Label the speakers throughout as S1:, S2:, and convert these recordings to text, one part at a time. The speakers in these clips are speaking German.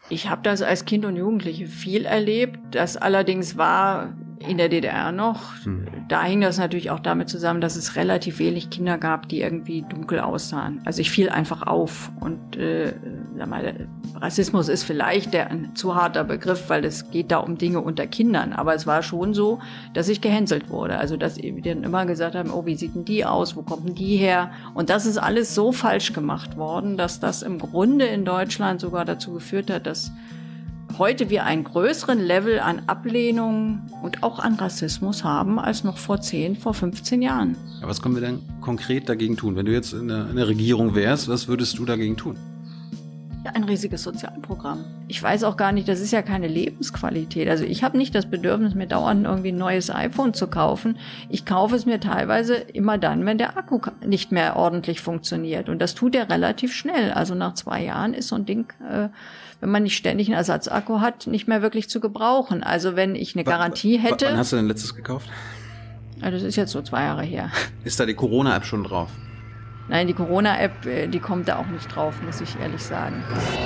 S1: Ich habe das als Kind und Jugendliche viel erlebt. Das allerdings war in der DDR noch. Da hing das natürlich auch damit zusammen, dass es relativ wenig Kinder gab, die irgendwie dunkel aussahen. Also ich fiel einfach auf. Und sag mal, Rassismus ist vielleicht ein zu harter Begriff, weil es geht da um Dinge unter Kindern. Aber es war schon so, dass ich gehänselt wurde. Also dass wir dann immer gesagt haben, oh, wie sieht denn die aus? Wo kommt denn die her? Und das ist alles so falsch gemacht worden, dass das im Grunde in Deutschland sogar dazu geführt hat, dass heute wir einen größeren Level an Ablehnung und auch an Rassismus haben als noch vor 10, vor 15 Jahren.
S2: Ja, was können wir denn konkret dagegen tun? Wenn du jetzt in der Regierung wärst, was würdest du dagegen tun?
S1: Ja, ein riesiges Sozialprogramm. Ich weiß auch gar nicht, das ist ja keine Lebensqualität. Also ich habe nicht das Bedürfnis, mir dauernd irgendwie ein neues iPhone zu kaufen. Ich kaufe es mir teilweise immer dann, wenn der Akku nicht mehr ordentlich funktioniert. Und das tut er relativ schnell. Also nach 2 Jahren ist so ein Ding, wenn man nicht ständig einen Ersatzakku hat, nicht mehr wirklich zu gebrauchen. Also wenn ich eine Garantie hätte...
S2: Wann hast du denn letztes gekauft?
S1: Ja, das ist jetzt so 2 Jahre her.
S2: Ist da die Corona-App schon drauf?
S1: Nein, die Corona-App, die kommt da auch nicht drauf, muss ich ehrlich sagen.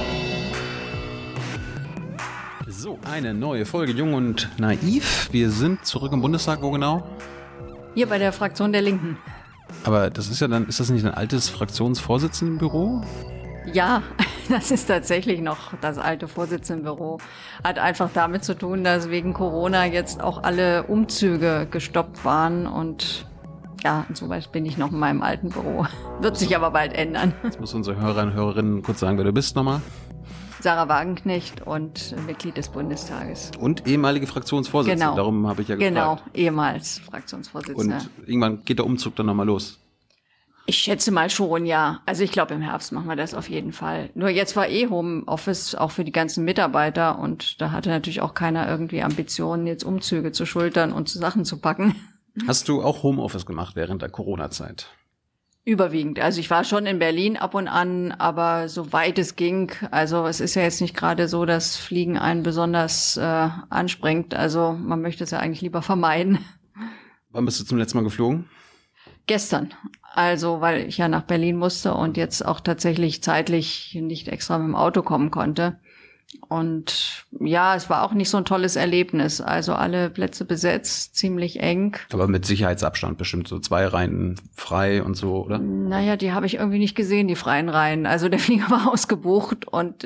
S2: So, eine neue Folge Jung und Naiv. Wir sind zurück im Bundestag, wo genau?
S1: Hier bei der Fraktion der Linken.
S2: Aber das ist ja dann, ist das nicht ein altes Fraktionsvorsitzendenbüro?
S1: Ja, das ist tatsächlich noch das alte Vorsitzendenbüro. Hat einfach damit zu tun, dass wegen Corona jetzt auch alle Umzüge gestoppt waren und ja, insoweit bin ich noch in meinem alten Büro. Wird sich aber bald ändern.
S2: Jetzt muss unsere Hörerinnen und Hörerinnen kurz sagen, wer du bist nochmal.
S1: Sarah Wagenknecht und Mitglied des Bundestages.
S2: Und ehemalige Fraktionsvorsitzende,
S1: genau.
S2: Darum habe ich ja gefragt.
S1: Genau, ehemals Fraktionsvorsitzende.
S2: Und irgendwann geht der Umzug dann nochmal los.
S1: Ich schätze mal schon, ja. Also ich glaube, im Herbst machen wir das auf jeden Fall. Nur jetzt war Homeoffice auch für die ganzen Mitarbeiter und da hatte natürlich auch keiner irgendwie Ambitionen, jetzt Umzüge zu schultern und Sachen zu packen.
S2: Hast du auch Homeoffice gemacht während der Corona-Zeit?
S1: Überwiegend. Also ich war schon in Berlin ab und an, aber soweit es ging. Also es ist ja jetzt nicht gerade so, dass Fliegen einen besonders anspringt. Also man möchte es ja eigentlich lieber vermeiden.
S2: Wann bist du zum letzten Mal geflogen?
S1: Gestern. Also weil ich ja nach Berlin musste und jetzt auch tatsächlich zeitlich nicht extra mit dem Auto kommen konnte. Und ja, es war auch nicht so ein tolles Erlebnis. Also alle Plätze besetzt, ziemlich eng.
S2: Aber mit Sicherheitsabstand bestimmt, so 2 Reihen frei und so, oder?
S1: Naja, die habe ich irgendwie nicht gesehen, die freien Reihen. Also der Flieger war ausgebucht und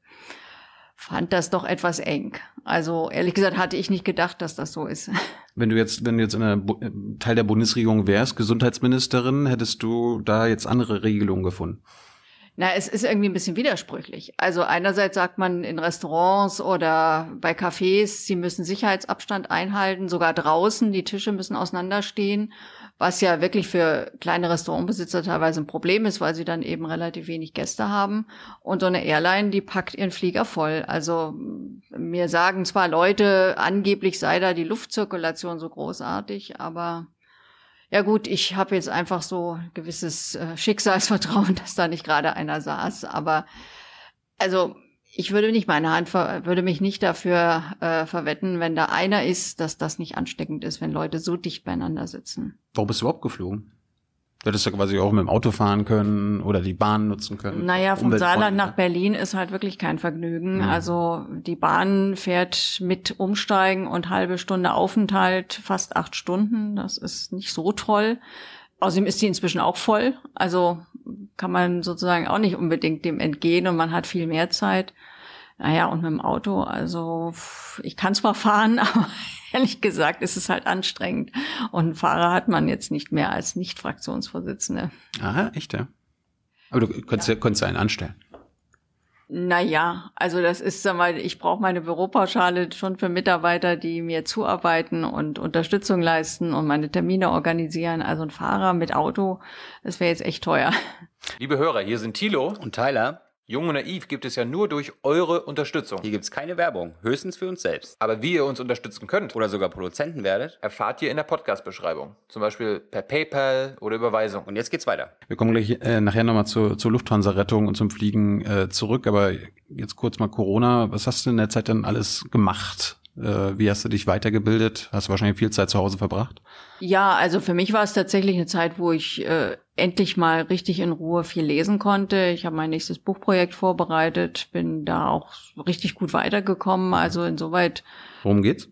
S1: fand das doch etwas eng. Also ehrlich gesagt hatte ich nicht gedacht, dass das so ist.
S2: Wenn du jetzt in einer Teil der Bundesregierung wärst, Gesundheitsministerin, hättest du da jetzt andere Regelungen gefunden?
S1: Na, es ist irgendwie ein bisschen widersprüchlich. Also einerseits sagt man in Restaurants oder bei Cafés, sie müssen Sicherheitsabstand einhalten, sogar draußen, die Tische müssen auseinanderstehen, was ja wirklich für kleine Restaurantbesitzer teilweise ein Problem ist, weil sie dann eben relativ wenig Gäste haben. Und so eine Airline, die packt ihren Flieger voll. Also mir sagen zwar Leute, angeblich sei da die Luftzirkulation so großartig, aber ja gut, ich habe jetzt einfach so gewisses Schicksalsvertrauen, dass da nicht gerade einer saß. Aber also ich würde nicht würde mich nicht dafür verwetten, wenn da einer ist, dass das nicht ansteckend ist, wenn Leute so dicht beieinander sitzen.
S2: Warum bist du überhaupt geflogen? Du hättest ja quasi auch mit dem Auto fahren können oder die Bahn nutzen können.
S1: Naja, vom Saarland nach Berlin ist halt wirklich kein Vergnügen. Mhm. Also die Bahn fährt mit Umsteigen und halbe Stunde Aufenthalt fast 8 Stunden. Das ist nicht so toll. Außerdem ist die inzwischen auch voll. Also kann man sozusagen auch nicht unbedingt dem entgehen und man hat viel mehr Zeit. Naja, und mit dem Auto, also ich kann zwar fahren, aber ehrlich gesagt ist es halt anstrengend. Und einen Fahrer hat man jetzt nicht mehr als Nicht-Fraktionsvorsitzende.
S2: Aha, echt, ja? Aber du konntest ja einen anstellen.
S1: Naja, also das ist, sag mal, ich brauche meine Büropauschale schon für Mitarbeiter, die mir zuarbeiten und Unterstützung leisten und meine Termine organisieren. Also ein Fahrer mit Auto, das wäre jetzt echt teuer.
S3: Liebe Hörer, hier sind Thilo
S4: und Tyler.
S3: Jung und Naiv gibt es ja nur durch eure Unterstützung.
S4: Hier gibt's keine Werbung, höchstens für uns selbst.
S3: Aber wie ihr uns unterstützen könnt
S4: oder sogar Produzenten werdet,
S3: erfahrt ihr in der Podcast-Beschreibung. Zum Beispiel per PayPal oder Überweisung.
S4: Und jetzt geht's weiter.
S2: Wir kommen gleich nachher nochmal zur Lufthansa-Rettung und zum Fliegen zurück. Aber jetzt kurz mal Corona. Was hast du in der Zeit dann alles gemacht? Wie hast du dich weitergebildet? Hast du wahrscheinlich viel Zeit zu Hause verbracht?
S1: Ja, also für mich war es tatsächlich eine Zeit, wo ich endlich mal richtig in Ruhe viel lesen konnte. Ich habe mein nächstes Buchprojekt vorbereitet, bin da auch richtig gut weitergekommen. Also insoweit.
S2: Worum geht's?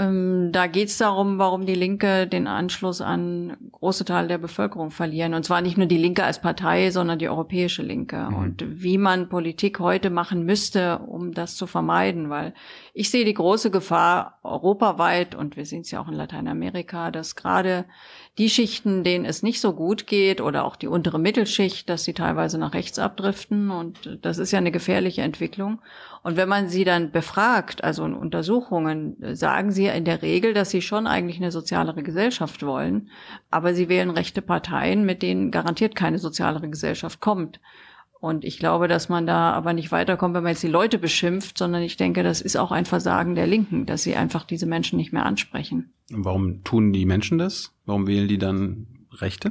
S1: Da geht's darum, warum die Linke den Anschluss an große Teile der Bevölkerung verlieren. Und zwar nicht nur die Linke als Partei, sondern die europäische Linke. Und wie man Politik heute machen müsste, um das zu vermeiden. Weil ich sehe die große Gefahr europaweit, und wir sehen es ja auch in Lateinamerika, dass gerade die Schichten, denen es nicht so gut geht, oder auch die untere Mittelschicht, dass sie teilweise nach rechts abdriften. Und das ist ja eine gefährliche Entwicklung. Und wenn man sie dann befragt, also in Untersuchungen, sagen sie in der Regel, dass sie schon eigentlich eine sozialere Gesellschaft wollen, aber sie wählen rechte Parteien, mit denen garantiert keine sozialere Gesellschaft kommt. Und ich glaube, dass man da aber nicht weiterkommt, wenn man jetzt die Leute beschimpft, sondern ich denke, das ist auch ein Versagen der Linken, dass sie einfach diese Menschen nicht mehr ansprechen.
S2: Und warum tun die Menschen das? Warum wählen die dann Rechte?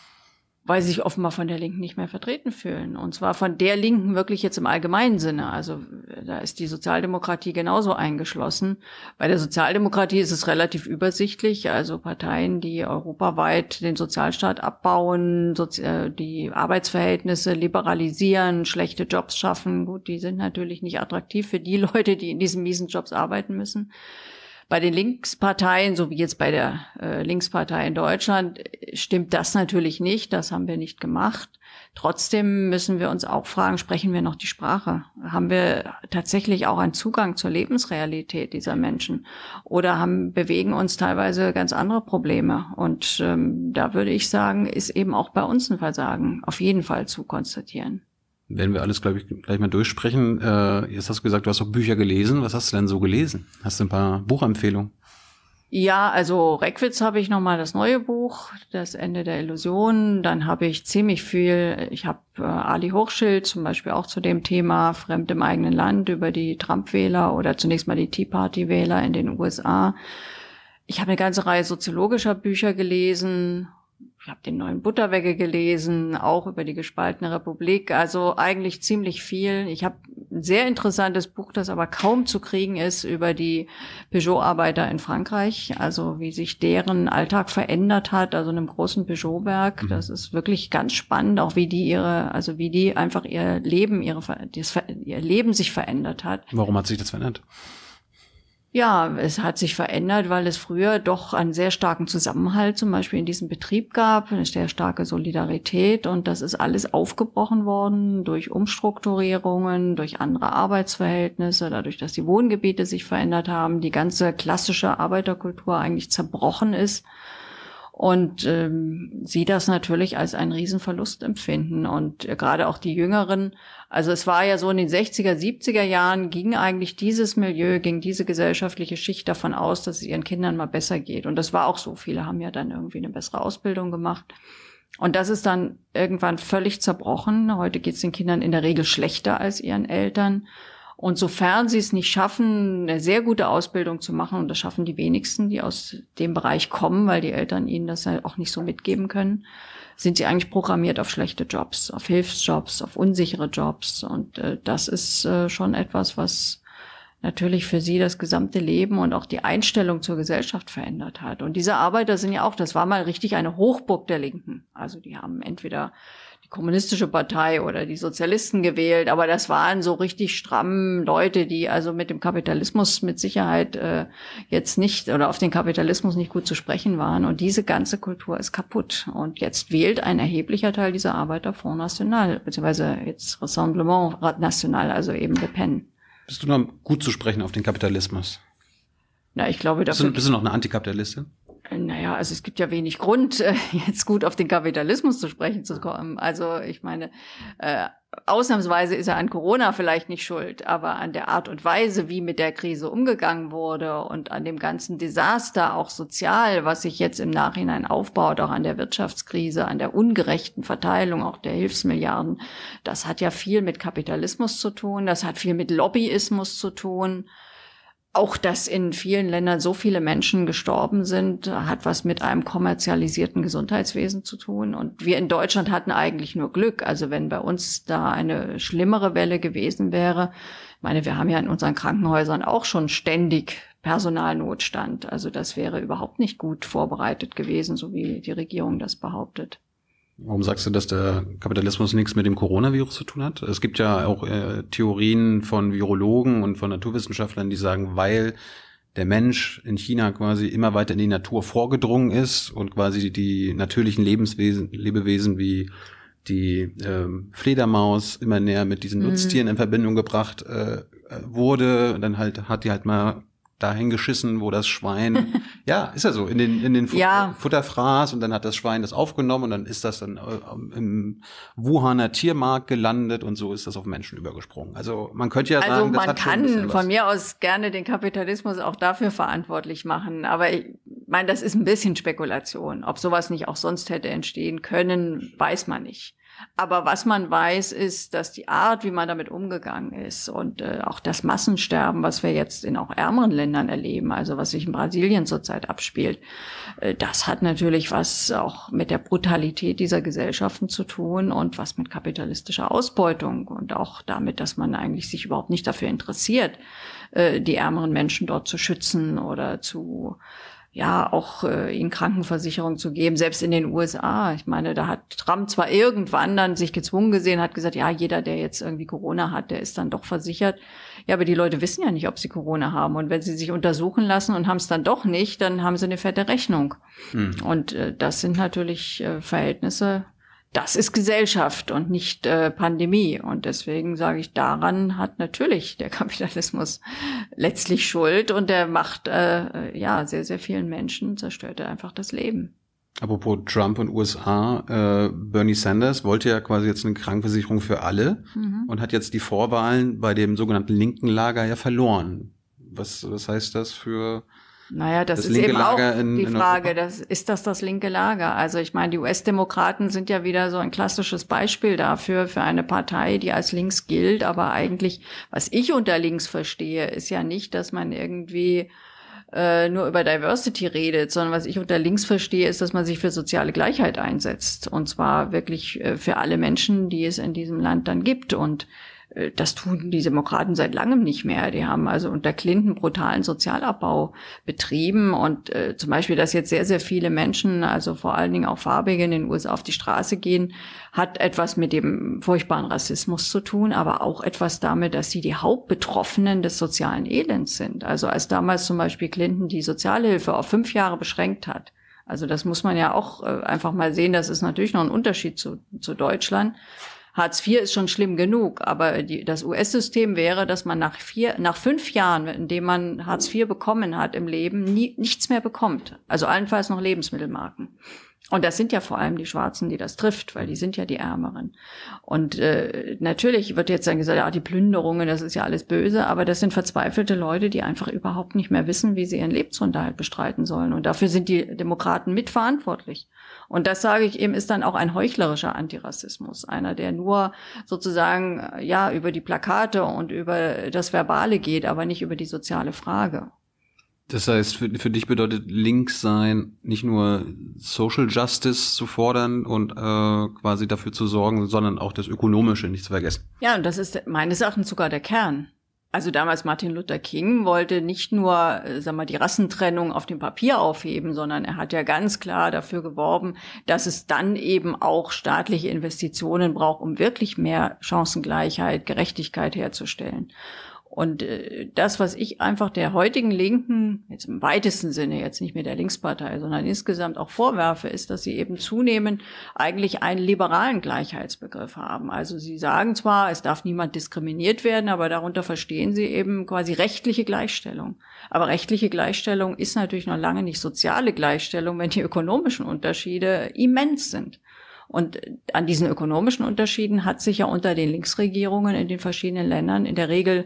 S1: Weil sie sich offenbar von der Linken nicht mehr vertreten fühlen. Und zwar von der Linken wirklich jetzt im allgemeinen Sinne. Also da ist die Sozialdemokratie genauso eingeschlossen. Bei der Sozialdemokratie ist es relativ übersichtlich. Also Parteien, die europaweit den Sozialstaat abbauen, die Arbeitsverhältnisse liberalisieren, schlechte Jobs schaffen. Gut, die sind natürlich nicht attraktiv für die Leute, die in diesen miesen Jobs arbeiten müssen. Bei den Linksparteien, so wie jetzt bei der Linkspartei in Deutschland, stimmt das natürlich nicht. Das haben wir nicht gemacht. Trotzdem müssen wir uns auch fragen, sprechen wir noch die Sprache? Haben wir tatsächlich auch einen Zugang zur Lebensrealität dieser Menschen? Oder bewegen uns teilweise ganz andere Probleme? Und da würde ich sagen, ist eben auch bei uns ein Versagen auf jeden Fall zu konstatieren.
S2: Werden wir alles, glaube ich, gleich mal durchsprechen. Jetzt hast du gesagt, du hast auch Bücher gelesen. Was hast du denn so gelesen? Hast du ein paar Buchempfehlungen?
S1: Ja, also Reckwitz habe ich nochmal das neue Buch, Das Ende der Illusion. Dann habe ich ziemlich viel, ich habe Ali Hochschild zum Beispiel auch zu dem Thema Fremd im eigenen Land über die Trump-Wähler oder zunächst mal die Tea Party-Wähler in den USA. Ich habe eine ganze Reihe soziologischer Bücher gelesen. Ich habe den neuen Butterwegge gelesen, auch über die gespaltene Republik, also eigentlich ziemlich viel. Ich habe ein sehr interessantes Buch, das aber kaum zu kriegen ist, über die Peugeot-Arbeiter in Frankreich, also wie sich deren Alltag verändert hat, also in einem großen Peugeot-Werk. Das ist wirklich ganz spannend, auch wie die einfach ihr Leben sich verändert hat.
S2: Warum hat sich das verändert?
S1: Ja, es hat sich verändert, weil es früher doch einen sehr starken Zusammenhalt zum Beispiel in diesem Betrieb gab, eine sehr starke Solidarität, und das ist alles aufgebrochen worden durch Umstrukturierungen, durch andere Arbeitsverhältnisse, dadurch, dass die Wohngebiete sich verändert haben, die ganze klassische Arbeiterkultur eigentlich zerbrochen ist. Und sie das natürlich als einen Riesenverlust empfinden. Und gerade auch die Jüngeren, also es war ja so in den 60er, 70er Jahren ging eigentlich dieses Milieu, ging diese gesellschaftliche Schicht davon aus, dass es ihren Kindern mal besser geht. Und das war auch so. Viele haben ja dann irgendwie eine bessere Ausbildung gemacht. Und das ist dann irgendwann völlig zerbrochen. Heute geht es den Kindern in der Regel schlechter als ihren Eltern. Und sofern sie es nicht schaffen, eine sehr gute Ausbildung zu machen, und das schaffen die wenigsten, die aus dem Bereich kommen, weil die Eltern ihnen das ja auch nicht so mitgeben können, sind sie eigentlich programmiert auf schlechte Jobs, auf Hilfsjobs, auf unsichere Jobs. Und das ist schon etwas, was natürlich für sie das gesamte Leben und auch die Einstellung zur Gesellschaft verändert hat. Und diese Arbeiter sind ja auch, das war mal richtig eine Hochburg der Linken. Also die haben entweder die Kommunistische Partei oder die Sozialisten gewählt, aber das waren so richtig stramm Leute, die also mit dem Kapitalismus mit Sicherheit jetzt nicht oder auf den Kapitalismus nicht gut zu sprechen waren. Und diese ganze Kultur ist kaputt. Und jetzt wählt ein erheblicher Teil dieser Arbeiter Front National, beziehungsweise jetzt Rassemblement National, also eben Le Pen.
S2: Bist du noch gut zu sprechen auf den Kapitalismus?
S1: Na, ich glaube,
S2: bist du noch eine Antikapitalistin?
S1: Naja, also es gibt ja wenig Grund, jetzt gut auf den Kapitalismus zu sprechen zu kommen. Also ich meine, ausnahmsweise ist er an Corona vielleicht nicht schuld, aber an der Art und Weise, wie mit der Krise umgegangen wurde und an dem ganzen Desaster, auch sozial, was sich jetzt im Nachhinein aufbaut, auch an der Wirtschaftskrise, an der ungerechten Verteilung auch der Hilfsmilliarden, das hat ja viel mit Kapitalismus zu tun, das hat viel mit Lobbyismus zu tun. Auch, dass in vielen Ländern so viele Menschen gestorben sind, hat was mit einem kommerzialisierten Gesundheitswesen zu tun. Und wir in Deutschland hatten eigentlich nur Glück. Also wenn bei uns da eine schlimmere Welle gewesen wäre, Ich meine, wir haben ja in unseren Krankenhäusern auch schon ständig Personalnotstand. Also das wäre überhaupt nicht gut vorbereitet gewesen, so wie die Regierung das behauptet.
S2: Warum sagst du, dass der Kapitalismus nichts mit dem Coronavirus zu tun hat? Es gibt ja auch Theorien von Virologen und von Naturwissenschaftlern, die sagen, weil der Mensch in China quasi immer weiter in die Natur vorgedrungen ist und quasi die natürlichen Lebewesen wie die Fledermaus immer näher mit diesen Nutztieren in Verbindung gebracht wurde. Und dann hat die halt mal dahin geschissen, wo das Schwein, ja, ist ja so, in den Futter fraß, und dann hat das Schwein das aufgenommen und dann ist das dann im Wuhaner Tiermarkt gelandet und so ist das auf Menschen übergesprungen. Also man könnte ja sagen, das hat schon ein bisschen was.
S1: Man kann von mir aus gerne den Kapitalismus auch dafür verantwortlich machen, aber ich meine, das ist ein bisschen Spekulation. Ob sowas nicht auch sonst hätte entstehen können, weiß man nicht. Aber was man weiß, ist, dass die Art, wie man damit umgegangen ist und auch das Massensterben, was wir jetzt in auch ärmeren Ländern erleben, also was sich in Brasilien zurzeit abspielt, das hat natürlich was auch mit der Brutalität dieser Gesellschaften zu tun und was mit kapitalistischer Ausbeutung und auch damit, dass man eigentlich sich überhaupt nicht dafür interessiert, die ärmeren Menschen dort zu schützen oder auch ihnen Krankenversicherung zu geben, selbst in den USA. Ich meine, da hat Trump zwar irgendwann dann sich gezwungen gesehen, hat gesagt, ja, jeder, der jetzt irgendwie Corona hat, der ist dann doch versichert. Ja, aber die Leute wissen ja nicht, ob sie Corona haben. Und wenn sie sich untersuchen lassen und haben es dann doch nicht, dann haben sie eine fette Rechnung. Und das sind natürlich Verhältnisse. Das ist Gesellschaft und nicht Pandemie. Und deswegen sage ich, daran hat natürlich der Kapitalismus letztlich Schuld. Und der macht sehr, sehr vielen Menschen, zerstört er einfach das Leben.
S2: Apropos Trump und USA, Bernie Sanders wollte ja quasi jetzt eine Krankenversicherung für alle und hat jetzt die Vorwahlen bei dem sogenannten linken Lager ja verloren. Was heißt das für...
S1: Naja, das ist eben auch die Frage, ist das linke Lager? Also ich meine, die US-Demokraten sind ja wieder so ein klassisches Beispiel dafür, für eine Partei, die als links gilt. Aber eigentlich, was ich unter links verstehe, ist ja nicht, dass man irgendwie nur über Diversity redet, sondern was ich unter links verstehe, ist, dass man sich für soziale Gleichheit einsetzt. Und zwar wirklich für alle Menschen, die es in diesem Land dann gibt. Und das tun die Demokraten seit langem nicht mehr. Die haben also unter Clinton brutalen Sozialabbau betrieben und zum Beispiel, dass jetzt sehr, sehr viele Menschen, also vor allen Dingen auch Farbige in den USA auf die Straße gehen, hat etwas mit dem furchtbaren Rassismus zu tun, aber auch etwas damit, dass sie die Hauptbetroffenen des sozialen Elends sind. Also als damals zum Beispiel Clinton die Sozialhilfe auf 5 Jahre beschränkt hat, also das muss man ja auch einfach mal sehen, das ist natürlich noch ein Unterschied zu Deutschland. Hartz IV ist schon schlimm genug, aber das US-System wäre, dass man nach 5 Jahren, in dem man Hartz IV bekommen hat im Leben, nichts mehr bekommt. Also allenfalls noch Lebensmittelmarken. Und das sind ja vor allem die Schwarzen, die das trifft, weil die sind ja die Ärmeren. Und natürlich wird jetzt dann gesagt, ja, die Plünderungen, das ist ja alles böse, aber das sind verzweifelte Leute, die einfach überhaupt nicht mehr wissen, wie sie ihren Lebensunterhalt bestreiten sollen. Und dafür sind die Demokraten mitverantwortlich. Und das, sage ich eben, ist dann auch ein heuchlerischer Antirassismus. Einer, der nur sozusagen, über die Plakate und über das Verbale geht, aber nicht über die soziale Frage.
S2: Das heißt, für dich bedeutet links sein, nicht nur Social Justice zu fordern und quasi dafür zu sorgen, sondern auch das Ökonomische nicht zu vergessen.
S1: Ja, und das ist meines Erachtens sogar der Kern. Also damals Martin Luther King wollte nicht nur, die Rassentrennung auf dem Papier aufheben, sondern er hat ja ganz klar dafür geworben, dass es dann eben auch staatliche Investitionen braucht, um wirklich mehr Chancengleichheit, Gerechtigkeit herzustellen. Und das, was ich einfach der heutigen Linken, jetzt im weitesten Sinne, jetzt nicht mehr der Linkspartei, sondern insgesamt auch vorwerfe, ist, dass sie eben zunehmend eigentlich einen liberalen Gleichheitsbegriff haben. Also sie sagen zwar, es darf niemand diskriminiert werden, aber darunter verstehen sie eben quasi rechtliche Gleichstellung. Aber rechtliche Gleichstellung ist natürlich noch lange nicht soziale Gleichstellung, wenn die ökonomischen Unterschiede immens sind. Und an diesen ökonomischen Unterschieden hat sich ja unter den Linksregierungen in den verschiedenen Ländern in der Regel,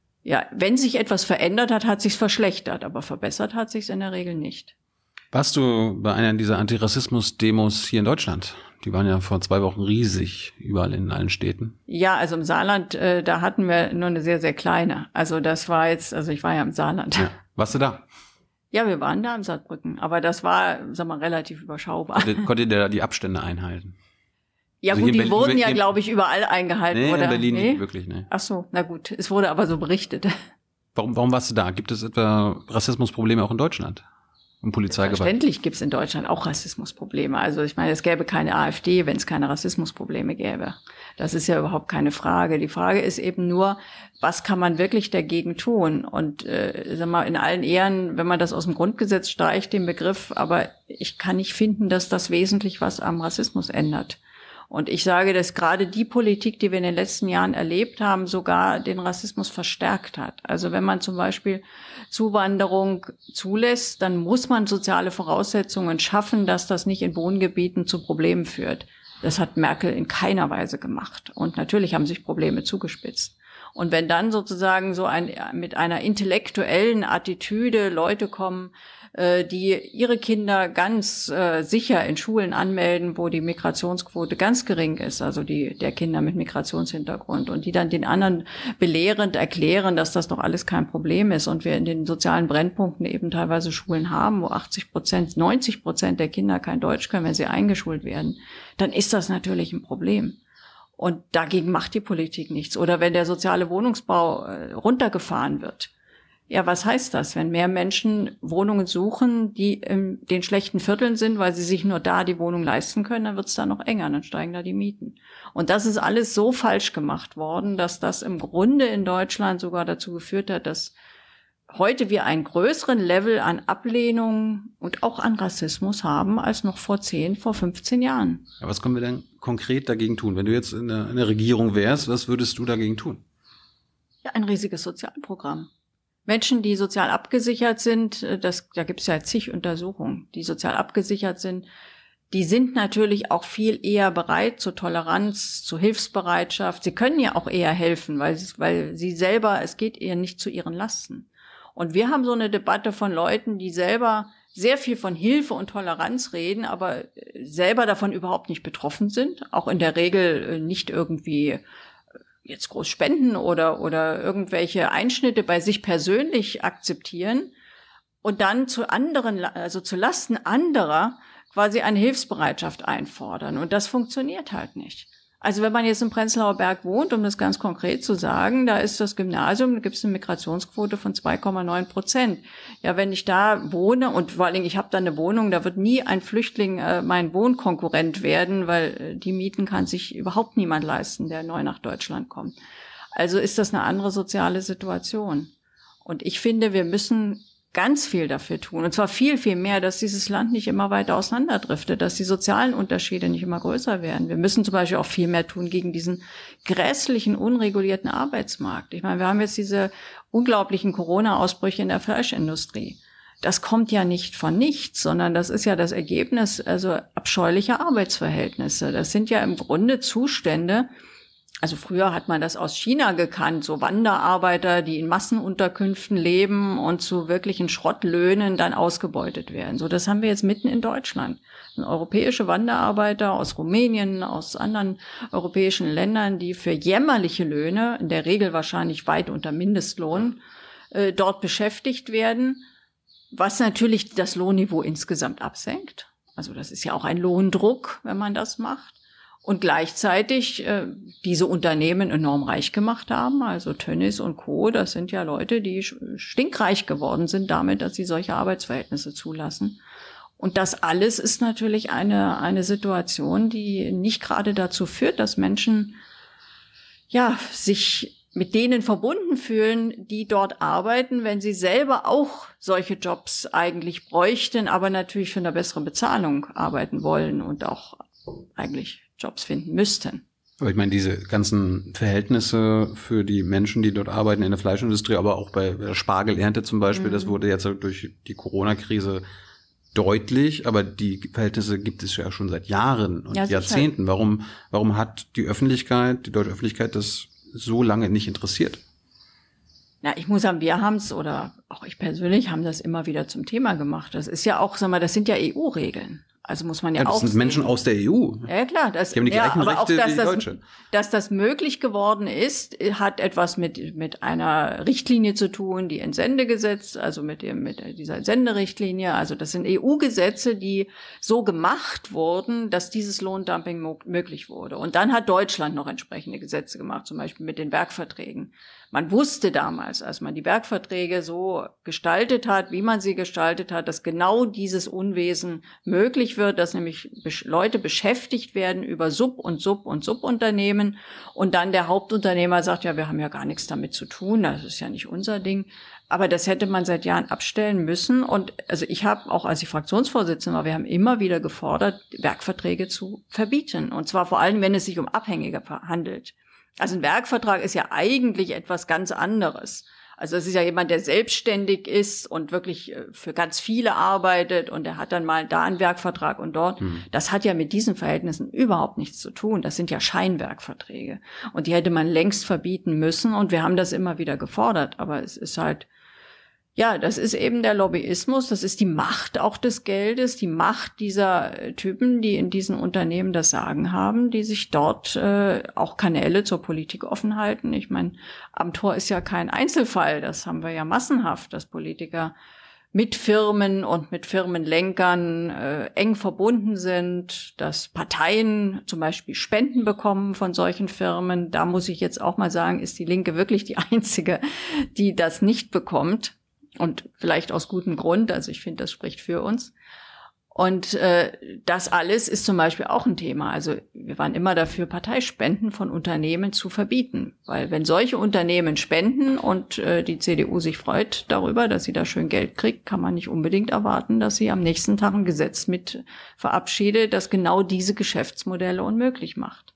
S1: wenn sich etwas verändert hat, hat sich's verschlechtert, aber verbessert hat sich's in der Regel nicht.
S2: Warst du bei einer dieser Antirassismus-Demos hier in Deutschland? Die waren ja vor 2 Wochen riesig, überall in allen Städten.
S1: Ja, also im Saarland, da hatten wir nur eine sehr, sehr kleine. Also das war jetzt, ich war ja im Saarland. Ja.
S2: Warst du da?
S1: Ja, wir waren da in Saarbrücken, aber das war, relativ überschaubar.
S2: Konntet ihr da die Abstände einhalten?
S1: Ja
S2: Also
S1: gut,
S2: hier
S1: die
S2: in
S1: wurden
S2: Berlin-
S1: ja, glaube ich, überall eingehalten,
S2: Nee,
S1: oder?
S2: in Berlin
S1: Nee?
S2: nicht wirklich, ne.
S1: Ach so, na gut. Es wurde aber so berichtet.
S2: Warum warst du da? Gibt es etwa Rassismusprobleme auch in Deutschland? Und Polizeigewalt?
S1: Selbstverständlich gibt es in Deutschland auch Rassismusprobleme. Also ich meine, es gäbe keine AfD, wenn es keine Rassismusprobleme gäbe. Das ist ja überhaupt keine Frage. Die Frage ist eben nur, was kann man wirklich dagegen tun? Und sag mal, in allen Ehren, wenn man das aus dem Grundgesetz streicht, den Begriff, aber ich kann nicht finden, dass das wesentlich was am Rassismus ändert. Und ich sage, dass gerade die Politik, die wir in den letzten Jahren erlebt haben, sogar den Rassismus verstärkt hat. Also wenn man zum Beispiel Zuwanderung zulässt, dann muss man soziale Voraussetzungen schaffen, dass das nicht in Wohngebieten zu Problemen führt. Das hat Merkel in keiner Weise gemacht. Und natürlich haben sich Probleme zugespitzt. Und wenn dann sozusagen mit einer intellektuellen Attitüde Leute kommen, die ihre Kinder ganz sicher in Schulen anmelden, wo die Migrationsquote ganz gering ist, also der Kinder mit Migrationshintergrund, und die dann den anderen belehrend erklären, dass das doch alles kein Problem ist und wir in den sozialen Brennpunkten eben teilweise Schulen haben, wo 80%, 90% der Kinder kein Deutsch können, wenn sie eingeschult werden, dann ist das natürlich ein Problem. Und dagegen macht die Politik nichts. Oder wenn der soziale Wohnungsbau runtergefahren wird. Ja, was heißt das? Wenn mehr Menschen Wohnungen suchen, die in den schlechten Vierteln sind, weil sie sich nur da die Wohnung leisten können, dann wird es da noch enger, dann steigen da die Mieten. Und das ist alles so falsch gemacht worden, dass das im Grunde in Deutschland sogar dazu geführt hat, dass heute wir einen größeren Level an Ablehnung und auch an Rassismus haben als noch vor 15 Jahren.
S2: Ja, was können wir denn konkret dagegen tun? Wenn du jetzt in der Regierung wärst, was würdest du dagegen tun?
S1: Ja, ein riesiges Sozialprogramm. Menschen, die sozial abgesichert sind, da gibt es ja zig Untersuchungen, die sozial abgesichert sind, die sind natürlich auch viel eher bereit zur Toleranz, zur Hilfsbereitschaft. Sie können ja auch eher helfen, weil sie selber, es geht eher nicht zu ihren Lasten. Und wir haben so eine Debatte von Leuten, die selber sehr viel von Hilfe und Toleranz reden, aber selber davon überhaupt nicht betroffen sind, auch in der Regel nicht irgendwie jetzt groß spenden oder irgendwelche Einschnitte bei sich persönlich akzeptieren und dann zu anderen, also zu Lasten anderer quasi eine Hilfsbereitschaft einfordern. Und das funktioniert halt nicht. Also wenn man jetzt im Prenzlauer Berg wohnt, um das ganz konkret zu sagen, da ist das Gymnasium, da gibt es eine Migrationsquote von 2,9%. Ja, wenn ich da wohne und vor allen Dingen, ich habe da eine Wohnung, da wird nie ein Flüchtling mein Wohnkonkurrent werden, weil die Mieten kann sich überhaupt niemand leisten, der neu nach Deutschland kommt. Also ist das eine andere soziale Situation. Und ich finde, wir müssen ganz viel dafür tun. Und zwar viel, viel mehr, dass dieses Land nicht immer weiter auseinanderdriftet, dass die sozialen Unterschiede nicht immer größer werden. Wir müssen zum Beispiel auch viel mehr tun gegen diesen grässlichen, unregulierten Arbeitsmarkt. Ich meine, wir haben jetzt diese unglaublichen Corona-Ausbrüche in der Fleischindustrie. Das kommt ja nicht von nichts, sondern das ist ja das Ergebnis also abscheulicher Arbeitsverhältnisse. Das sind ja im Grunde Zustände. Also früher hat man das aus China gekannt, so Wanderarbeiter, die in Massenunterkünften leben und zu wirklichen Schrottlöhnen dann ausgebeutet werden. So, das haben wir jetzt mitten in Deutschland. Europäische Wanderarbeiter aus Rumänien, aus anderen europäischen Ländern, die für jämmerliche Löhne, in der Regel wahrscheinlich weit unter Mindestlohn, dort beschäftigt werden, was natürlich das Lohnniveau insgesamt absenkt. Also das ist ja auch ein Lohndruck, wenn man das macht. Und gleichzeitig diese Unternehmen enorm reich gemacht haben, also Tönnies und Co., das sind ja Leute, die stinkreich geworden sind damit, dass sie solche Arbeitsverhältnisse zulassen. Und das alles ist natürlich eine Situation, die nicht gerade dazu führt, dass Menschen ja sich mit denen verbunden fühlen, die dort arbeiten, wenn sie selber auch solche Jobs eigentlich bräuchten, aber natürlich für eine bessere Bezahlung arbeiten wollen und auch eigentlich Jobs finden müssten.
S2: Aber ich meine, diese ganzen Verhältnisse für die Menschen, die dort arbeiten in der Fleischindustrie, aber auch bei der Spargelernte zum Beispiel, das wurde jetzt durch die Corona-Krise deutlich, aber die Verhältnisse gibt es ja schon seit Jahren und Jahrzehnten. Warum hat die Öffentlichkeit, die deutsche Öffentlichkeit das so lange nicht interessiert?
S1: Na, ich muss sagen, wir haben es, oder auch ich persönlich, haben das immer wieder zum Thema gemacht. Das ist ja auch, sag mal, das sind ja EU-Regeln. Also muss man ja
S2: das
S1: auch
S2: sind Menschen aus der EU.
S1: Ja, klar.
S2: Die haben die gleichen Rechte wie die Deutsche.
S1: Dass das möglich geworden ist, hat etwas mit einer Richtlinie zu tun, die Entsendegesetz, also mit dieser Entsenderichtlinie. Also das sind EU-Gesetze, die so gemacht wurden, dass dieses Lohndumping möglich wurde. Und dann hat Deutschland noch entsprechende Gesetze gemacht, zum Beispiel mit den Werkverträgen. Man wusste damals, als man die Werkverträge so gestaltet hat, wie man sie gestaltet hat, dass genau dieses Unwesen möglich wird, dass nämlich Leute beschäftigt werden über Subunternehmen und dann der Hauptunternehmer sagt, ja, wir haben ja gar nichts damit zu tun, das ist ja nicht unser Ding. Aber das hätte man seit Jahren abstellen müssen. Und also ich habe auch, als ich Fraktionsvorsitzende war, wir haben immer wieder gefordert, Werkverträge zu verbieten. Und zwar vor allem, wenn es sich um Abhängige handelt. Also ein Werkvertrag ist ja eigentlich etwas ganz anderes. Also es ist ja jemand, der selbstständig ist und wirklich für ganz viele arbeitet und der hat dann mal da einen Werkvertrag und dort. Das hat ja mit diesen Verhältnissen überhaupt nichts zu tun. Das sind ja Scheinwerkverträge und die hätte man längst verbieten müssen und wir haben das immer wieder gefordert. Aber es ist halt, ja, das ist eben der Lobbyismus, das ist die Macht auch des Geldes, die Macht dieser Typen, die in diesen Unternehmen das Sagen haben, die sich dort auch Kanäle zur Politik offen halten. Ich meine, Amtor ist ja kein Einzelfall, das haben wir ja massenhaft, dass Politiker mit Firmen und mit Firmenlenkern eng verbunden sind, dass Parteien zum Beispiel Spenden bekommen von solchen Firmen. Da muss ich jetzt auch mal sagen, ist die Linke wirklich die einzige, die das nicht bekommt. Und vielleicht aus gutem Grund, also ich finde, das spricht für uns. Und das alles ist zum Beispiel auch ein Thema. Also wir waren immer dafür, Parteispenden von Unternehmen zu verbieten. Weil wenn solche Unternehmen spenden und die CDU sich freut darüber, dass sie da schön Geld kriegt, kann man nicht unbedingt erwarten, dass sie am nächsten Tag ein Gesetz mit verabschiedet, das genau diese Geschäftsmodelle unmöglich macht.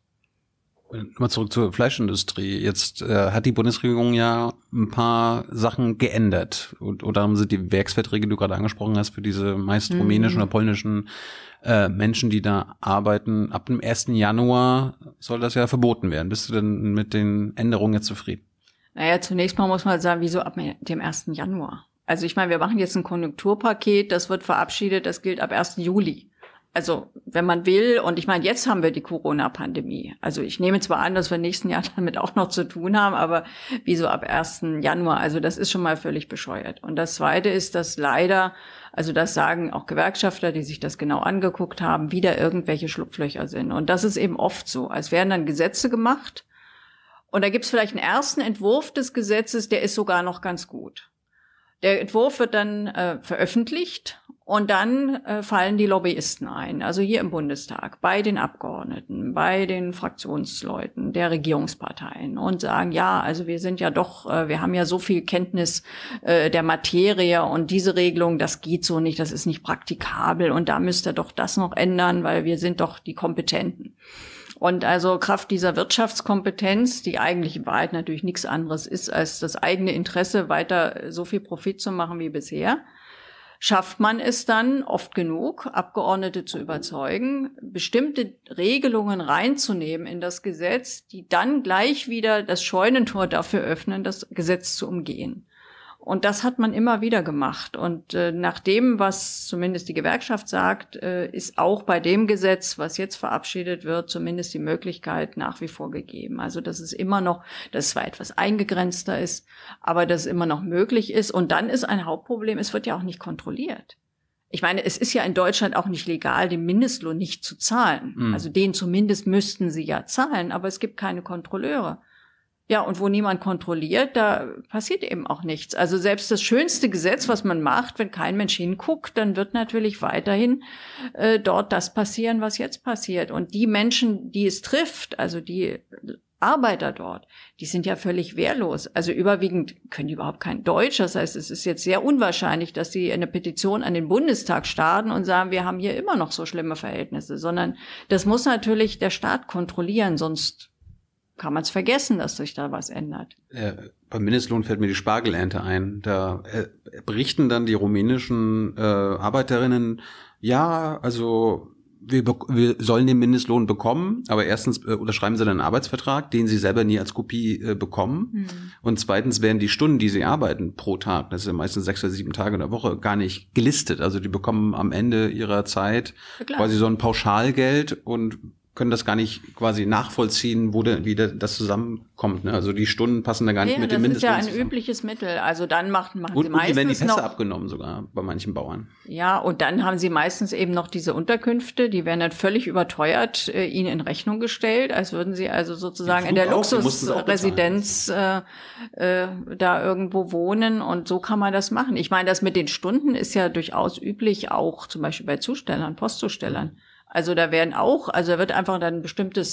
S2: Mal zurück zur Fleischindustrie. Jetzt hat die Bundesregierung ja ein paar Sachen geändert. Oder haben sie die Werksverträge, die du gerade angesprochen hast, für diese meist rumänischen oder polnischen Menschen, die da arbeiten. Ab dem 1. Januar soll das ja verboten werden. Bist du denn mit den Änderungen jetzt zufrieden?
S1: Naja, zunächst mal muss man sagen, wieso ab dem 1. Januar? Also ich meine, wir machen jetzt ein Konjunkturpaket, das wird verabschiedet, das gilt ab 1. Juli. Also, wenn man will, und ich meine, jetzt haben wir die Corona-Pandemie. Also ich nehme zwar an, dass wir nächsten Jahr damit auch noch zu tun haben, aber wieso ab 1. Januar? Also das ist schon mal völlig bescheuert. Und das Zweite ist, dass leider, also das sagen auch Gewerkschafter, die sich das genau angeguckt haben, wieder irgendwelche Schlupflöcher sind. Und das ist eben oft so. Als wären dann Gesetze gemacht und da gibt's vielleicht einen ersten Entwurf des Gesetzes, der ist sogar noch ganz gut. Der Entwurf wird dann veröffentlicht und dann fallen die Lobbyisten ein, also hier im Bundestag, bei den Abgeordneten, bei den Fraktionsleuten der Regierungsparteien und sagen, ja, also wir sind ja doch, wir haben ja so viel Kenntnis der Materie und diese Regelung, das geht so nicht, das ist nicht praktikabel und da müsst ihr doch das noch ändern, weil wir sind doch die Kompetenten. Und also Kraft dieser Wirtschaftskompetenz, die eigentlich in Wahrheit natürlich nichts anderes ist, als das eigene Interesse, weiter so viel Profit zu machen wie bisher, schafft man es dann oft genug, Abgeordnete zu überzeugen, bestimmte Regelungen reinzunehmen in das Gesetz, die dann gleich wieder das Scheunentor dafür öffnen, das Gesetz zu umgehen. Und das hat man immer wieder gemacht. Und nach dem, was zumindest die Gewerkschaft sagt, ist auch bei dem Gesetz, was jetzt verabschiedet wird, zumindest die Möglichkeit nach wie vor gegeben. Also dass es immer noch, dass es zwar etwas eingegrenzter ist, aber dass es immer noch möglich ist. Und dann ist ein Hauptproblem, es wird ja auch nicht kontrolliert. Ich meine, es ist ja in Deutschland auch nicht legal, den Mindestlohn nicht zu zahlen. Also den zumindest müssten sie ja zahlen, aber es gibt keine Kontrolleure. Ja, und wo niemand kontrolliert, da passiert eben auch nichts. Also selbst das schönste Gesetz, was man macht, wenn kein Mensch hinguckt, dann wird natürlich weiterhin dort das passieren, was jetzt passiert. Und die Menschen, die es trifft, also die Arbeiter dort, die sind ja völlig wehrlos. Also überwiegend können die überhaupt kein Deutsch. Das heißt, es ist jetzt sehr unwahrscheinlich, dass sie eine Petition an den Bundestag starten und sagen, wir haben hier immer noch so schlimme Verhältnisse. Sondern das muss natürlich der Staat kontrollieren, sonst kann man es vergessen, dass sich da was ändert.
S2: Beim Mindestlohn fällt mir die Spargelernte ein. Da berichten dann die rumänischen Arbeiterinnen, ja, also wir sollen den Mindestlohn bekommen, aber erstens unterschreiben sie dann einen Arbeitsvertrag, den sie selber nie als Kopie bekommen. Und zweitens werden die Stunden, die sie arbeiten pro Tag, das sind meistens 6 oder 7 Tage in der Woche, gar nicht gelistet. Also die bekommen am Ende ihrer Zeit quasi so ein Pauschalgeld und können das gar nicht quasi nachvollziehen, wie das zusammenkommt. Ne? Also die Stunden passen da gar nicht mit dem Mindestlohn
S1: zusammen. Das ist ja ein übliches Mittel. Also dann machen sie meistens
S2: und werden die Pässe
S1: noch
S2: abgenommen sogar bei manchen Bauern.
S1: Ja, und dann haben sie meistens eben noch diese Unterkünfte, die werden dann völlig überteuert ihnen in Rechnung gestellt, als würden sie also sozusagen in der Luxusresidenz da irgendwo wohnen, und so kann man das machen. Ich meine, das mit den Stunden ist ja durchaus üblich, auch zum Beispiel bei Zustellern, Postzustellern. Also da wird einfach dann eine bestimmte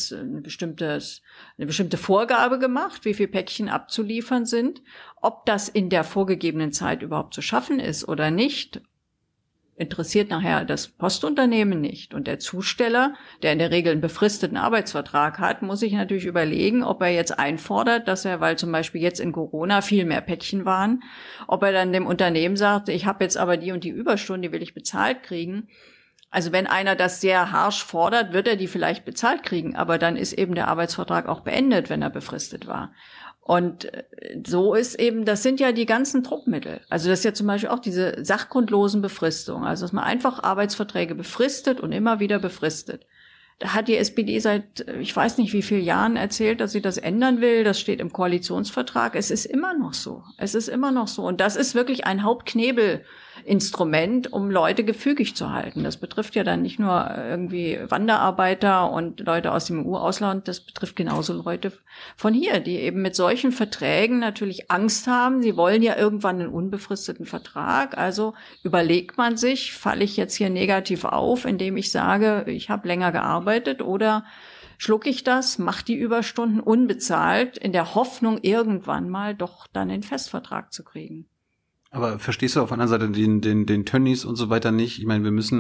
S1: Vorgabe gemacht, wie viel Päckchen abzuliefern sind. Ob das in der vorgegebenen Zeit überhaupt zu schaffen ist oder nicht, interessiert nachher das Postunternehmen nicht. Und der Zusteller, der in der Regel einen befristeten Arbeitsvertrag hat, muss sich natürlich überlegen, ob er jetzt einfordert, dass er, weil zum Beispiel jetzt in Corona viel mehr Päckchen waren, ob er dann dem Unternehmen sagt, ich habe jetzt aber die und die Überstunden, die will ich bezahlt kriegen. Also wenn einer das sehr harsch fordert, wird er die vielleicht bezahlt kriegen, aber dann ist eben der Arbeitsvertrag auch beendet, wenn er befristet war. Und so ist eben, das sind ja die ganzen Druckmittel. Also das ist ja zum Beispiel auch diese sachgrundlosen Befristungen, also dass man einfach Arbeitsverträge befristet und immer wieder befristet. Da hat die SPD seit, ich weiß nicht wie vielen Jahren erzählt, dass sie das ändern will. Das steht im Koalitionsvertrag. Es ist immer noch so. Und das ist wirklich ein Hauptknebelinstrument, um Leute gefügig zu halten. Das betrifft ja dann nicht nur irgendwie Wanderarbeiter und Leute aus dem EU-Ausland. Das betrifft genauso Leute von hier, die eben mit solchen Verträgen natürlich Angst haben. Sie wollen ja irgendwann einen unbefristeten Vertrag. Also überlegt man sich, falle ich jetzt hier negativ auf, indem ich sage, ich habe länger gearbeitet, oder schlucke ich das, mache die Überstunden unbezahlt, in der Hoffnung, irgendwann mal doch dann den Festvertrag zu kriegen.
S2: Aber verstehst du auf der anderen Seite den Tönnies und so weiter nicht? Ich meine, das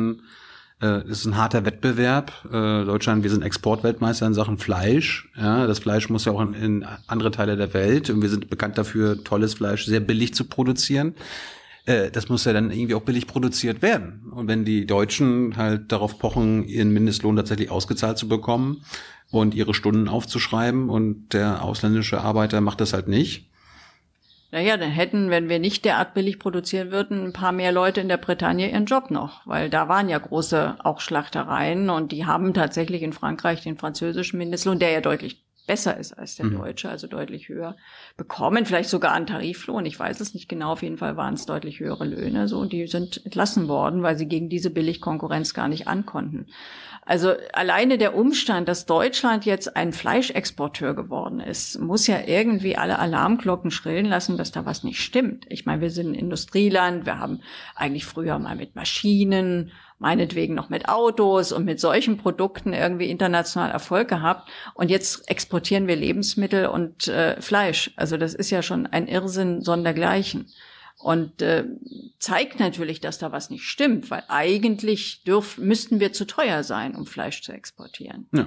S2: ist ein harter Wettbewerb. Deutschland, wir sind Exportweltmeister in Sachen Fleisch. Ja, das Fleisch muss ja auch in andere Teile der Welt, und wir sind bekannt dafür, tolles Fleisch sehr billig zu produzieren. Das muss ja dann irgendwie auch billig produziert werden. Und wenn die Deutschen halt darauf pochen, ihren Mindestlohn tatsächlich ausgezahlt zu bekommen und ihre Stunden aufzuschreiben, und der ausländische Arbeiter macht das halt nicht.
S1: Naja, dann hätten, wenn wir nicht derart billig produzieren würden, ein paar mehr Leute in der Bretagne ihren Job noch. Weil da waren ja große auch Schlachtereien, und die haben tatsächlich in Frankreich den französischen Mindestlohn, der ja deutlich besser ist als der deutsche, also deutlich höher, bekommen, vielleicht sogar einen Tariflohn, ich weiß es nicht genau, auf jeden Fall waren es deutlich höhere Löhne, so, und die sind entlassen worden, weil sie gegen diese Billigkonkurrenz gar nicht ankonnten. Also alleine der Umstand, dass Deutschland jetzt ein Fleischexporteur geworden ist, muss ja irgendwie alle Alarmglocken schrillen lassen, dass da was nicht stimmt. Ich meine, wir sind ein Industrieland, wir haben eigentlich früher mal mit Maschinen, meinetwegen noch mit Autos und mit solchen Produkten irgendwie international Erfolg gehabt. Und jetzt exportieren wir Lebensmittel und Fleisch. Also das ist ja schon ein Irrsinn sondergleichen. Und zeigt natürlich, dass da was nicht stimmt, weil eigentlich müssten wir zu teuer sein, um Fleisch zu exportieren.
S2: Ja.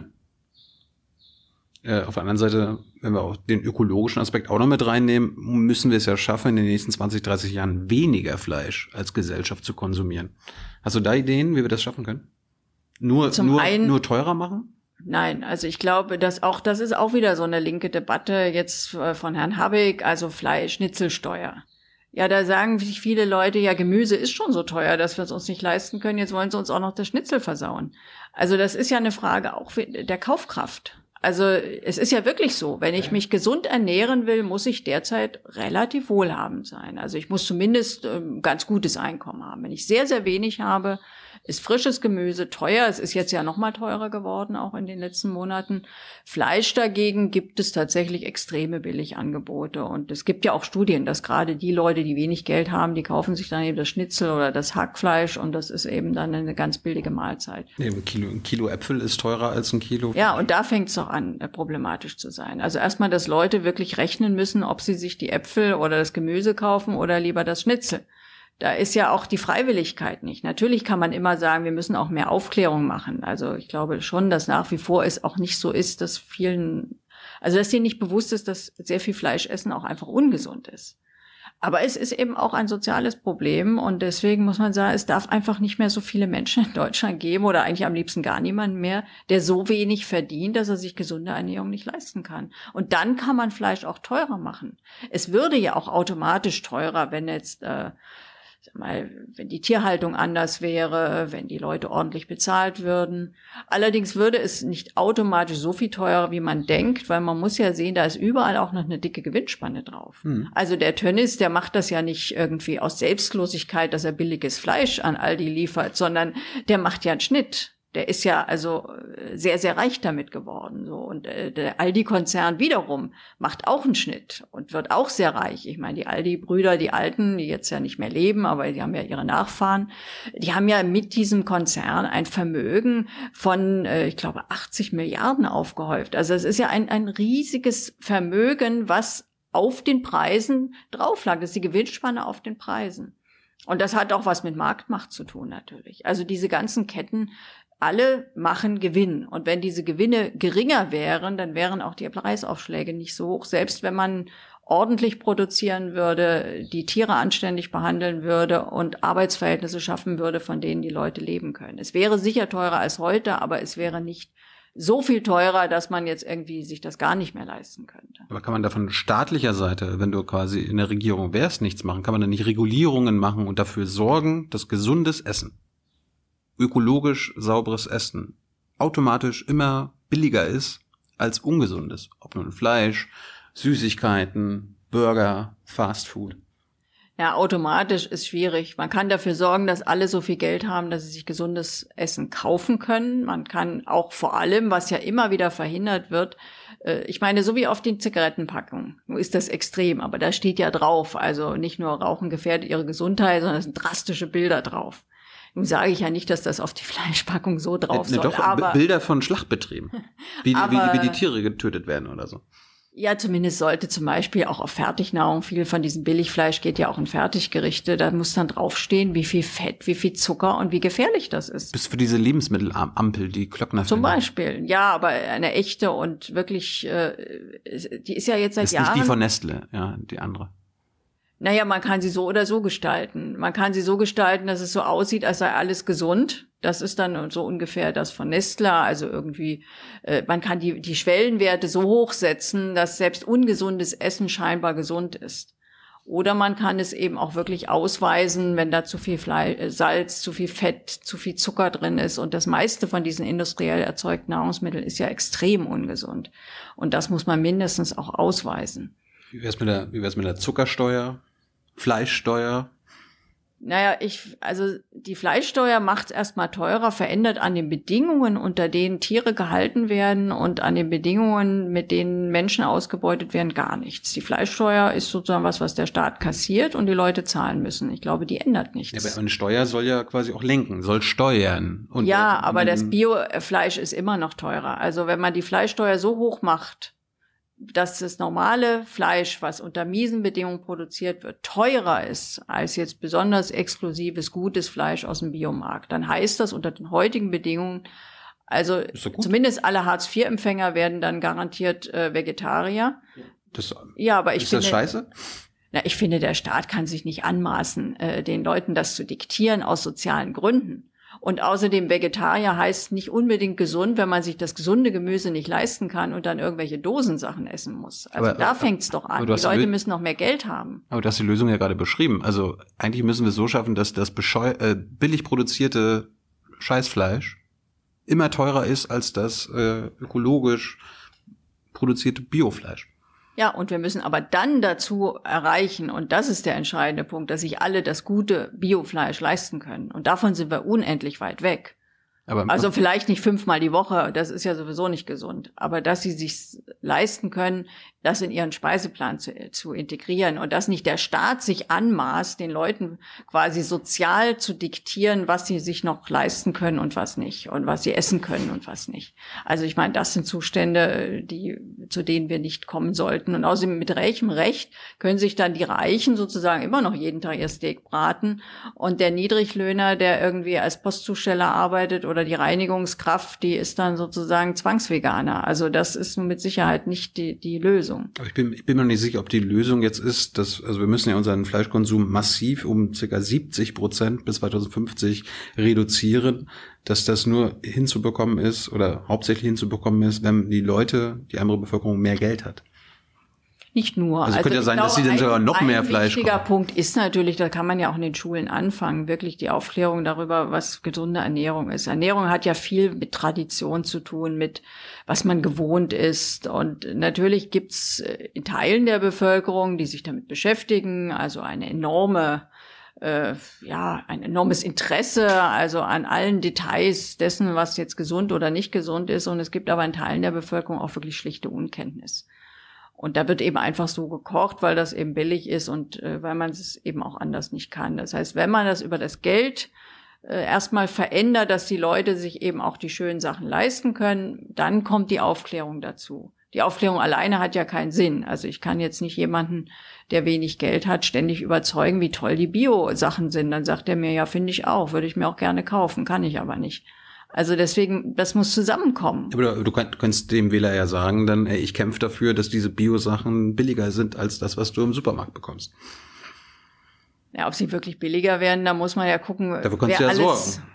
S2: Auf der anderen Seite, wenn wir auch den ökologischen Aspekt auch noch mit reinnehmen, müssen wir es ja schaffen, in den nächsten 20, 30 Jahren weniger Fleisch als Gesellschaft zu konsumieren. Hast du da Ideen, wie wir das schaffen können? Nur teurer machen?
S1: Nein, also ich glaube, das ist auch wieder so eine linke Debatte jetzt von Herrn Habeck, also Schnitzelsteuer. Ja, da sagen sich viele Leute, ja, Gemüse ist schon so teuer, dass wir es uns nicht leisten können, jetzt wollen sie uns auch noch das Schnitzel versauen. Also das ist ja eine Frage auch der Kaufkraft. Also es ist ja wirklich so, wenn ich mich gesund ernähren will, muss ich derzeit relativ wohlhabend sein. Also ich muss zumindest ganz gutes Einkommen haben. Wenn ich sehr, sehr wenig habe, ist frisches Gemüse teuer. Es ist jetzt ja noch mal teurer geworden, auch in den letzten Monaten. Fleisch dagegen gibt es tatsächlich extreme Billigangebote. Und es gibt ja auch Studien, dass gerade die Leute, die wenig Geld haben, die kaufen sich dann eben das Schnitzel oder das Hackfleisch, und das ist eben dann eine ganz billige Mahlzeit.
S2: Nee, ein Kilo Äpfel ist teurer als ein Kilo Fleisch.
S1: Ja, und da fängt es doch an, problematisch zu sein. Also erstmal, dass Leute wirklich rechnen müssen, ob sie sich die Äpfel oder das Gemüse kaufen oder lieber das Schnitzel. Da ist ja auch die Freiwilligkeit nicht. Natürlich kann man immer sagen, wir müssen auch mehr Aufklärung machen. Also ich glaube schon, dass nach wie vor es auch nicht so ist, dass dass denen nicht bewusst ist, dass sehr viel Fleischessen auch einfach ungesund ist. Aber es ist eben auch ein soziales Problem und deswegen muss man sagen, es darf einfach nicht mehr so viele Menschen in Deutschland geben oder eigentlich am liebsten gar niemanden mehr, der so wenig verdient, dass er sich gesunde Ernährung nicht leisten kann. Und dann kann man Fleisch auch teurer machen. Es würde ja auch automatisch teurer, wenn jetzt wenn die Tierhaltung anders wäre, wenn die Leute ordentlich bezahlt würden. Allerdings würde es nicht automatisch so viel teurer, wie man denkt, weil man muss ja sehen, da ist überall auch noch eine dicke Gewinnspanne drauf. Also der Tönnies, der macht das ja nicht irgendwie aus Selbstlosigkeit, dass er billiges Fleisch an Aldi liefert, sondern der macht ja einen Schnitt. Der ist ja also sehr, sehr reich damit geworden. So. Und der Aldi-Konzern wiederum macht auch einen Schnitt und wird auch sehr reich. Ich meine, die Aldi-Brüder, die Alten, die jetzt ja nicht mehr leben, aber die haben ja ihre Nachfahren, die haben ja mit diesem Konzern ein Vermögen von, ich glaube, 80 Milliarden aufgehäuft. Also es ist ja ein riesiges Vermögen, was auf den Preisen drauf lag. Das ist die Gewinnspanne auf den Preisen. Und das hat auch was mit Marktmacht zu tun natürlich. Also diese ganzen Ketten, alle machen Gewinn. Und wenn diese Gewinne geringer wären, dann wären auch die Preisaufschläge nicht so hoch. Selbst wenn man ordentlich produzieren würde, die Tiere anständig behandeln würde und Arbeitsverhältnisse schaffen würde, von denen die Leute leben können. Es wäre sicher teurer als heute, aber es wäre nicht so viel teurer, dass man jetzt irgendwie sich das gar nicht mehr leisten könnte.
S2: Aber kann man da von staatlicher Seite, wenn du quasi in der Regierung wärst, nichts machen? Kann man da nicht Regulierungen machen und dafür sorgen, dass gesundes Essen, ökologisch sauberes Essen automatisch immer billiger ist als ungesundes? Ob nun Fleisch, Süßigkeiten, Burger, Fastfood.
S1: Ja, automatisch ist schwierig. Man kann dafür sorgen, dass alle so viel Geld haben, dass sie sich gesundes Essen kaufen können. Man kann auch vor allem, was ja immer wieder verhindert wird, ich meine, so wie auf den Zigarettenpackungen. Nun ist das extrem, aber da steht ja drauf, also nicht nur Rauchen gefährdet ihre Gesundheit, sondern es sind drastische Bilder drauf. Nun sage ich ja nicht, dass das auf die Fleischpackung so drauf soll.
S2: Doch, aber Bilder von Schlachtbetrieben, wie die Tiere getötet werden oder so.
S1: Ja, zumindest sollte zum Beispiel auch auf Fertignahrung, viel von diesem Billigfleisch geht ja auch in Fertiggerichte, da muss dann draufstehen, wie viel Fett, wie viel Zucker und wie gefährlich das ist.
S2: Bis für diese Lebensmittelampel, die Klöckner.
S1: Zum Beispiel, ja, aber eine echte und wirklich, die ist ja jetzt seit Jahren.
S2: Ist nicht die von Nestle, ja, die andere.
S1: Naja, man kann sie so oder so gestalten. Man kann sie so gestalten, dass es so aussieht, als sei alles gesund. Das ist dann so ungefähr das von Nestle. Also irgendwie, man kann die Schwellenwerte so hochsetzen, dass selbst ungesundes Essen scheinbar gesund ist. Oder man kann es eben auch wirklich ausweisen, wenn da zu viel Salz, zu viel Fett, zu viel Zucker drin ist. Und das meiste von diesen industriell erzeugten Nahrungsmitteln ist ja extrem ungesund. Und das muss man mindestens auch ausweisen.
S2: Wie wär's mit der Zuckersteuer, Fleischsteuer?
S1: Naja, also die Fleischsteuer macht es erstmal teurer, verändert an den Bedingungen, unter denen Tiere gehalten werden und an den Bedingungen, mit denen Menschen ausgebeutet werden, gar nichts. Die Fleischsteuer ist sozusagen was der Staat kassiert und die Leute zahlen müssen. Ich glaube, die ändert nichts.
S2: Ja, aber eine Steuer soll ja quasi auch lenken, soll steuern. Und
S1: ja, aber das Biofleisch ist immer noch teurer. Also wenn man die Fleischsteuer so hoch macht, dass das normale Fleisch, was unter miesen Bedingungen produziert wird, teurer ist als jetzt besonders exklusives, gutes Fleisch aus dem Biomarkt, dann heißt das unter den heutigen Bedingungen, also zumindest alle Hartz-IV-Empfänger werden dann garantiert Vegetarier. Ja, aber
S2: ist das scheiße?
S1: Ich finde, der Staat kann sich nicht anmaßen, den Leuten das zu diktieren aus sozialen Gründen. Und außerdem Vegetarier heißt nicht unbedingt gesund, wenn man sich das gesunde Gemüse nicht leisten kann und dann irgendwelche Dosensachen essen muss. Also da fängt's doch an. Die Leute müssen noch mehr Geld haben.
S2: Aber du hast die Lösung ja gerade beschrieben. Also eigentlich müssen wir es so schaffen, dass das billig produzierte Scheißfleisch immer teurer ist als das ökologisch produzierte Biofleisch.
S1: Ja, und wir müssen aber dann dazu erreichen, und das ist der entscheidende Punkt, dass sich alle das gute Biofleisch leisten können. Und davon sind wir unendlich weit weg. Also vielleicht nicht 5-mal die Woche, das ist ja sowieso nicht gesund. Aber dass sie sich leisten können, das in ihren Speiseplan zu integrieren und dass nicht der Staat sich anmaßt, den Leuten quasi sozial zu diktieren, was sie sich noch leisten können und was nicht und was sie essen können und was nicht. Also ich meine, das sind Zustände, zu denen wir nicht kommen sollten. Und außerdem mit welchem Recht können sich dann die Reichen sozusagen immer noch jeden Tag ihr Steak braten und der Niedriglöhner, der irgendwie als Postzusteller arbeitet oder die Reinigungskraft, die ist dann sozusagen Zwangsveganer. Also das ist nun mit Sicherheit nicht die Lösung.
S2: Aber ich bin mir noch nicht sicher, ob die Lösung jetzt ist, also wir müssen ja unseren Fleischkonsum massiv um ca. 70% bis 2050 reduzieren, dass das nur hinzubekommen ist oder hauptsächlich hinzubekommen ist, wenn die andere Bevölkerung mehr Geld hat.
S1: Nicht nur.
S2: Also könnte ja sein, dass sie dann sogar noch mehr Fleisch
S1: Ein wichtiger
S2: kaufen.
S1: Punkt ist natürlich, da kann man ja auch in den Schulen anfangen, wirklich die Aufklärung darüber, was gesunde Ernährung ist. Ernährung hat ja viel mit Tradition zu tun, mit was man gewohnt ist. Und natürlich gibt's in Teilen der Bevölkerung, die sich damit beschäftigen, also ein enormes Interesse, also an allen Details dessen, was jetzt gesund oder nicht gesund ist. Und es gibt aber in Teilen der Bevölkerung auch wirklich schlichte Unkenntnis. Und da wird eben einfach so gekocht, weil das eben billig ist und weil man es eben auch anders nicht kann. Das heißt, wenn man das über das Geld erstmal verändert, dass die Leute sich eben auch die schönen Sachen leisten können, dann kommt die Aufklärung dazu. Die Aufklärung alleine hat ja keinen Sinn. Also ich kann jetzt nicht jemanden, der wenig Geld hat, ständig überzeugen, wie toll die Bio-Sachen sind. Dann sagt er mir, ja, finde ich auch, würde ich mir auch gerne kaufen, kann ich aber nicht. Also deswegen, das muss zusammenkommen.
S2: Aber du kannst dem Wähler ja sagen, dann, ich kämpfe dafür, dass diese Bio-Sachen billiger sind als das, was du im Supermarkt bekommst.
S1: Ja, ob sie wirklich billiger werden, da muss man ja gucken,
S2: dafür kannst du ja sorgen.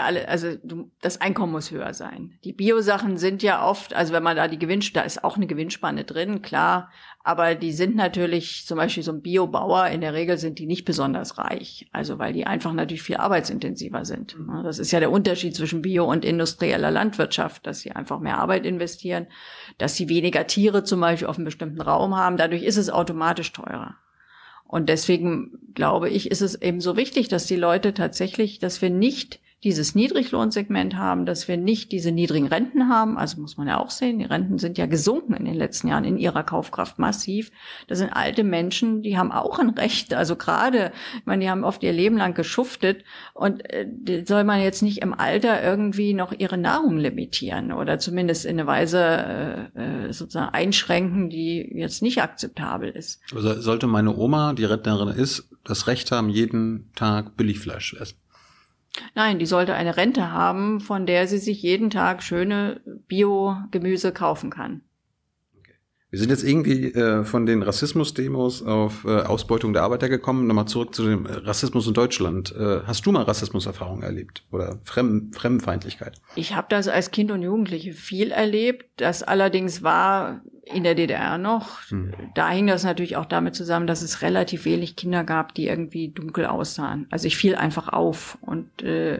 S1: Das Einkommen muss höher sein. Die Bio-Sachen sind ja oft, also wenn man da da ist auch eine Gewinnspanne drin, klar, aber die sind natürlich, zum Beispiel so ein Biobauer, in der Regel sind die nicht besonders reich, also weil die einfach natürlich viel arbeitsintensiver sind. Das ist ja der Unterschied zwischen Bio- und industrieller Landwirtschaft, dass sie einfach mehr Arbeit investieren, dass sie weniger Tiere zum Beispiel auf einem bestimmten Raum haben, dadurch ist es automatisch teurer. Und deswegen glaube ich, ist es eben so wichtig, dass die Leute tatsächlich, dass wir nicht dieses Niedriglohnsegment haben, dass wir nicht diese niedrigen Renten haben. Also muss man ja auch sehen, die Renten sind ja gesunken in den letzten Jahren in ihrer Kaufkraft massiv. Das sind alte Menschen, die haben auch ein Recht. Also gerade, ich meine, die haben oft ihr Leben lang geschuftet und soll man jetzt nicht im Alter irgendwie noch ihre Nahrung limitieren oder zumindest in eine Weise sozusagen einschränken, die jetzt nicht akzeptabel ist.
S2: Also sollte meine Oma, die Rentnerin ist, das Recht haben, jeden Tag Billigfleisch zu essen?
S1: Nein, die sollte eine Rente haben, von der sie sich jeden Tag schöne Bio-Gemüse kaufen kann.
S2: Okay. Wir sind jetzt irgendwie von den Rassismus-Demos auf Ausbeutung der Arbeiter gekommen. Nochmal zurück zu dem Rassismus in Deutschland. Hast du mal Rassismuserfahrungen erlebt oder Fremdenfeindlichkeit?
S1: Ich habe das als Kind und Jugendliche viel erlebt. Das allerdings war in der DDR noch. Da hing das natürlich auch damit zusammen, dass es relativ wenig Kinder gab, die irgendwie dunkel aussahen. Also ich fiel einfach auf. Und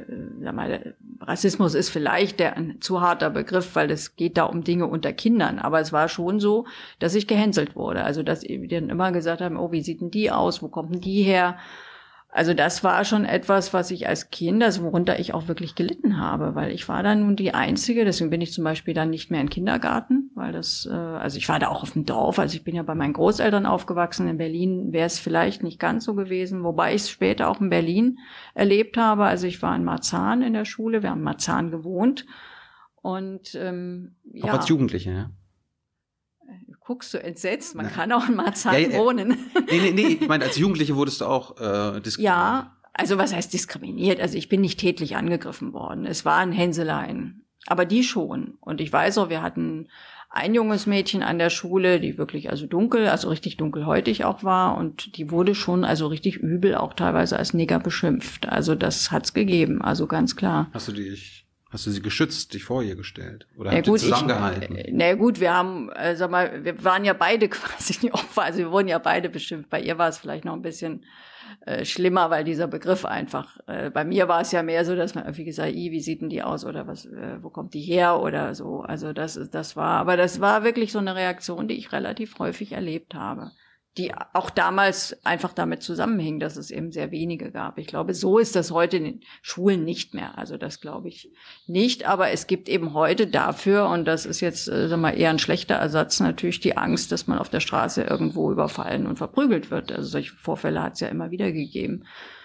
S1: Rassismus ist vielleicht ein zu harter Begriff, weil es geht da um Dinge unter Kindern. Aber es war schon so, dass ich gehänselt wurde. Also dass die dann immer gesagt haben, oh, wie sieht denn die aus? Wo kommt denn die her? Also das war schon etwas, was ich als Kind, also worunter ich auch wirklich gelitten habe, weil ich war dann nun die Einzige, deswegen bin ich zum Beispiel dann nicht mehr in den Kindergarten, weil also ich war da auch auf dem Dorf, also ich bin ja bei meinen Großeltern aufgewachsen, in Berlin wäre es vielleicht nicht ganz so gewesen, wobei ich es später auch in Berlin erlebt habe, also ich war in Marzahn in der Schule, wir haben in Marzahn gewohnt und
S2: auch als Jugendliche, ja?
S1: Guckst du entsetzt? Man kann auch in Marzahn wohnen.
S2: Nee, ich meine, als Jugendliche wurdest du auch diskriminiert.
S1: Ja, also was heißt diskriminiert? Also ich bin nicht tätlich angegriffen worden. Es waren Hänseleien, aber die schon. Und ich weiß auch, wir hatten ein junges Mädchen an der Schule, die wirklich also dunkel, also richtig dunkelhäutig auch war. Und die wurde schon also richtig übel, auch teilweise als Nigger beschimpft. Also das hat's gegeben, also ganz klar.
S2: Hast du sie geschützt, dich vor ihr gestellt? Oder
S1: habt
S2: ihr zusammengehalten?
S1: Na gut, wir haben, wir waren ja beide quasi die Opfer, also wir wurden ja beide beschimpft. Bei ihr war es vielleicht noch ein bisschen schlimmer, weil dieser Begriff einfach, bei mir war es ja mehr so, dass man irgendwie gesagt, wie sieht denn die aus oder was, wo kommt die her oder so. Also das war wirklich so eine Reaktion, die ich relativ häufig erlebt habe, die auch damals einfach damit zusammenhing, dass es eben sehr wenige gab. Ich glaube, so ist das heute in den Schulen nicht mehr. Also das glaube ich nicht. Aber es gibt eben heute dafür, und das ist jetzt eher ein schlechter Ersatz, natürlich die Angst, dass man auf der Straße irgendwo überfallen und verprügelt wird. Also solche Vorfälle hat es ja immer wieder gegeben.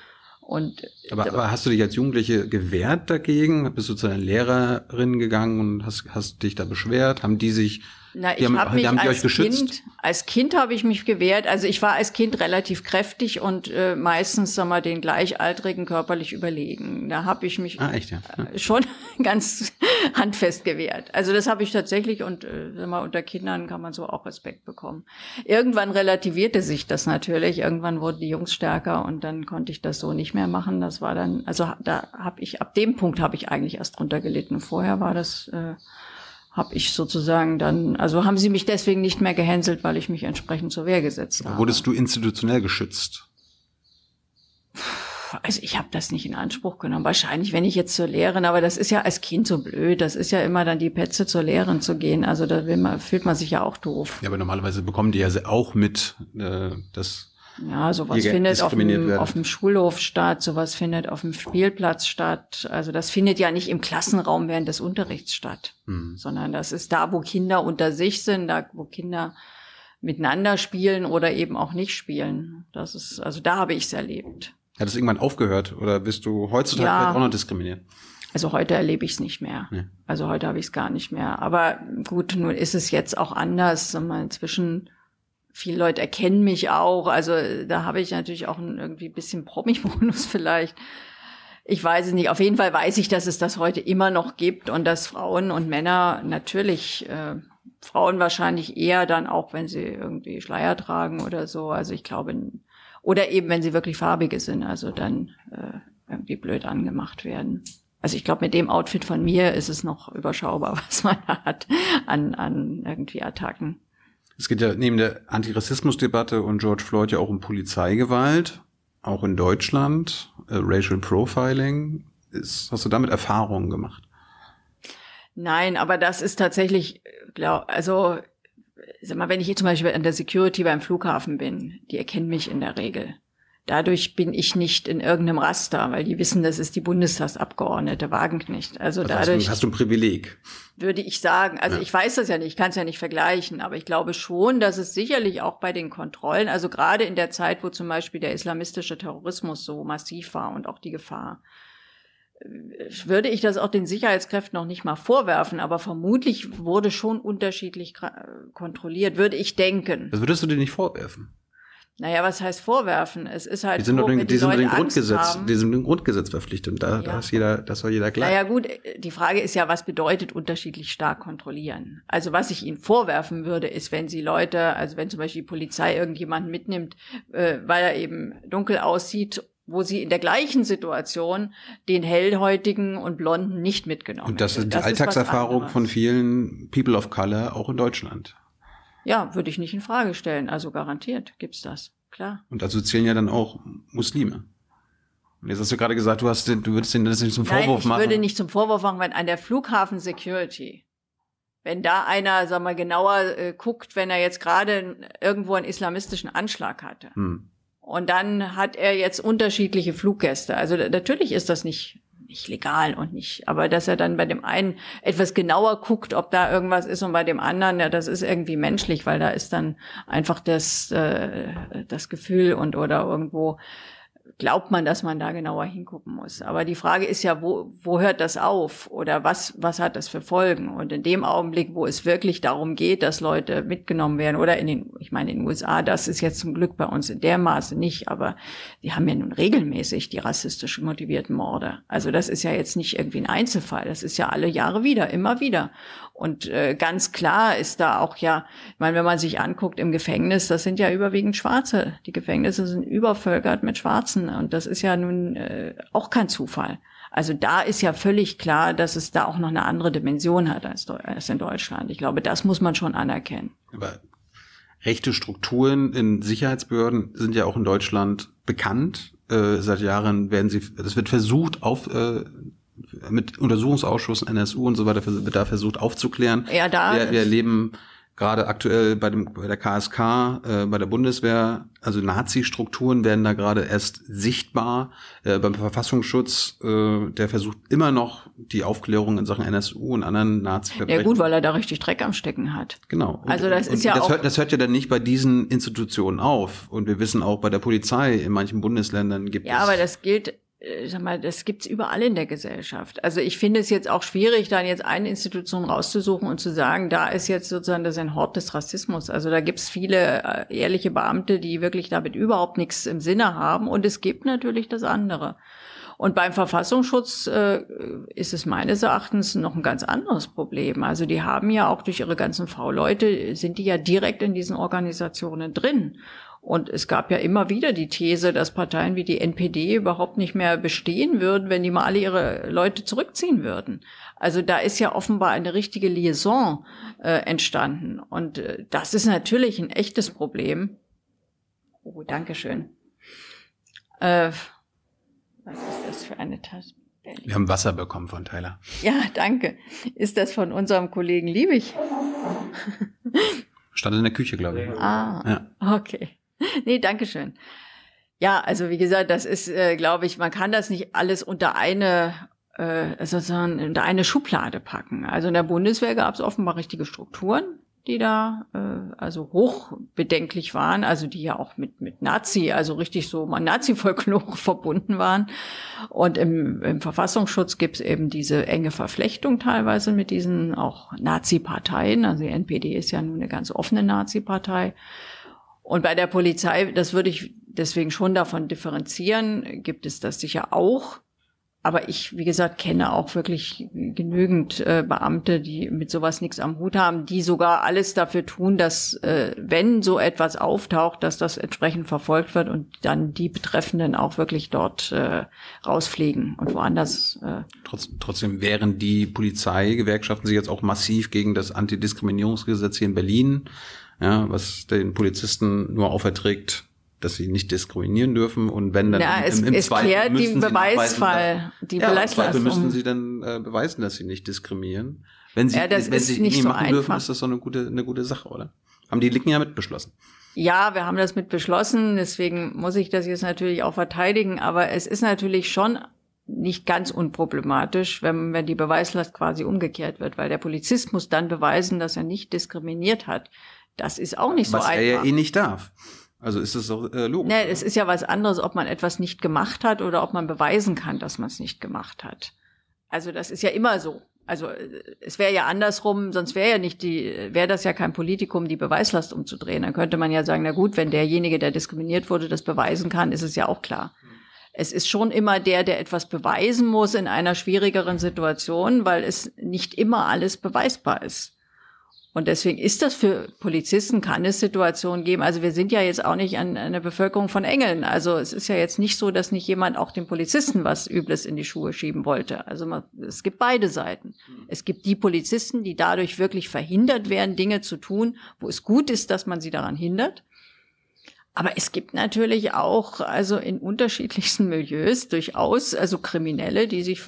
S1: Aber
S2: hast du dich als Jugendliche gewehrt dagegen? Bist du zu einer Lehrerin gegangen und hast dich da beschwert? Haben die sich
S1: Na,
S2: Die haben die euch geschützt?
S1: Als Kind habe ich mich gewehrt. Also ich war als Kind relativ kräftig und meistens, sagen wir, den Gleichaltrigen körperlich überlegen. Da habe ich mich
S2: echt, ja.
S1: schon ganz handfest gewehrt. Also das habe ich tatsächlich und sagen wir, unter Kindern kann man so auch Respekt bekommen. Irgendwann relativierte sich das natürlich. Irgendwann wurden die Jungs stärker und dann konnte ich das so nicht mehr machen. Das war dann, also da habe ich, ab dem Punkt habe ich eigentlich erst drunter gelitten. Vorher war das... habe ich sozusagen dann, also haben sie mich deswegen nicht mehr gehänselt, weil ich mich entsprechend zur Wehr gesetzt habe.
S2: Wurdest du institutionell geschützt?
S1: Also ich habe das nicht in Anspruch genommen. Wahrscheinlich, wenn ich jetzt zur Lehrerin, aber das ist ja als Kind so blöd. Das ist ja immer dann die Petze zur Lehrerin zu gehen. Also da fühlt man sich ja auch doof.
S2: Ja, aber normalerweise bekommen die ja auch mit, dass
S1: ja, sowas findet auf dem Schulhof statt, sowas findet auf dem Spielplatz statt. Also das findet ja nicht im Klassenraum während des Unterrichts statt, sondern das ist da, wo Kinder unter sich sind, da, wo Kinder miteinander spielen oder eben auch nicht spielen. Das ist, also da habe ich es erlebt.
S2: Hat es irgendwann aufgehört oder bist du heutzutage vielleicht auch noch diskriminiert?
S1: Also heute erlebe ich es nicht mehr.
S2: Ja.
S1: Also heute habe ich es gar nicht mehr. Aber gut, nun ist es jetzt auch anders. Inzwischen viele Leute erkennen mich auch. Also da habe ich natürlich auch irgendwie ein bisschen Promi-Bonus vielleicht. Ich weiß es nicht. Auf jeden Fall weiß ich, dass es das heute immer noch gibt und dass Frauen und Männer natürlich, Frauen wahrscheinlich eher dann auch, wenn sie irgendwie Schleier tragen oder so. Also ich glaube, oder eben, wenn sie wirklich farbige sind, also dann irgendwie blöd angemacht werden. Also ich glaube, mit dem Outfit von mir ist es noch überschaubar, was man hat an irgendwie Attacken.
S2: Es geht ja neben der Antirassismusdebatte und George Floyd ja auch um Polizeigewalt, auch in Deutschland, Racial Profiling. Hast du damit Erfahrungen gemacht?
S1: Nein, aber das ist tatsächlich, also sag mal, wenn ich jetzt zum Beispiel an der Security beim Flughafen bin, die erkennen mich in der Regel. Dadurch bin ich nicht in irgendeinem Raster, weil die wissen, das ist die Bundestagsabgeordnete Wagenknecht. Also dadurch
S2: hast du ein Privileg.
S1: Würde ich sagen. Also ich weiß das ja nicht, ich kann es ja nicht vergleichen, aber ich glaube schon, dass es sicherlich auch bei den Kontrollen, also gerade in der Zeit, wo zum Beispiel der islamistische Terrorismus so massiv war und auch die Gefahr, würde ich das auch den Sicherheitskräften noch nicht mal vorwerfen, aber vermutlich wurde schon unterschiedlich kontrolliert, würde ich denken.
S2: Das würdest du dir nicht vorwerfen?
S1: Naja, was heißt vorwerfen? Es ist halt
S2: die sind dem
S1: Grundgesetz
S2: verpflichtet. Da ist jeder, das soll jeder gleich.
S1: Naja gut, die Frage ist ja, was bedeutet unterschiedlich stark kontrollieren? Also was ich Ihnen vorwerfen würde, ist, wenn Sie Leute, also wenn zum Beispiel die Polizei irgendjemanden mitnimmt, weil er eben dunkel aussieht, wo sie in der gleichen Situation den hellhäutigen und Blonden nicht mitgenommen
S2: Und das ist die Alltagserfahrung von vielen People of Color, auch in Deutschland.
S1: Ja, würde ich nicht in Frage stellen. Also garantiert gibt's das, klar.
S2: Und dazu zählen ja dann auch Muslime. Und jetzt hast du gerade gesagt, du würdest denen das nicht zum Vorwurf machen.
S1: Ich würde nicht zum Vorwurf machen, wenn an der Flughafen Security, wenn da einer, sag mal, genauer guckt, wenn er jetzt gerade irgendwo einen islamistischen Anschlag hatte. Und dann hat er jetzt unterschiedliche Fluggäste. Also natürlich ist das nicht legal und nicht, aber dass er dann bei dem einen etwas genauer guckt, ob da irgendwas ist und bei dem anderen, ja, das ist irgendwie menschlich, weil da ist dann einfach das Gefühl oder irgendwo glaubt man, dass man da genauer hingucken muss. Aber die Frage ist ja, wo hört das auf? Oder was hat das für Folgen? Und in dem Augenblick, wo es wirklich darum geht, dass Leute mitgenommen werden, oder in den USA, das ist jetzt zum Glück bei uns in der Maße nicht, aber die haben ja nun regelmäßig die rassistisch motivierten Morde. Also das ist ja jetzt nicht irgendwie ein Einzelfall. Das ist ja alle Jahre wieder, immer wieder. Und ganz klar ist da auch ja, ich meine, wenn man sich anguckt im Gefängnis, das sind ja überwiegend Schwarze. Die Gefängnisse sind übervölkert mit Schwarzen und das ist ja nun auch kein Zufall. Also da ist ja völlig klar, dass es da auch noch eine andere Dimension hat als in Deutschland. Ich glaube, das muss man schon anerkennen.
S2: Aber rechte Strukturen in Sicherheitsbehörden sind ja auch in Deutschland bekannt. Seit Jahren das wird versucht mit Untersuchungsausschüssen, NSU und so weiter, wird da versucht aufzuklären.
S1: Ja,
S2: wir erleben gerade aktuell bei der KSK, bei der Bundeswehr, also Nazi-Strukturen werden da gerade erst sichtbar. Beim Verfassungsschutz, der versucht immer noch die Aufklärung in Sachen NSU und anderen Nazi-Verbrechen.
S1: Ja gut, weil er da richtig Dreck am Stecken hat.
S2: Genau.
S1: Also das ist ja auch...
S2: Das hört ja dann nicht bei diesen Institutionen auf. Und wir wissen auch, bei der Polizei in manchen Bundesländern gibt es...
S1: Ja, aber das gilt sag mal, das gibt's überall in der Gesellschaft. Also ich finde es jetzt auch schwierig, dann jetzt eine Institution rauszusuchen und zu sagen, da ist jetzt sozusagen das ein Hort des Rassismus. Also da gibt's viele ehrliche Beamte, die wirklich damit überhaupt nichts im Sinne haben. Und es gibt natürlich das andere. Und beim Verfassungsschutz ist es meines Erachtens noch ein ganz anderes Problem. Also die haben ja auch durch ihre ganzen V-Leute, sind die ja direkt in diesen Organisationen drin. Und es gab ja immer wieder die These, dass Parteien wie die NPD überhaupt nicht mehr bestehen würden, wenn die mal alle ihre Leute zurückziehen würden. Also da ist ja offenbar eine richtige Liaison entstanden. Und das ist natürlich ein echtes Problem. Oh, Dankeschön. Was ist das für eine Tasse?
S2: Wir haben Wasser bekommen von Tyler.
S1: Ja, danke. Ist das von unserem Kollegen Liebig?
S2: Stand in der Küche, glaube ich.
S1: Ja. Okay. Nee, danke schön. Ja, also wie gesagt, das ist, glaube ich, man kann das nicht alles unter sozusagen unter eine Schublade packen. Also in der Bundeswehr gab es offenbar richtige Strukturen, die da also hochbedenklich waren, also die ja auch mit Nazi, also richtig so mal Nazi-Folklore verbunden waren. Und im Verfassungsschutz gibt es eben diese enge Verflechtung teilweise mit diesen auch Nazi-Parteien. Also die NPD ist ja nun eine ganz offene Nazi-Partei. Und bei der Polizei, das würde ich deswegen schon davon differenzieren, gibt es das sicher auch. Aber ich, wie gesagt, kenne auch wirklich genügend Beamte, die mit sowas nichts am Hut haben, die sogar alles dafür tun, dass, wenn so etwas auftaucht, dass das entsprechend verfolgt wird und dann die Betreffenden auch wirklich dort rausfliegen und woanders.
S2: Trotzdem wehren die Polizeigewerkschaften sich jetzt auch massiv gegen das Antidiskriminierungsgesetz hier in Berlin, ja, was den Polizisten nur auferträgt, dass sie nicht diskriminieren dürfen, und wenn dann im Zweifel müssen sie
S1: Beweisfall, die Beweislastung.
S2: Müssen sie dann beweisen, dass sie nicht diskriminieren. Wenn sie
S1: nicht so
S2: machen
S1: einfach
S2: dürfen, ist das doch eine gute Sache, oder? Haben die Linken ja mit beschlossen.
S1: Ja, wir haben das mit beschlossen, deswegen muss ich das jetzt natürlich auch verteidigen, aber es ist natürlich schon nicht ganz unproblematisch, wenn die Beweislast quasi umgekehrt wird, weil der Polizist muss dann beweisen, dass er nicht diskriminiert hat. Das ist auch nicht so einfach.
S2: Was er ja nicht darf. Also ist es doch logisch.
S1: Ne, es ist ja was anderes, ob man etwas nicht gemacht hat oder ob man beweisen kann, dass man es nicht gemacht hat. Also das ist ja immer so. Also es wäre ja andersrum, sonst wäre das ja kein Politikum, die Beweislast umzudrehen. Dann könnte man ja sagen, na gut, wenn derjenige, der diskriminiert wurde, das beweisen kann, ist es ja auch klar. Es ist schon immer der etwas beweisen muss in einer schwierigeren Situation, weil es nicht immer alles beweisbar ist. Und deswegen ist das für Polizisten, kann es Situationen geben. Also wir sind ja jetzt auch nicht an einer Bevölkerung von Engeln. Also es ist ja jetzt nicht so, dass nicht jemand auch dem Polizisten was Übles in die Schuhe schieben wollte. Also es gibt beide Seiten. Es gibt die Polizisten, die dadurch wirklich verhindert werden, Dinge zu tun, wo es gut ist, dass man sie daran hindert. Aber es gibt natürlich auch, also in unterschiedlichsten Milieus durchaus, also Kriminelle, die sich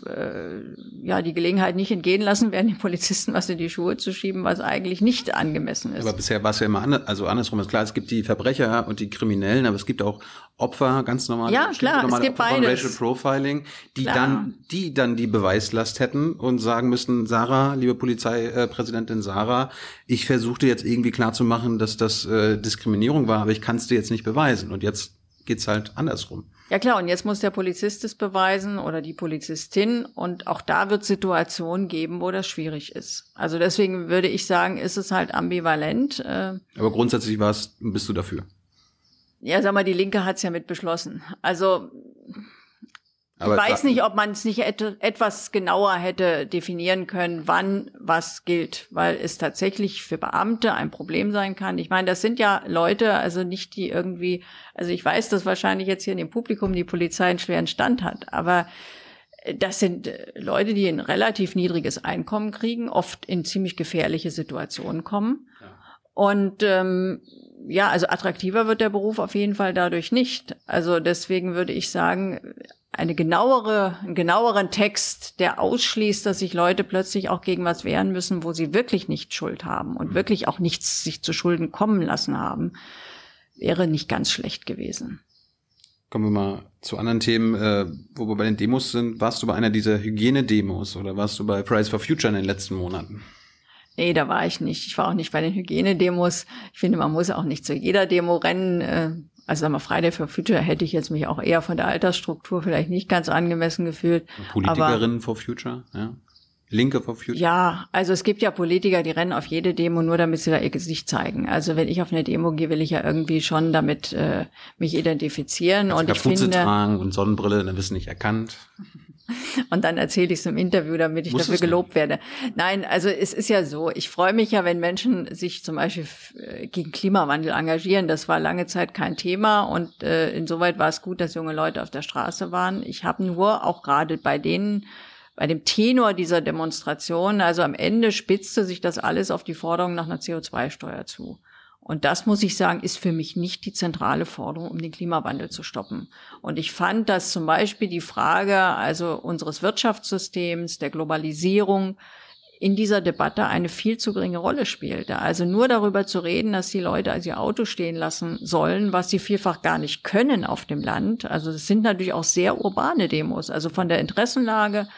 S1: die Gelegenheit nicht entgehen lassen werden, den Polizisten was in die Schuhe zu schieben, was eigentlich nicht angemessen ist.
S2: Aber bisher war es ja immer andersrum. Ist klar, es gibt die Verbrecher und die Kriminellen, aber es gibt auch Opfer, ganz normal.
S1: Ja, klar, es gibt
S2: Opfer von
S1: beides.
S2: Racial Profiling, die dann die Beweislast hätten und sagen müssten, Sarah, liebe Polizeipräsidentin Sarah, ich versuchte jetzt irgendwie klarzumachen, dass das Diskriminierung war, aber ich kann es dir jetzt nicht beweisen. Und jetzt geht's halt andersrum.
S1: Ja klar, und jetzt muss der Polizist es beweisen oder die Polizistin, und auch da wird Situationen geben, wo das schwierig ist. Also deswegen würde ich sagen, ist es halt ambivalent.
S2: Aber grundsätzlich bist du dafür?
S1: Ja, sag mal, die Linke hat's ja mit beschlossen. Also ich weiß nicht, ob man es nicht etwas genauer hätte definieren können, wann was gilt, weil es tatsächlich für Beamte ein Problem sein kann. Ich meine, das sind ja Leute, also nicht die irgendwie, also ich weiß, dass wahrscheinlich jetzt hier in dem Publikum die Polizei einen schweren Stand hat, aber das sind Leute, die ein relativ niedriges Einkommen kriegen, oft in ziemlich gefährliche Situationen kommen. Ja. Und also attraktiver wird der Beruf auf jeden Fall dadurch nicht. Also deswegen würde ich sagen, einen genaueren Text, der ausschließt, dass sich Leute plötzlich auch gegen was wehren müssen, wo sie wirklich nicht Schuld haben und wirklich auch nichts sich zu Schulden kommen lassen haben, wäre nicht ganz schlecht gewesen.
S2: Kommen wir mal zu anderen Themen, wo wir bei den Demos sind. Warst du bei einer dieser Hygienedemos oder warst du bei Fridays for Future in den letzten Monaten?
S1: Nee, da war ich nicht. Ich war auch nicht bei den Hygienedemos. Ich finde, man muss auch nicht zu jeder Demo rennen. Also sagen wir, Friday for Future hätte ich jetzt mich auch eher von der Altersstruktur vielleicht nicht ganz angemessen gefühlt.
S2: Politikerinnen for Future, ja. Linke for Future?
S1: Ja, also es gibt ja Politiker, die rennen auf jede Demo nur, damit sie da ihr Gesicht zeigen. Also wenn ich auf eine Demo gehe, will ich ja irgendwie schon damit mich identifizieren.
S2: Also
S1: und ich finde,
S2: tragen und Sonnenbrille, dann wirst du nicht erkannt.
S1: Und dann erzähle ich es im Interview, damit ich dafür gelobt werde. Nein, also es ist ja so, ich freue mich ja, wenn Menschen sich zum Beispiel gegen Klimawandel engagieren. Das war lange Zeit kein Thema und insoweit war es gut, dass junge Leute auf der Straße waren. Ich habe nur auch gerade bei dem Tenor dieser Demonstration, also am Ende spitzte sich das alles auf die Forderung nach einer CO2-Steuer zu. Und das, muss ich sagen, ist für mich nicht die zentrale Forderung, um den Klimawandel zu stoppen. Und ich fand, dass zum Beispiel die Frage also unseres Wirtschaftssystems, der Globalisierung in dieser Debatte eine viel zu geringe Rolle spielte. Also nur darüber zu reden, dass die Leute also ihr Auto stehen lassen sollen, was sie vielfach gar nicht können auf dem Land. Also es sind natürlich auch sehr urbane Demos, also von der Interessenlage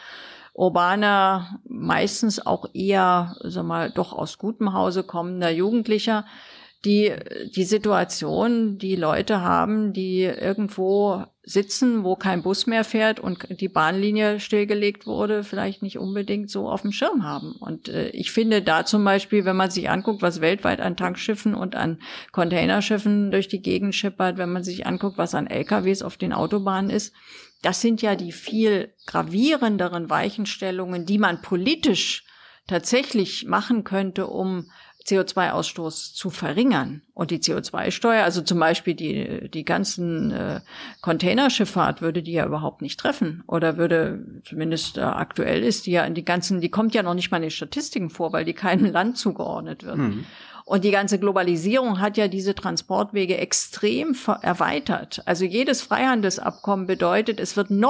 S1: urbaner, meistens auch eher, sag mal, doch aus gutem Hause kommender Jugendlicher, die Situation, die Leute haben, die irgendwo sitzen, wo kein Bus mehr fährt und die Bahnlinie stillgelegt wurde, vielleicht nicht unbedingt so auf dem Schirm haben. Und ich finde da zum Beispiel, wenn man sich anguckt, was weltweit an Tankschiffen und an Containerschiffen durch die Gegend schippert, wenn man sich anguckt, was an LKWs auf den Autobahnen ist, das sind ja die viel gravierenderen Weichenstellungen, die man politisch tatsächlich machen könnte, um CO2-Ausstoß zu verringern. Und die CO2-Steuer, also zum Beispiel die ganzen Containerschifffahrt, würde die ja überhaupt nicht treffen. Oder würde, zumindest aktuell ist die ja, die kommt ja noch nicht mal in den Statistiken vor, weil die keinem Land zugeordnet wird. Und die ganze Globalisierung hat ja diese Transportwege extrem erweitert. Also jedes Freihandelsabkommen bedeutet, es wird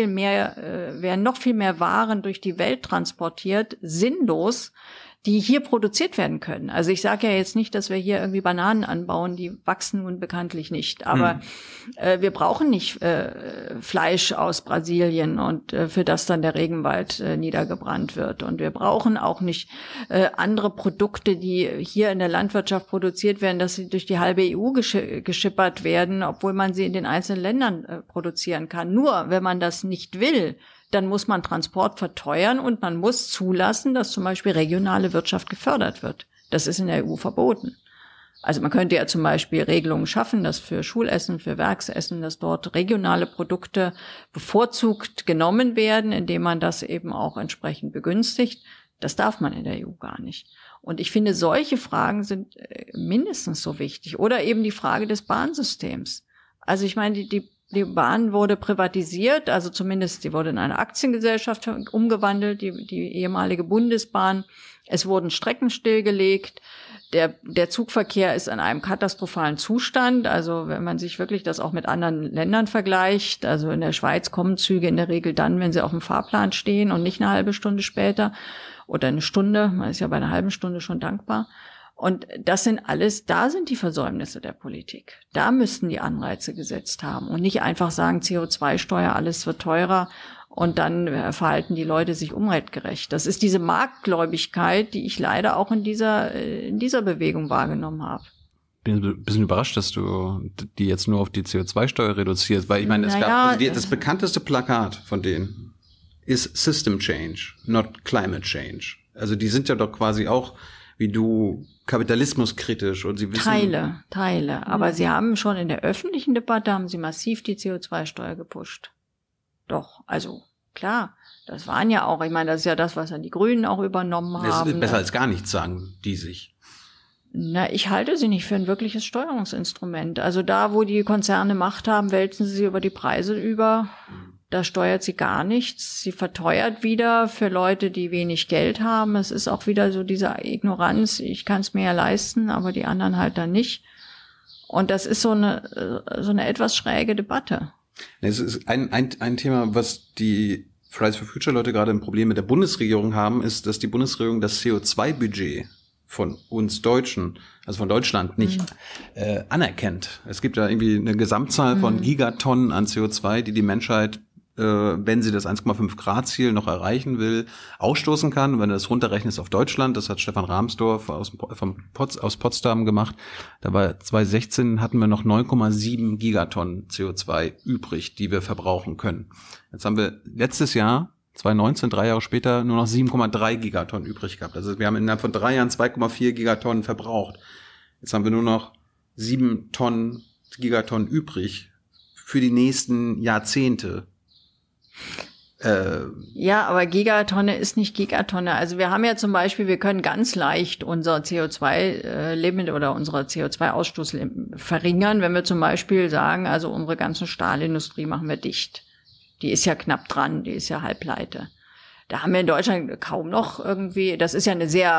S1: werden noch viel mehr Waren durch die Welt transportiert, sinnlos, die hier produziert werden können. Also ich sage ja jetzt nicht, dass wir hier irgendwie Bananen anbauen, die wachsen nun bekanntlich nicht. Aber wir brauchen nicht Fleisch aus Brasilien und für das dann der Regenwald niedergebrannt wird. Und wir brauchen auch nicht andere Produkte, die hier in der Landwirtschaft produziert werden, dass sie durch die halbe EU geschippert werden, obwohl man sie in den einzelnen Ländern produzieren kann. Nur wenn man das nicht will, dann muss man Transport verteuern und man muss zulassen, dass zum Beispiel regionale Wirtschaft gefördert wird. Das ist in der EU verboten. Also man könnte ja zum Beispiel Regelungen schaffen, dass für Schulessen, für Werksessen, dass dort regionale Produkte bevorzugt genommen werden, indem man das eben auch entsprechend begünstigt. Das darf man in der EU gar nicht. Und ich finde, solche Fragen sind mindestens so wichtig. Oder eben die Frage des Bahnsystems. Also ich meine, die Bahn wurde privatisiert, also zumindest sie wurde in eine Aktiengesellschaft umgewandelt, die ehemalige Bundesbahn. Es wurden Strecken stillgelegt. Der Zugverkehr ist in einem katastrophalen Zustand. Also wenn man sich wirklich das auch mit anderen Ländern vergleicht, also in der Schweiz kommen Züge in der Regel dann, wenn sie auf dem Fahrplan stehen und nicht eine halbe Stunde später oder eine Stunde. Man ist ja bei einer halben Stunde schon dankbar. Und das sind alles, da sind die Versäumnisse der Politik. Da müssten die Anreize gesetzt haben und nicht einfach sagen, CO2-Steuer, alles wird teurer und dann verhalten die Leute sich umweltgerecht. Das ist diese Marktgläubigkeit, die ich leider auch in dieser Bewegung wahrgenommen habe.
S2: Bin ein bisschen überrascht, dass du die jetzt nur auf die CO2-Steuer reduzierst, weil ich meine, es gab das bekannteste Plakat von denen ist System Change, not Climate Change. Also die sind ja doch quasi auch wie du kapitalismuskritisch und sie wissen...
S1: Teile. Aber sie haben schon in der öffentlichen Debatte, haben sie massiv die CO2-Steuer gepusht. Doch, also klar, das waren ja auch, ich meine, das ist ja das, was dann die Grünen auch übernommen haben.
S2: Das ist besser als gar nichts, sagen die sich.
S1: Na, ich halte sie nicht für ein wirkliches Steuerungsinstrument. Also da, wo die Konzerne Macht haben, wälzen sie über die Preise über. Da steuert sie gar nichts. Sie verteuert wieder für Leute, die wenig Geld haben. Es ist auch wieder so diese Ignoranz. Ich kann es mir ja leisten, aber die anderen halt dann nicht. Und das ist so eine etwas schräge Debatte.
S2: Es ist ein Thema, was die Fridays for Future Leute gerade ein Problem mit der Bundesregierung haben, ist, dass die Bundesregierung das CO2-Budget von uns Deutschen, also von Deutschland, nicht anerkennt. Es gibt ja irgendwie eine Gesamtzahl von Gigatonnen an CO2, die Menschheit wenn sie das 1,5 Grad Ziel noch erreichen will, ausstoßen kann. Wenn du das runterrechnest auf Deutschland, das hat Stefan Rahmsdorf aus Potsdam gemacht, da war 2016 hatten wir noch 9,7 Gigatonnen CO2 übrig, die wir verbrauchen können. Jetzt haben wir letztes Jahr, 2019, 3 Jahre später, nur noch 7,3 Gigatonnen übrig gehabt. Also wir haben innerhalb von 3 Jahren 2,4 Gigatonnen verbraucht. Jetzt haben wir nur noch 7 Gigatonnen übrig für die nächsten Jahrzehnte.
S1: Ja, aber Gigatonne ist nicht Gigatonne. Also wir haben ja zum Beispiel, wir können ganz leicht unser CO2-Limit oder unsere CO2-Ausstoß verringern, wenn wir zum Beispiel sagen, also unsere ganze Stahlindustrie machen wir dicht. Die ist ja knapp dran, die ist ja halbpleite. Da haben wir in Deutschland kaum noch irgendwie, das ist ja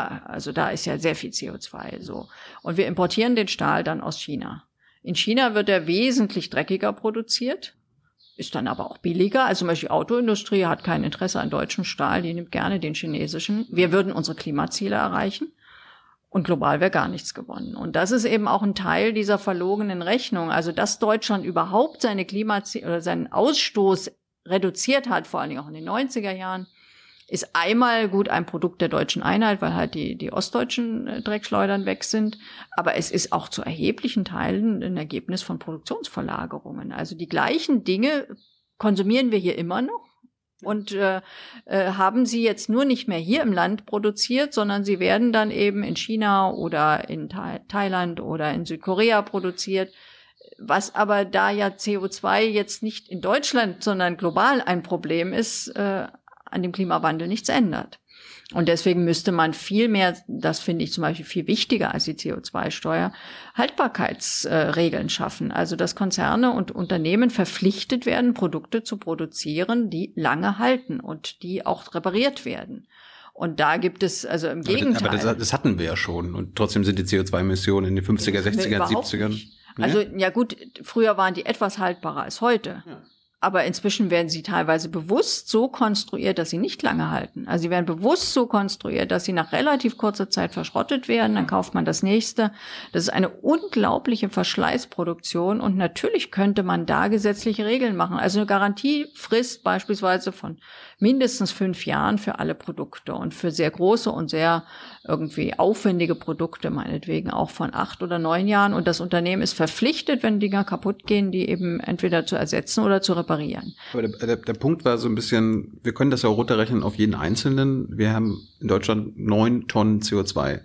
S1: da ist ja sehr viel CO2 so. Und wir importieren den Stahl dann aus China. In China wird er wesentlich dreckiger produziert. Ist dann aber auch billiger. Also zum Beispiel die Autoindustrie hat kein Interesse an deutschem Stahl, die nimmt gerne den chinesischen. Wir würden unsere Klimaziele erreichen und global wäre gar nichts gewonnen. Und das ist eben auch ein Teil dieser verlogenen Rechnung. Also dass Deutschland überhaupt seine Klimaziele oder seinen Ausstoß reduziert hat, vor allen Dingen auch in den 90er Jahren, ist einmal gut ein Produkt der deutschen Einheit, weil halt die ostdeutschen Dreckschleudern weg sind. Aber es ist auch zu erheblichen Teilen ein Ergebnis von Produktionsverlagerungen. Also die gleichen Dinge konsumieren wir hier immer noch und haben sie jetzt nur nicht mehr hier im Land produziert, sondern sie werden dann eben in China oder in Thailand oder in Südkorea produziert. Was aber da ja CO2 jetzt nicht in Deutschland, sondern global ein Problem ist, an dem Klimawandel nichts ändert. Und deswegen müsste man viel mehr, das finde ich zum Beispiel viel wichtiger als die CO2-Steuer, Haltbarkeitsregeln schaffen. Also dass Konzerne und Unternehmen verpflichtet werden, Produkte zu produzieren, die lange halten und die auch repariert werden. Und da gibt es, also im Gegenteil.
S2: Aber das hatten wir ja schon. Und trotzdem sind die CO2-Emissionen in den 50er, 60er, 70ern.
S1: Also ja gut, früher waren die etwas haltbarer als heute. Ja. Aber inzwischen werden sie teilweise bewusst so konstruiert, dass sie nicht lange halten. Also sie werden bewusst so konstruiert, dass sie nach relativ kurzer Zeit verschrottet werden. Dann kauft man das nächste. Das ist eine unglaubliche Verschleißproduktion. Und natürlich könnte man da gesetzliche Regeln machen. Also eine Garantiefrist beispielsweise von mindestens 5 Jahren für alle Produkte und für sehr große und sehr irgendwie aufwendige Produkte, meinetwegen auch von 8 oder 9 Jahren. Und das Unternehmen ist verpflichtet, wenn Dinger kaputt gehen, die eben entweder zu ersetzen oder zu reparieren.
S2: Aber der Punkt war so ein bisschen, wir können das ja auch runterrechnen auf jeden Einzelnen. Wir haben in Deutschland 9 Tonnen CO2.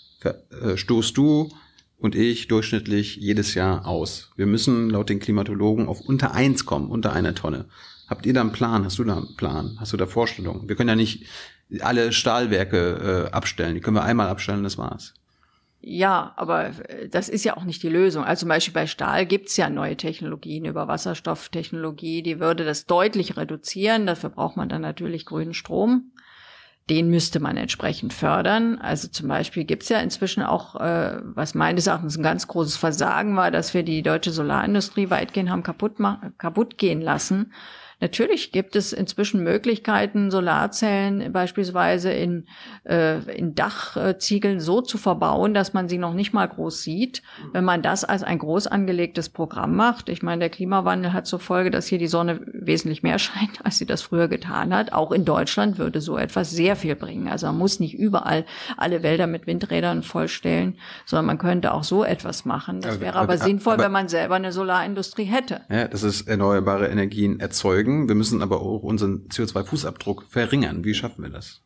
S2: Stoßt du und ich durchschnittlich jedes Jahr aus. Wir müssen laut den Klimatologen auf unter 1 kommen, unter 1 Tonne. Habt ihr da einen Plan? Hast du da einen Plan? Hast du da Vorstellungen? Wir können ja nicht alle Stahlwerke abstellen. Die können wir einmal abstellen, das war's.
S1: Ja, aber das ist ja auch nicht die Lösung. Also zum Beispiel bei Stahl gibt's ja neue Technologien über Wasserstofftechnologie, die würde das deutlich reduzieren. Dafür braucht man dann natürlich grünen Strom. Den müsste man entsprechend fördern. Also zum Beispiel gibt's ja inzwischen auch, was meines Erachtens ein ganz großes Versagen war, dass wir die deutsche Solarindustrie weitgehend haben kaputt gehen lassen. Natürlich gibt es inzwischen Möglichkeiten, Solarzellen beispielsweise in Dachziegeln so zu verbauen, dass man sie noch nicht mal groß sieht. Wenn man das als ein groß angelegtes Programm macht, ich meine, der Klimawandel hat zur Folge, dass hier die Sonne wesentlich mehr scheint, als sie das früher getan hat. Auch in Deutschland würde so etwas sehr viel bringen. Also man muss nicht überall alle Wälder mit Windrädern vollstellen, sondern man könnte auch so etwas machen. Das wäre aber sinnvoll, wenn man selber eine Solarindustrie hätte.
S2: Ja, das ist erneuerbare Energien erzeugen. Wir müssen aber auch unseren CO2-Fußabdruck verringern. Wie schaffen wir das?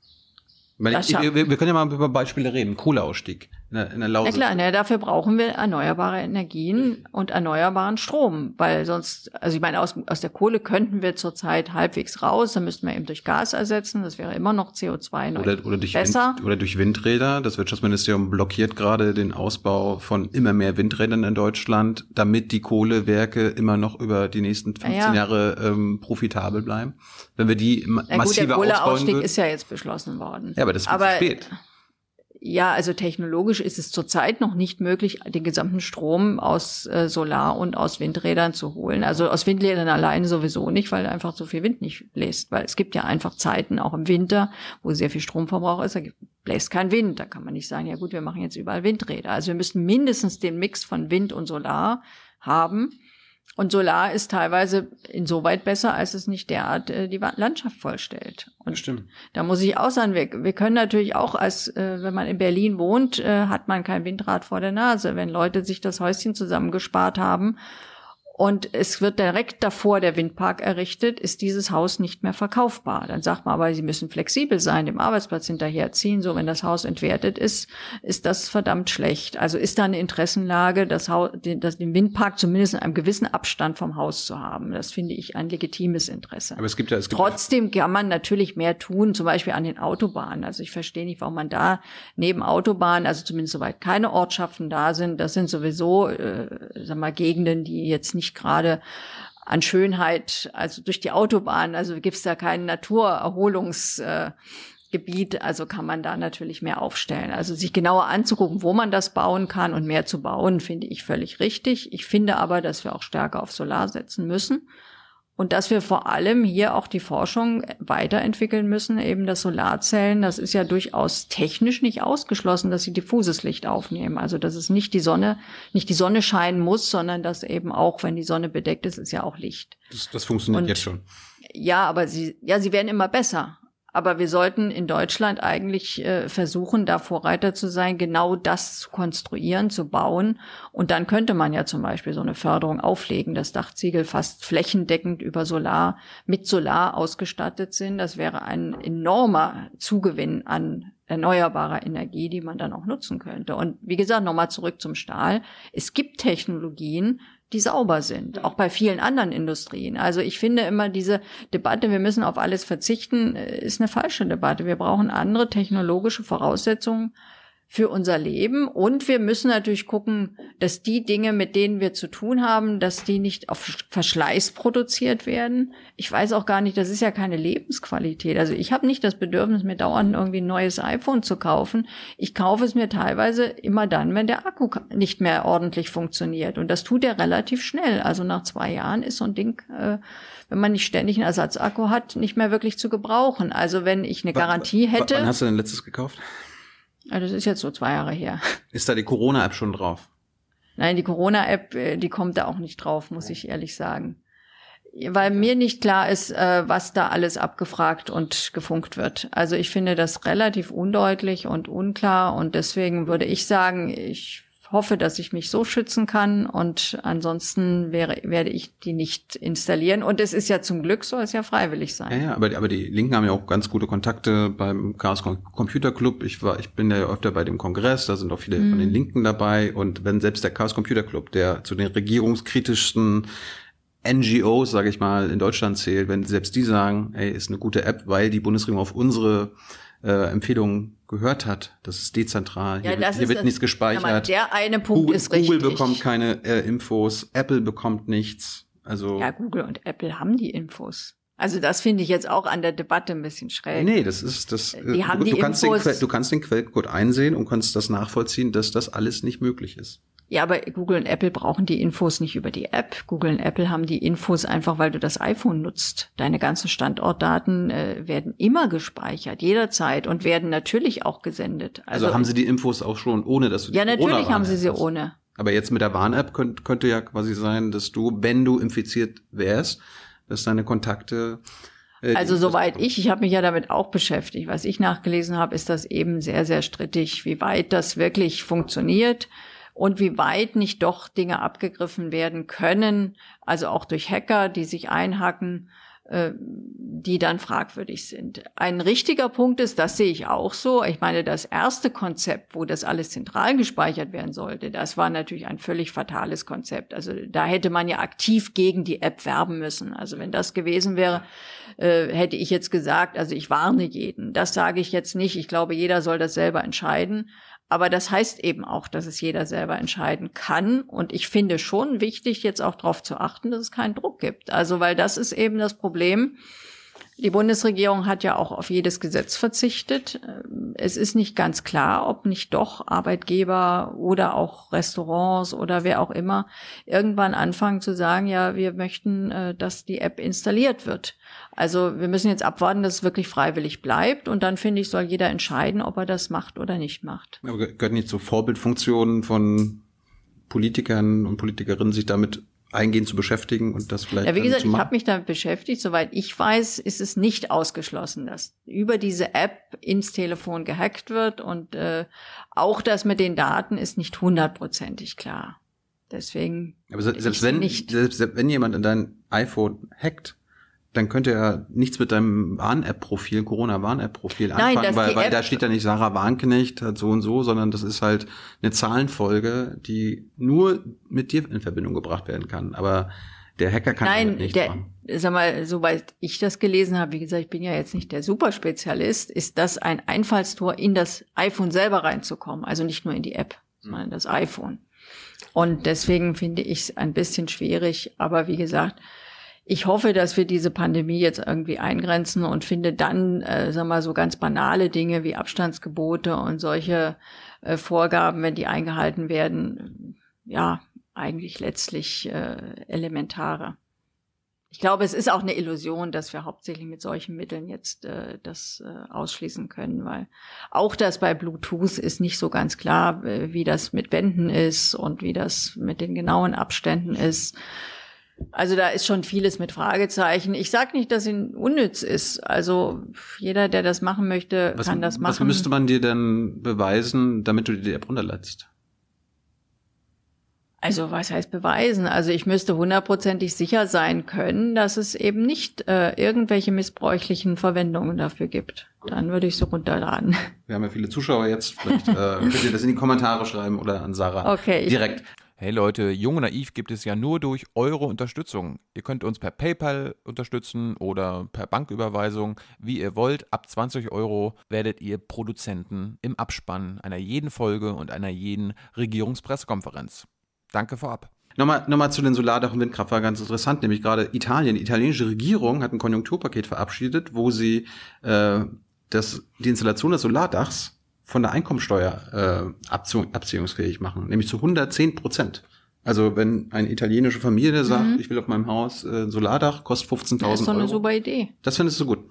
S2: Wir können ja mal über Beispiele reden. Kohleausstieg in der Lausitz.
S1: Ja klar, dafür brauchen wir erneuerbare Energien und erneuerbaren Strom, weil sonst, also ich meine, aus der Kohle könnten wir zurzeit halbwegs raus, dann müssten wir eben durch Gas ersetzen, das wäre immer noch CO2
S2: oder durch
S1: besser.
S2: Oder durch Windräder. Das Wirtschaftsministerium blockiert gerade den Ausbau von immer mehr Windrädern in Deutschland, damit die Kohlewerke immer noch über die nächsten 15 Jahre profitabel bleiben. Wenn wir die massiver ausbauen würden. Der
S1: Kohleausstieg ist ja jetzt beschlossen worden.
S2: Ja, aber das ist zu spät.
S1: Ja, also technologisch ist es zurzeit noch nicht möglich, den gesamten Strom aus Solar- und aus Windrädern zu holen. Also aus Windrädern alleine sowieso nicht, weil einfach so viel Wind nicht bläst. Weil es gibt ja einfach Zeiten, auch im Winter, wo sehr viel Stromverbrauch ist, da bläst kein Wind. Da kann man nicht sagen, ja gut, wir machen jetzt überall Windräder. Also wir müssen mindestens den Mix von Wind und Solar haben. Und Solar ist teilweise insoweit besser, als es nicht derart die Landschaft vollstellt. Und
S2: Stimmt.
S1: da muss ich auch sagen, wir können natürlich auch wenn man in Berlin wohnt, hat man kein Windrad vor der Nase. Wenn Leute sich das Häuschen zusammengespart haben und es wird direkt davor der Windpark errichtet, ist dieses Haus nicht mehr verkaufbar. Dann sagt man aber, sie müssen flexibel sein, dem Arbeitsplatz hinterherziehen. So, wenn das Haus entwertet ist, ist das verdammt schlecht. Also ist da eine Interessenlage, den Windpark zumindest in einem gewissen Abstand vom Haus zu haben. Das finde ich ein legitimes Interesse.
S2: Aber
S1: Trotzdem kann man natürlich mehr tun, zum Beispiel an den Autobahnen. Also ich verstehe nicht, warum man da neben Autobahnen, also zumindest soweit keine Ortschaften da sind, das sind sowieso, Gegenden, die jetzt nicht gerade an Schönheit, also durch die Autobahn, also gibt's da kein Naturerholungsgebiet, also kann man da natürlich mehr aufstellen. Also sich genauer anzugucken, wo man das bauen kann und mehr zu bauen, finde ich völlig richtig. Ich finde aber, dass wir auch stärker auf Solar setzen müssen und dass wir vor allem hier auch die Forschung weiterentwickeln müssen, eben das Solarzellen, das ist ja durchaus technisch nicht ausgeschlossen, dass sie diffuses Licht aufnehmen. Also dass es nicht die Sonne scheinen muss, sondern dass eben auch, wenn die Sonne bedeckt ist, ist ja auch Licht.
S2: Das funktioniert jetzt schon.
S1: Ja, aber sie werden immer besser. Aber wir sollten in Deutschland eigentlich versuchen, da Vorreiter zu sein, genau das zu konstruieren, zu bauen. Und dann könnte man ja zum Beispiel so eine Förderung auflegen, dass Dachziegel fast flächendeckend mit Solar ausgestattet sind. Das wäre ein enormer Zugewinn an erneuerbarer Energie, die man dann auch nutzen könnte. Und wie gesagt, nochmal zurück zum Stahl. Es gibt Technologien, die sauber sind, auch bei vielen anderen Industrien. Also ich finde immer diese Debatte, wir müssen auf alles verzichten, ist eine falsche Debatte. Wir brauchen andere technologische Voraussetzungen für unser Leben und wir müssen natürlich gucken, dass die Dinge, mit denen wir zu tun haben, dass die nicht auf Verschleiß produziert werden. Ich weiß auch gar nicht, das ist ja keine Lebensqualität. Also ich habe nicht das Bedürfnis, mir dauernd irgendwie ein neues iPhone zu kaufen. Ich kaufe es mir teilweise immer dann, wenn der Akku nicht mehr ordentlich funktioniert. Und das tut er relativ schnell. Also nach 2 Jahren ist so ein Ding, wenn man nicht ständig einen Ersatzakku hat, nicht mehr wirklich zu gebrauchen. Also wenn ich eine Garantie hätte.
S2: Wann hast du denn letztes gekauft?
S1: Ja, das ist jetzt so 2 Jahre her.
S2: Ist da die Corona-App schon drauf?
S1: Nein, die Corona-App, die kommt da auch nicht drauf, muss ich ehrlich sagen. Weil mir nicht klar ist, was da alles abgefragt und gefunkt wird. Also ich finde das relativ undeutlich und unklar und deswegen würde ich sagen, ich hoffe, dass ich mich so schützen kann und ansonsten werde ich die nicht installieren. Und es ist ja zum Glück, soll es ja freiwillig sein.
S2: Ja, aber die Linken haben ja auch ganz gute Kontakte beim Chaos Computer Club. Ich bin ja öfter bei dem Kongress, da sind auch viele von den Linken dabei. Und wenn selbst der Chaos Computer Club, der zu den regierungskritischsten NGOs, sage ich mal, in Deutschland zählt, wenn selbst die sagen, ey, ist eine gute App, weil die Bundesregierung auf unsere Empfehlungen gehört hat. Das ist dezentral.
S1: Ja,
S2: hier wird nichts gespeichert.
S1: Ja, der eine Punkt
S2: Google,
S1: ist richtig.
S2: Google bekommt keine Infos, Apple bekommt nichts. Also
S1: ja, Google und Apple haben die Infos. Also das finde ich jetzt auch an der Debatte ein bisschen schräg.
S2: Nee, das ist das.
S1: Die haben die Infos.
S2: Du kannst den Quellcode einsehen und kannst das nachvollziehen, dass das alles nicht möglich ist.
S1: Ja, aber Google und Apple brauchen die Infos nicht über die App. Google und Apple haben die Infos einfach, weil du das iPhone nutzt. Deine ganzen Standortdaten werden immer gespeichert, jederzeit und werden natürlich auch gesendet.
S2: Also haben sie die Infos auch schon, ohne dass du die
S1: Corona-Warn natürlich haben sie sie ohne.
S2: Aber jetzt mit der Warn-App könnte ja quasi sein, dass du, wenn du infiziert wärst, dass deine Kontakte
S1: also soweit ich habe mich ja damit auch beschäftigt. Was ich nachgelesen habe, ist das eben sehr, sehr strittig, wie weit das wirklich funktioniert. Und wie weit nicht doch Dinge abgegriffen werden können, also auch durch Hacker, die sich einhacken, die dann fragwürdig sind. Ein richtiger Punkt ist, das sehe ich auch so, ich meine, das erste Konzept, wo das alles zentral gespeichert werden sollte, das war natürlich ein völlig fatales Konzept. Also da hätte man ja aktiv gegen die App werben müssen. Also wenn das gewesen wäre, hätte ich jetzt gesagt, also ich warne jeden. Das sage ich jetzt nicht. Ich glaube, jeder soll das selber entscheiden. Aber das heißt eben auch, dass es jeder selber entscheiden kann. Und ich finde schon wichtig, jetzt auch darauf zu achten, dass es keinen Druck gibt. Also, weil das ist eben das Problem. Die Bundesregierung hat ja auch auf jedes Gesetz verzichtet. Es ist nicht ganz klar, ob nicht doch Arbeitgeber oder auch Restaurants oder wer auch immer irgendwann anfangen zu sagen, ja, wir möchten, dass die App installiert wird. Also wir müssen jetzt abwarten, dass es wirklich freiwillig bleibt. Und dann, finde ich, soll jeder entscheiden, ob er das macht oder nicht macht.
S2: Aber gehört nicht zur Vorbildfunktion von Politikern und Politikerinnen, sich damit eingehend zu beschäftigen und das vielleicht
S1: ja, wie gesagt,
S2: zu
S1: ich
S2: machen?
S1: habe mich damit beschäftigt. Soweit ich weiß, ist es nicht ausgeschlossen, dass über diese App ins Telefon gehackt wird und auch das mit den Daten ist nicht 100%ig klar. Deswegen
S2: Aber selbst wenn jemand in dein iPhone hackt, dann könnte er nichts mit deinem Warn-App-Profil, Corona-Warn-App-Profil anfangen, weil da steht ja nicht Sarah Warnknecht hat so und so, sondern das ist halt eine Zahlenfolge, die nur mit dir in Verbindung gebracht werden kann. Aber der Hacker kann damit nichts machen.
S1: Sag mal, soweit ich das gelesen habe, wie gesagt, ich bin ja jetzt nicht der Superspezialist, ist das ein Einfallstor, in das iPhone selber reinzukommen. Also nicht nur in die App, sondern das iPhone. Und deswegen finde ich es ein bisschen schwierig. Aber wie gesagt, ich hoffe, dass wir diese Pandemie jetzt irgendwie eingrenzen und finde dann, so ganz banale Dinge wie Abstandsgebote und solche Vorgaben, wenn die eingehalten werden, ja, eigentlich letztlich elementare. Ich glaube, es ist auch eine Illusion, dass wir hauptsächlich mit solchen Mitteln jetzt das ausschließen können, weil auch das bei Bluetooth ist nicht so ganz klar, wie das mit Wänden ist und wie das mit den genauen Abständen ist. Also da ist schon vieles mit Fragezeichen. Ich sage nicht, dass ihn unnütz ist. Also jeder, der das machen möchte, kann das machen.
S2: Was müsste man dir denn beweisen, damit du die App runterlädst?
S1: Also was heißt beweisen? Also ich müsste 100%ig sicher sein können, dass es eben nicht irgendwelche missbräuchlichen Verwendungen dafür gibt. Dann würde ich so runterladen.
S2: Wir haben ja viele Zuschauer jetzt. Vielleicht könnt ihr das in die Kommentare schreiben oder an Sarah direkt.
S3: Hey Leute, Jung und Naiv gibt es ja nur durch eure Unterstützung. Ihr könnt uns per PayPal unterstützen oder per Banküberweisung, wie ihr wollt. Ab 20 € werdet ihr Produzenten im Abspann einer jeden Folge und einer jeden Regierungspressekonferenz. Danke vorab.
S2: Nochmal zu den Solardach- und Windkraftwerken, ganz interessant, nämlich gerade Italien. Die italienische Regierung hat ein Konjunkturpaket verabschiedet, wo sie die Installation des Solardachs von der Einkommensteuer abziehungsfähig machen, nämlich zu 110%. Also wenn eine italienische Familie sagt, ich will auf meinem Haus ein Solardach, kostet 15.000 €.
S1: Das ist doch eine super Idee.
S2: Das findest du gut?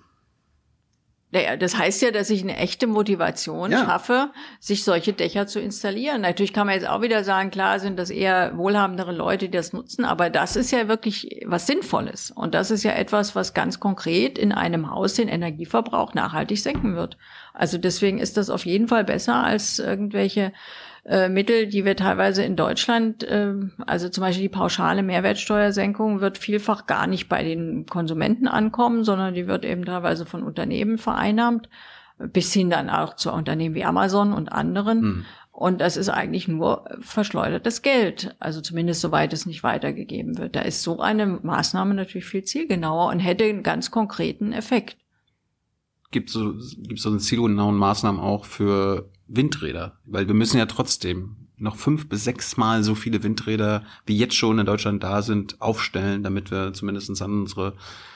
S1: Naja, das heißt ja, dass ich eine echte Motivation schaffe, sich solche Dächer zu installieren. Natürlich kann man jetzt auch wieder sagen, klar sind das eher wohlhabendere Leute, die das nutzen, aber das ist ja wirklich was Sinnvolles. Und das ist ja etwas, was ganz konkret in einem Haus den Energieverbrauch nachhaltig senken wird. Also deswegen ist das auf jeden Fall besser als irgendwelche Mittel, die wir teilweise in Deutschland, also zum Beispiel die pauschale Mehrwertsteuersenkung wird vielfach gar nicht bei den Konsumenten ankommen, sondern die wird eben teilweise von Unternehmen vereinnahmt, bis hin dann auch zu Unternehmen wie Amazon und anderen. Und das ist eigentlich nur verschleudertes Geld, also zumindest soweit es nicht weitergegeben wird. Da ist so eine Maßnahme natürlich viel zielgenauer und hätte einen ganz konkreten Effekt.
S2: Gibt's so eine zielgenauen Maßnahmen auch für Windräder? Weil wir müssen ja trotzdem noch 5 bis 6 Mal so viele Windräder, wie jetzt schon in Deutschland da sind, aufstellen, damit wir zumindest an unsere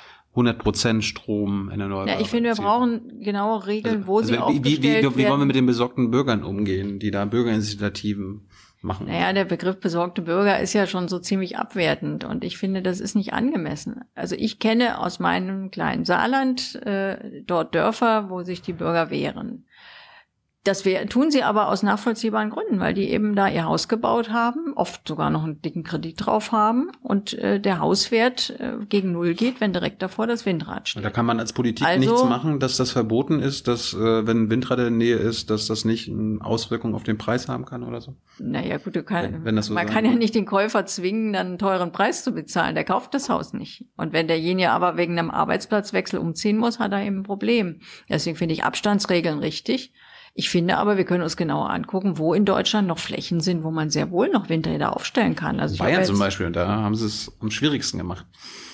S2: 100% Strom in erneuerbare.
S1: Ja, ich finde, wir brauchen genaue Regeln, wo sie aufgestellt werden.
S2: Wie wollen wir mit den besorgten Bürgern umgehen, die da Bürgerinitiativen machen?
S1: Naja, der Begriff besorgte Bürger ist ja schon so ziemlich abwertend und ich finde, das ist nicht angemessen. Also ich kenne aus meinem kleinen Saarland dort Dörfer, wo sich die Bürger wehren. Das tun sie aber aus nachvollziehbaren Gründen, weil die eben da ihr Haus gebaut haben, oft sogar noch einen dicken Kredit drauf haben und der Hauswert gegen Null geht, wenn direkt davor das Windrad steht.
S2: Und da kann man als Politik nichts machen, dass das verboten ist, dass wenn ein Windrad in der Nähe ist, dass das nicht eine Auswirkung auf den Preis haben kann oder so?
S1: Naja gut,
S2: wenn das so
S1: man kann ja nicht den Käufer zwingen, dann einen teuren Preis zu bezahlen. Der kauft das Haus nicht. Und wenn derjenige aber wegen einem Arbeitsplatzwechsel umziehen muss, hat er eben ein Problem. Deswegen finde ich Abstandsregeln richtig. Ich finde aber, wir können uns genauer angucken, wo in Deutschland noch Flächen sind, wo man sehr wohl noch Windräder aufstellen kann. Also
S2: Bayern zum Beispiel, da haben sie es am schwierigsten gemacht.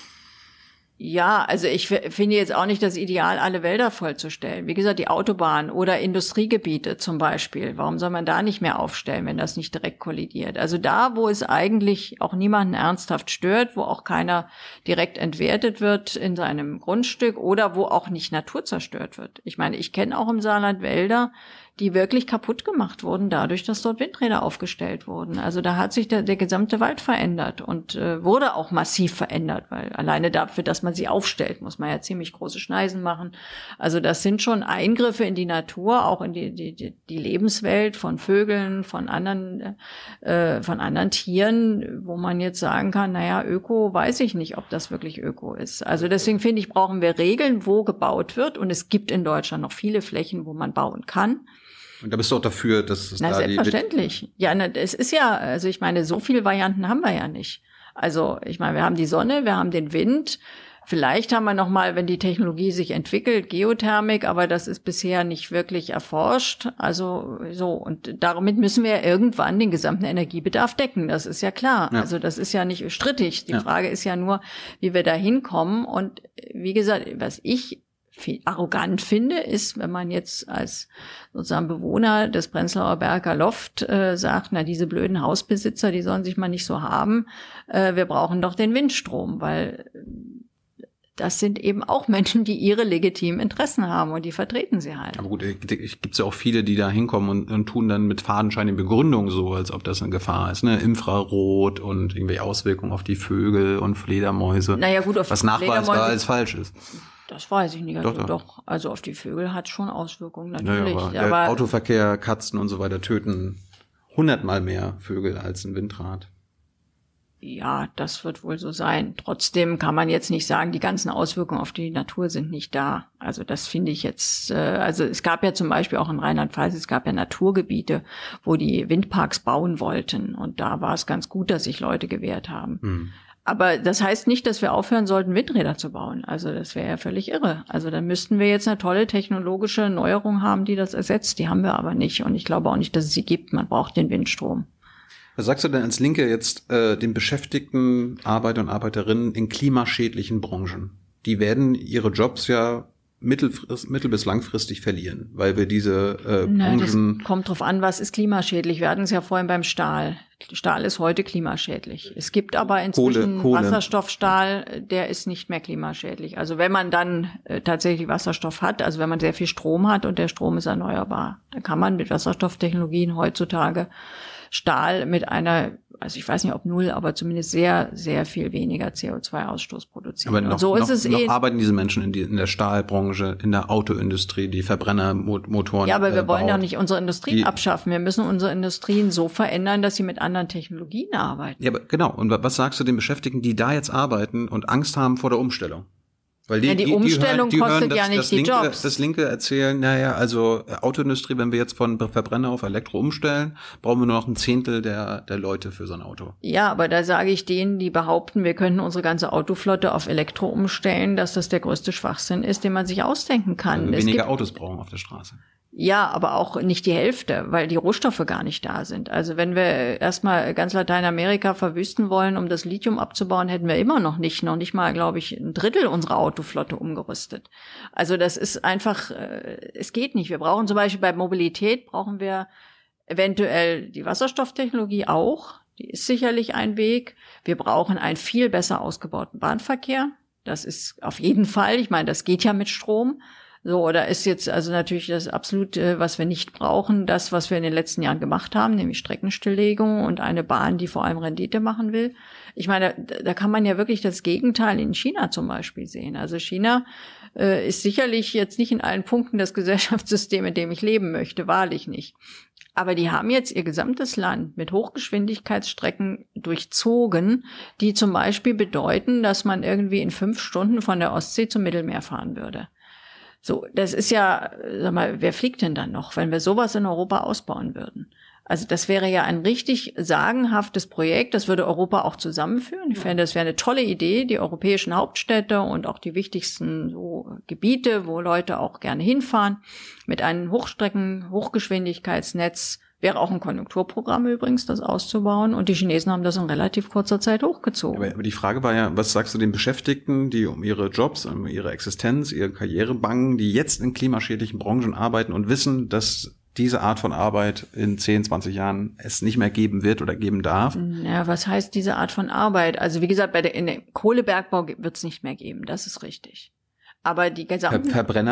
S1: Ja, also ich finde jetzt auch nicht das Ideal, alle Wälder vollzustellen. Wie gesagt, die Autobahn oder Industriegebiete zum Beispiel. Warum soll man da nicht mehr aufstellen, wenn das nicht direkt kollidiert? Also da, wo es eigentlich auch niemanden ernsthaft stört, wo auch keiner direkt entwertet wird in seinem Grundstück oder wo auch nicht Natur zerstört wird. Ich meine, ich kenne auch im Saarland Wälder, die wirklich kaputt gemacht wurden dadurch, dass dort Windräder aufgestellt wurden. Also da hat sich der gesamte Wald verändert und wurde auch massiv verändert, weil alleine dafür, dass man sie aufstellt, muss man ja ziemlich große Schneisen machen. Also das sind schon Eingriffe in die Natur, auch in die Lebenswelt von Vögeln, von anderen Tieren, wo man jetzt sagen kann, naja, Öko, weiß ich nicht, ob das wirklich Öko ist. Also deswegen finde ich, brauchen wir Regeln, wo gebaut wird. Und es gibt in Deutschland noch viele Flächen, wo man bauen kann.
S2: Und da bist du auch dafür, dass es da
S1: selbstverständlich. Ja, es ist ja, also ich meine, so viele Varianten haben wir ja nicht. Also ich meine, wir haben die Sonne, wir haben den Wind. Vielleicht haben wir noch mal, wenn die Technologie sich entwickelt, Geothermik, aber das ist bisher nicht wirklich erforscht. Also so, und damit müssen wir irgendwann den gesamten Energiebedarf decken. Das ist ja klar. Ja. Also das ist ja nicht strittig. Die Frage ist ja nur, wie wir da hinkommen. Und wie gesagt, was ich arrogant finde, ist, wenn man jetzt als sozusagen Bewohner des Prenzlauer Berger Loft sagt, na, diese blöden Hausbesitzer, die sollen sich mal nicht so haben. Wir brauchen doch den Windstrom, weil das sind eben auch Menschen, die ihre legitimen Interessen haben und die vertreten sie halt.
S2: Aber gut, gibt's ja auch viele, die da hinkommen und tun dann mit fadenscheinigen Begründungen so, als ob das eine Gefahr ist, ne? Infrarot und irgendwelche Auswirkungen auf die Vögel und Fledermäuse.
S1: Naja, gut, auf
S2: was nachweisbar als falsch ist.
S1: Das weiß ich nicht. Also doch. Also auf die Vögel hat schon Auswirkungen, natürlich.
S2: Naja, aber der Autoverkehr, Katzen und so weiter töten 100-mal mehr Vögel als ein Windrad.
S1: Ja, das wird wohl so sein. Trotzdem kann man jetzt nicht sagen, die ganzen Auswirkungen auf die Natur sind nicht da. Also das finde ich jetzt, also es gab ja zum Beispiel auch in Rheinland-Pfalz, es gab ja Naturgebiete, wo die Windparks bauen wollten. Und da war es ganz gut, dass sich Leute gewehrt haben. Aber das heißt nicht, dass wir aufhören sollten, Windräder zu bauen. Also das wäre ja völlig irre. Also dann müssten wir jetzt eine tolle technologische Neuerung haben, die das ersetzt. Die haben wir aber nicht. Und ich glaube auch nicht, dass es sie gibt. Man braucht den Windstrom.
S2: Was sagst du denn als Linke jetzt den beschäftigten Arbeiter und Arbeiterinnen in klimaschädlichen Branchen? Die werden ihre Jobs ja mittel- bis langfristig verlieren, weil wir diese Branchen...
S1: Das kommt drauf an, was ist klimaschädlich. Wir hatten es ja vorhin beim Stahl. Stahl ist heute klimaschädlich. Es gibt aber inzwischen
S2: Kohle.
S1: Wasserstoffstahl, der ist nicht mehr klimaschädlich. Also wenn man dann tatsächlich Wasserstoff hat, also wenn man sehr viel Strom hat und der Strom ist erneuerbar, dann kann man mit Wasserstofftechnologien heutzutage Stahl mit einer, also ich weiß nicht ob null, aber zumindest sehr, sehr viel weniger CO2-Ausstoß produzieren.
S2: Aber noch arbeiten diese Menschen in der Stahlbranche, in der Autoindustrie, die Verbrennermotoren.
S1: Ja, aber wir wollen ja nicht unsere Industrien abschaffen. Wir müssen unsere Industrien so verändern, dass sie mit anderen Technologien arbeiten.
S2: Ja, aber genau. Und was sagst du den Beschäftigten, die da jetzt arbeiten und Angst haben vor der Umstellung? Weil
S1: die Umstellung kostet ja nicht die Jobs.
S2: Das Linke erzählen, naja, also Autoindustrie, wenn wir jetzt von Verbrenner auf Elektro umstellen, brauchen wir nur noch 1/10 der Leute für so ein Auto.
S1: Ja, aber da sage ich denen, die behaupten, wir könnten unsere ganze Autoflotte auf Elektro umstellen, dass das der größte Schwachsinn ist, den man sich ausdenken kann.
S2: Also weniger Autos brauchen auf der Straße.
S1: Ja, aber auch nicht die Hälfte, weil die Rohstoffe gar nicht da sind. Also wenn wir erstmal ganz Lateinamerika verwüsten wollen, um das Lithium abzubauen, hätten wir immer noch nicht mal, glaube ich, 1/3 unserer Autoflotte umgerüstet. Also das ist einfach, es geht nicht. Wir brauchen zum Beispiel bei Mobilität brauchen wir eventuell die Wasserstofftechnologie auch. Die ist sicherlich ein Weg. Wir brauchen einen viel besser ausgebauten Bahnverkehr. Das ist auf jeden Fall. Ich meine, das geht ja mit Strom. So, oder ist jetzt also natürlich das absolut, was wir nicht brauchen, das, was wir in den letzten Jahren gemacht haben, nämlich Streckenstilllegung und eine Bahn, die vor allem Rendite machen will. Ich meine, da kann man ja wirklich das Gegenteil in China zum Beispiel sehen. Also China ist sicherlich jetzt nicht in allen Punkten das Gesellschaftssystem, in dem ich leben möchte, wahrlich nicht. Aber die haben jetzt ihr gesamtes Land mit Hochgeschwindigkeitsstrecken durchzogen, die zum Beispiel bedeuten, dass man irgendwie in 5 Stunden von der Ostsee zum Mittelmeer fahren würde. So, das ist ja, sag mal, wer fliegt denn dann noch, wenn wir sowas in Europa ausbauen würden? Also das wäre ja ein richtig sagenhaftes Projekt, das würde Europa auch zusammenführen. Ich fände, das wäre eine tolle Idee, die europäischen Hauptstädte und auch die wichtigsten so Gebiete, wo Leute auch gerne hinfahren, mit einem Hochgeschwindigkeitsnetz. Wäre auch ein Konjunkturprogramm übrigens, das auszubauen. Und die Chinesen haben das in relativ kurzer Zeit hochgezogen.
S2: Aber die Frage war ja, was sagst du den Beschäftigten, die um ihre Jobs, um ihre Existenz, ihre Karriere bangen, die jetzt in klimaschädlichen Branchen arbeiten und wissen, dass diese Art von Arbeit in 10, 20 Jahren es nicht mehr geben wird oder geben darf?
S1: Ja, was heißt diese Art von Arbeit? Also wie gesagt, in dem Kohlebergbau wird es nicht mehr geben, das ist richtig. Aber die gesamten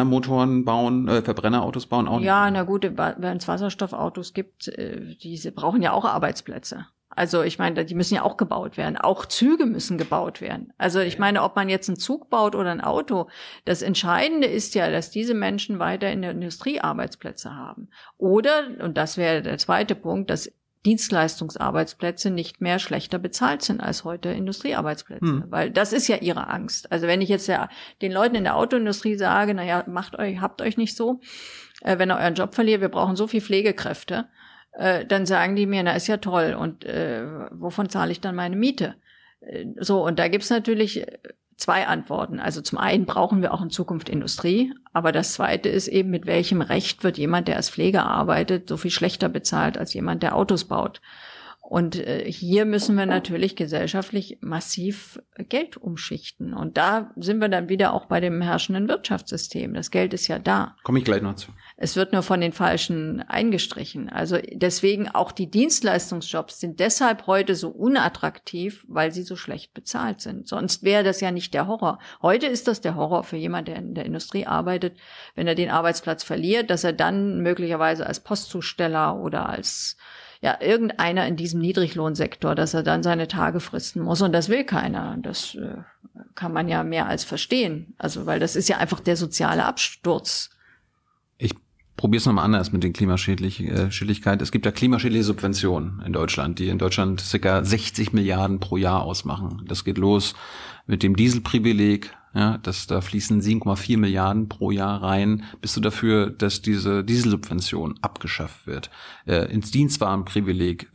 S2: Verbrennerautos bauen auch nicht.
S1: Ja, na gut, wenn es Wasserstoffautos gibt, diese brauchen ja auch Arbeitsplätze. Also ich meine, die müssen ja auch gebaut werden. Auch Züge müssen gebaut werden. Also ich meine, ob man jetzt einen Zug baut oder ein Auto, das Entscheidende ist ja, dass diese Menschen weiter in der Industrie Arbeitsplätze haben. Oder, und das wäre der zweite Punkt, dass Dienstleistungsarbeitsplätze nicht mehr schlechter bezahlt sind als heute Industriearbeitsplätze. Weil das ist ja ihre Angst. Also wenn ich jetzt den Leuten in der Autoindustrie sage, naja, habt euch nicht so, wenn ihr euren Job verliert, wir brauchen so viel Pflegekräfte, dann sagen die mir, na ist ja toll, und wovon zahle ich dann meine Miete? So, und da gibt's natürlich zwei Antworten. Also zum einen brauchen wir auch in Zukunft Industrie, aber das zweite ist eben, mit welchem Recht wird jemand, der als Pfleger arbeitet, so viel schlechter bezahlt als jemand, der Autos baut. Und hier müssen wir natürlich gesellschaftlich massiv Geld umschichten. Und da sind wir dann wieder auch bei dem herrschenden Wirtschaftssystem. Das Geld ist ja da.
S2: Komme ich gleich noch zu.
S1: Es wird nur von den Falschen eingestrichen. Also deswegen auch die Dienstleistungsjobs sind deshalb heute so unattraktiv, weil sie so schlecht bezahlt sind. Sonst wäre das ja nicht der Horror. Heute ist das der Horror für jemanden, der in der Industrie arbeitet, wenn er den Arbeitsplatz verliert, dass er dann möglicherweise als Postzusteller oder als irgendeiner in diesem Niedriglohnsektor, dass er dann seine Tage fristen muss. Und das will keiner. Das kann man ja mehr als verstehen. Also, weil das ist ja einfach der soziale Absturz.
S2: Ich probiere es nochmal anders mit den Klimaschädlichkeit. Es gibt ja klimaschädliche Subventionen in Deutschland, die in Deutschland ca. 60 Milliarden pro Jahr ausmachen. Das geht los mit dem Dieselprivileg. Ja, da fließen 7,4 Milliarden pro Jahr rein. Bist du dafür, dass diese Dieselsubvention abgeschafft wird? Ins Dienstwagenprivileg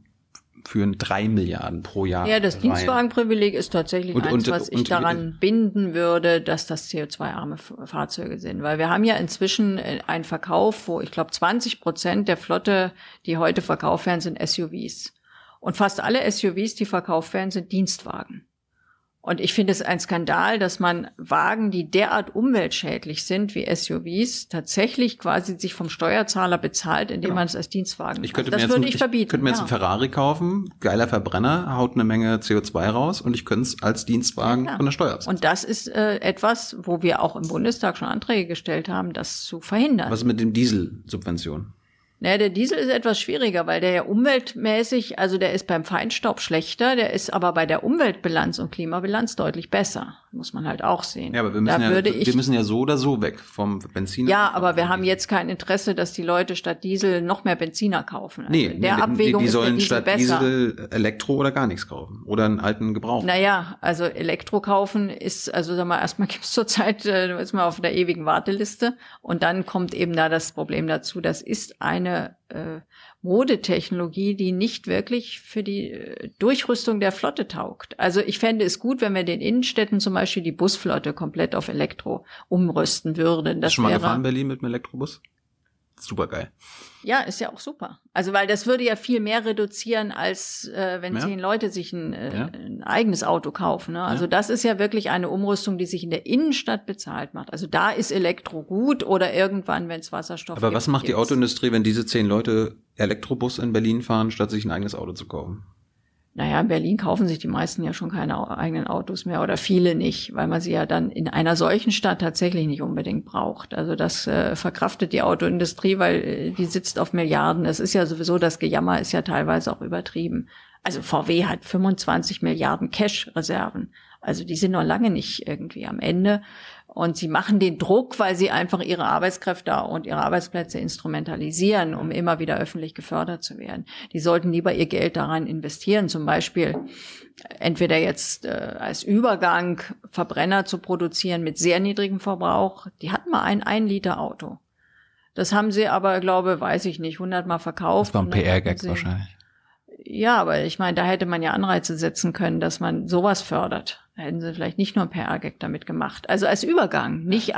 S2: führen 3 Milliarden pro Jahr
S1: Ja, das
S2: rein.
S1: Dienstwagenprivileg ist tatsächlich eins, was ich daran binden würde, dass das CO2-arme Fahrzeuge sind. Weil wir haben ja inzwischen einen Verkauf, wo ich glaube 20% der Flotte, die heute verkauft werden, sind SUVs. Und fast alle SUVs, die verkauft werden, sind Dienstwagen. Und ich finde es ein Skandal, dass man Wagen, die derart umweltschädlich sind wie SUVs, tatsächlich quasi sich vom Steuerzahler bezahlt, indem man es als Dienstwagen
S2: kauft.
S1: Das würde ich verbieten.
S2: Ich könnte mir jetzt einen Ferrari kaufen, geiler Verbrenner, haut eine Menge CO2 raus, und ich könnte es als Dienstwagen von der Steuer absetzen.
S1: Und das ist etwas, wo wir auch im Bundestag schon Anträge gestellt haben, das zu verhindern.
S2: Was ist mit den Dieselsubventionen?
S1: Naja, der Diesel ist etwas schwieriger, weil der ja umweltmäßig, also der ist beim Feinstaub schlechter, der ist aber bei der Umweltbilanz und Klimabilanz deutlich besser. Muss man halt auch sehen.
S2: Ja, aber wir müssen ja so oder so weg vom Benziner.
S1: Ja, aber wir haben jetzt kein Interesse, dass die Leute statt Diesel noch mehr Benziner kaufen. Also
S2: in der Abwägung die sollen statt Diesel Elektro oder gar nichts kaufen. Oder einen alten Gebrauch.
S1: Naja, also Elektro kaufen ist, also sag mal, erstmal gibt's zurzeit, ist man auf der ewigen Warteliste. Und dann kommt eben da das Problem dazu, das ist eine Modetechnologie, die nicht wirklich für die Durchrüstung der Flotte taugt. Also ich fände es gut, wenn wir den Innenstädten zum Beispiel die Busflotte komplett auf Elektro umrüsten würden.
S2: Hast du schon mal gefahren in Berlin mit einem Elektrobus? Super geil.
S1: Ja, ist ja auch super. Also weil das würde ja viel mehr reduzieren, als wenn 10 Leute sich ein eigenes Auto kaufen. Ne? Also das ist ja wirklich eine Umrüstung, die sich in der Innenstadt bezahlt macht. Also da ist Elektro gut, oder irgendwann, wenn es Wasserstoff gibt.
S2: Aber was macht die Autoindustrie, wenn diese 10 Leute Elektrobus in Berlin fahren, statt sich ein eigenes Auto zu kaufen?
S1: Naja, in Berlin kaufen sich die meisten ja schon keine eigenen Autos mehr, oder viele nicht, weil man sie ja dann in einer solchen Stadt tatsächlich nicht unbedingt braucht. Also das verkraftet die Autoindustrie, weil die sitzt auf Milliarden. Es ist ja sowieso, das Gejammer ist ja teilweise auch übertrieben. Also VW hat 25 Milliarden Cash-Reserven. Also die sind noch lange nicht irgendwie am Ende. Und sie machen den Druck, weil sie einfach ihre Arbeitskräfte und ihre Arbeitsplätze instrumentalisieren, um immer wieder öffentlich gefördert zu werden. Die sollten lieber ihr Geld daran investieren, zum Beispiel entweder jetzt als Übergang Verbrenner zu produzieren mit sehr niedrigem Verbrauch. Die hatten mal ein 1-Liter-Auto. Das haben sie aber, weiß ich nicht, 100-mal verkauft.
S2: Das war ein PR-Gag wahrscheinlich.
S1: Ja, aber ich meine, da hätte man ja Anreize setzen können, dass man sowas fördert. Da hätten sie vielleicht nicht nur ein PR-Gag damit gemacht. Also als Übergang, nicht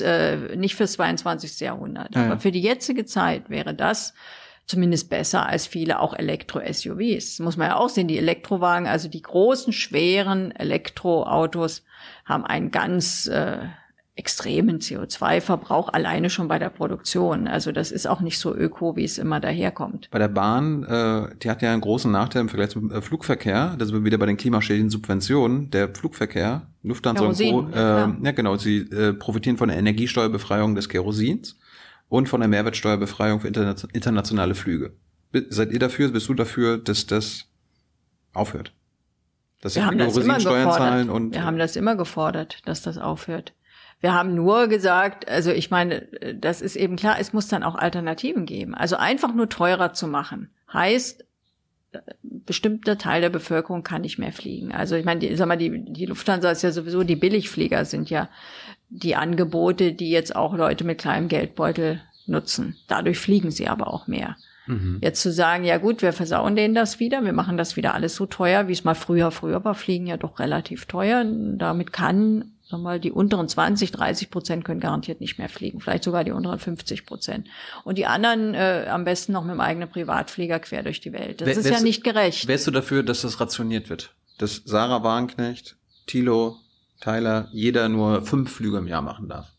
S1: fürs 22. Jahrhundert.
S2: Ja.
S1: Aber für die jetzige Zeit wäre das zumindest besser als viele auch Elektro-SUVs. Muss man ja auch sehen, die Elektrowagen, also die großen, schweren Elektroautos haben einen ganz extremen CO2-Verbrauch alleine schon bei der Produktion. Also das ist auch nicht so öko, wie es immer daherkommt.
S2: Bei der Bahn, die hat ja einen großen Nachteil im Vergleich zum Flugverkehr. Da sind wir wieder bei den klimaschädlichen Subventionen. Der Flugverkehr, Lufthansa
S1: Kerosin,
S2: und Co. Ja genau, sie profitieren von der Energiesteuerbefreiung des Kerosins und von der Mehrwertsteuerbefreiung für internationale Flüge. Seid ihr dafür, bist du dafür, dass das aufhört? Dass
S1: wir haben das immer gefordert.
S2: Und
S1: wir haben das immer gefordert, dass das aufhört. Wir haben nur gesagt, also ich meine, das ist eben klar, es muss dann auch Alternativen geben. Also einfach nur teurer zu machen, heißt, bestimmter Teil der Bevölkerung kann nicht mehr fliegen. Also ich meine, die Lufthansa ist ja sowieso, die Billigflieger sind ja die Angebote, die jetzt auch Leute mit kleinem Geldbeutel nutzen. Dadurch fliegen sie aber auch mehr. Jetzt zu sagen, ja gut, wir versauen denen das wieder, wir machen das wieder alles so teuer, wie es mal früher war, fliegen ja doch relativ teuer. Damit kann, sagen wir mal, die unteren 20-30% können garantiert nicht mehr fliegen, vielleicht sogar die unteren 50%. Und die anderen am besten noch mit dem eigenen Privatflieger quer durch die Welt. Das ist ja nicht gerecht.
S2: Wärst du dafür, dass das rationiert wird? Dass Sarah Wagenknecht, Thilo, Tyler, jeder nur 5 Flüge im Jahr machen darf?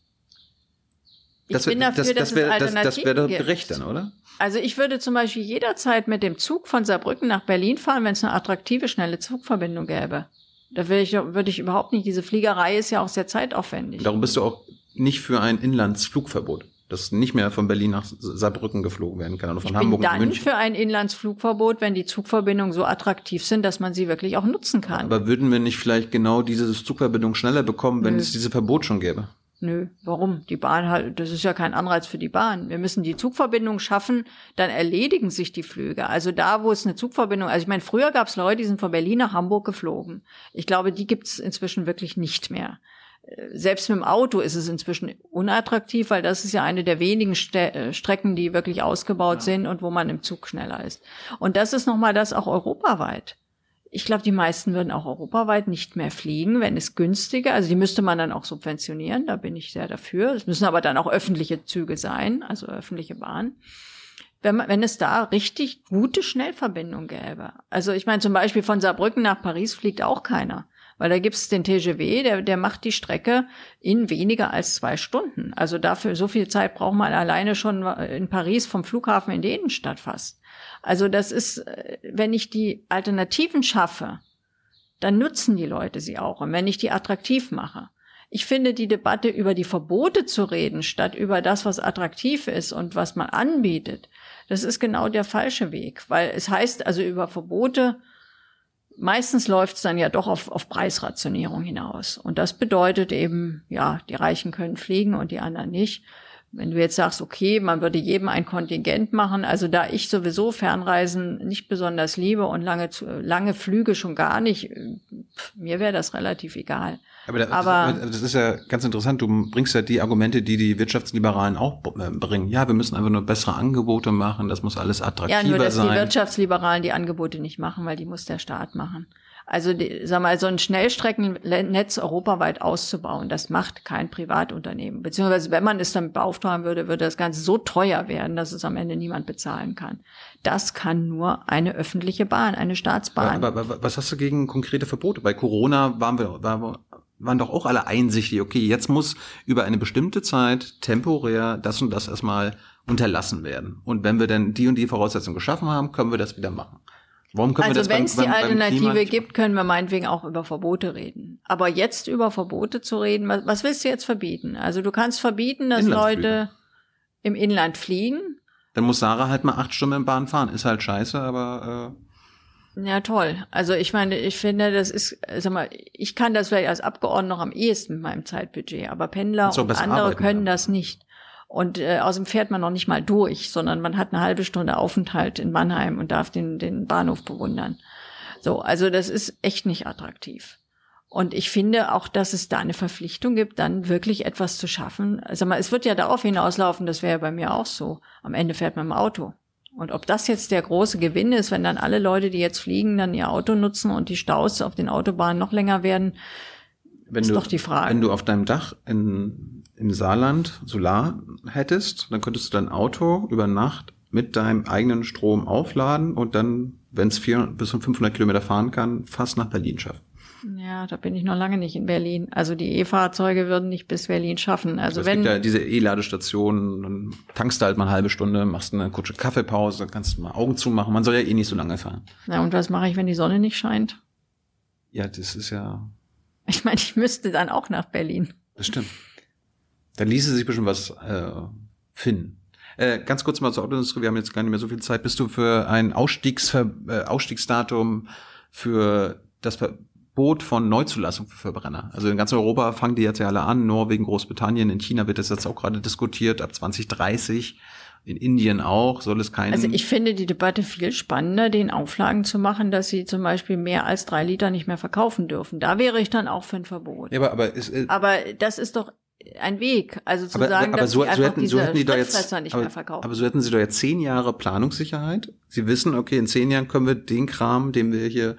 S1: Ich bin dafür, dass es Alternativen
S2: das wäre doch
S1: gibt.
S2: gerecht dann, oder?
S1: Also ich würde zum Beispiel jederzeit mit dem Zug von Saarbrücken nach Berlin fahren, wenn es eine attraktive, schnelle Zugverbindung gäbe. Da würde ich überhaupt nicht, diese Fliegerei ist ja auch sehr zeitaufwendig.
S2: Darum bist du auch nicht für ein Inlandsflugverbot, dass nicht mehr von Berlin nach Saarbrücken geflogen werden kann oder von Hamburg nach München.
S1: Ich bin dann für ein Inlandsflugverbot, wenn die Zugverbindungen so attraktiv sind, dass man sie wirklich auch nutzen kann.
S2: Aber würden wir nicht vielleicht genau diese Zugverbindung schneller bekommen, wenn es diese Verbot schon gäbe?
S1: Nö, warum? Die Bahn halt, das ist ja kein Anreiz für die Bahn. Wir müssen die Zugverbindung schaffen, dann erledigen sich die Flüge. Also da, wo es eine Zugverbindung, also ich meine, früher gab es Leute, die sind von Berlin nach Hamburg geflogen. Ich glaube, die gibt's inzwischen wirklich nicht mehr. Selbst mit dem Auto ist es inzwischen unattraktiv, weil das ist ja eine der wenigen Strecken, die wirklich ausgebaut sind und wo man im Zug schneller ist. Und das ist nochmal das auch europaweit. Ich glaube, die meisten würden auch europaweit nicht mehr fliegen, wenn es günstiger, also die müsste man dann auch subventionieren, da bin ich sehr dafür. Es müssen aber dann auch öffentliche Züge sein, also öffentliche Bahn. Wenn es da richtig gute Schnellverbindungen gäbe. Also ich meine, zum Beispiel von Saarbrücken nach Paris fliegt auch keiner, weil da gibt's den TGV, der macht die Strecke in weniger als 2 Stunden. Also dafür, so viel Zeit braucht man alleine schon in Paris vom Flughafen in die Innenstadt fast. Also das ist, wenn ich die Alternativen schaffe, dann nutzen die Leute sie auch. Und wenn ich die attraktiv mache. Ich finde, die Debatte über die Verbote zu reden, statt über das, was attraktiv ist und was man anbietet, das ist genau der falsche Weg. Weil es heißt also über Verbote, meistens läuft es dann ja doch auf Preisrationierung hinaus. Und das bedeutet eben, ja, die Reichen können fliegen und die anderen nicht. Wenn du jetzt sagst, okay, man würde jedem ein Kontingent machen, also da ich sowieso Fernreisen nicht besonders liebe und lange Flüge schon gar nicht, mir wäre das relativ egal.
S2: Aber das ist ja ganz interessant, du bringst ja die Argumente, die die Wirtschaftsliberalen auch bringen. Ja, wir müssen einfach nur bessere Angebote machen, das muss alles attraktiver sein. Ja, nur dass die
S1: Wirtschaftsliberalen die Angebote nicht machen, weil die muss der Staat machen. Also, sag mal, so ein Schnellstreckennetz europaweit auszubauen, das macht kein Privatunternehmen. Beziehungsweise, wenn man es dann beauftragen würde, würde das Ganze so teuer werden, dass es am Ende niemand bezahlen kann. Das kann nur eine öffentliche Bahn, eine Staatsbahn.
S2: Aber was hast du gegen konkrete Verbote? Bei Corona waren doch auch alle einsichtig, okay, jetzt muss über eine bestimmte Zeit temporär das und das erstmal unterlassen werden. Und wenn wir dann die und die Voraussetzungen geschaffen haben, können wir das wieder machen. Warum können wir das
S1: wenn es die Alternative gibt, können wir meinetwegen auch über Verbote reden. Aber jetzt über Verbote zu reden, was willst du jetzt verbieten? Also du kannst verbieten, dass Leute im Inland fliegen.
S2: Dann muss Sarah halt mal 8 Stunden in Bahn fahren. Ist halt scheiße, aber
S1: ja, toll. Also ich meine, ich finde, das ist, sag mal, ich kann das vielleicht als Abgeordneter noch am ehesten mit meinem Zeitbudget, aber Pendler und andere können das nicht. Und außerdem fährt man noch nicht mal durch, sondern man hat eine halbe Stunde Aufenthalt in Mannheim und darf den Bahnhof bewundern. So, also das ist echt nicht attraktiv. Und ich finde auch, dass es da eine Verpflichtung gibt, dann wirklich etwas zu schaffen. Sag mal, es wird ja darauf hinauslaufen, das wäre ja bei mir auch so. Am Ende fährt man im Auto. Und ob das jetzt der große Gewinn ist, wenn dann alle Leute, die jetzt fliegen, dann ihr Auto nutzen und die Staus auf den Autobahnen noch länger werden, ist doch die Frage.
S2: Wenn du auf deinem Dach im Saarland Solar hättest, dann könntest du dein Auto über Nacht mit deinem eigenen Strom aufladen und dann, wenn es 400 bis 500 Kilometer fahren kann, fast nach Berlin schaffen.
S1: Ja, da bin ich noch lange nicht in Berlin. Also die E-Fahrzeuge würden nicht bis Berlin schaffen. Also
S2: es gibt ja diese E-Ladestationen, dann tankst du halt mal eine halbe Stunde, machst eine kurze Kaffeepause, dann kannst du mal Augen zumachen. Man soll ja eh nicht so lange fahren.
S1: Na, und was mache ich, wenn die Sonne nicht scheint?
S2: Ja, das ist ja...
S1: Ich meine, ich müsste dann auch nach Berlin.
S2: Das stimmt. Dann ließe sich bestimmt was finden. Ganz kurz mal zur Autoindustrie, wir haben jetzt gar nicht mehr so viel Zeit. Bist du für ein Ausstiegsdatum für das Verbot von Neuzulassung für Verbrenner? Also in ganz Europa fangen die jetzt ja alle an, Norwegen, Großbritannien, in China wird das jetzt auch gerade diskutiert, ab 2030, in Indien auch, soll es keinen...
S1: Also ich finde die Debatte viel spannender, den Auflagen zu machen, dass sie zum Beispiel mehr als 3 Liter nicht mehr verkaufen dürfen. Da wäre ich dann auch für ein Verbot.
S2: Ja, aber
S1: das ist doch ein Weg, also zu sagen, dass sie einfach diese Spritfresser nicht mehr verkaufen.
S2: Aber so hätten sie doch jetzt 10 Jahre Planungssicherheit. Sie wissen, okay, in 10 Jahren können wir den Kram, den wir hier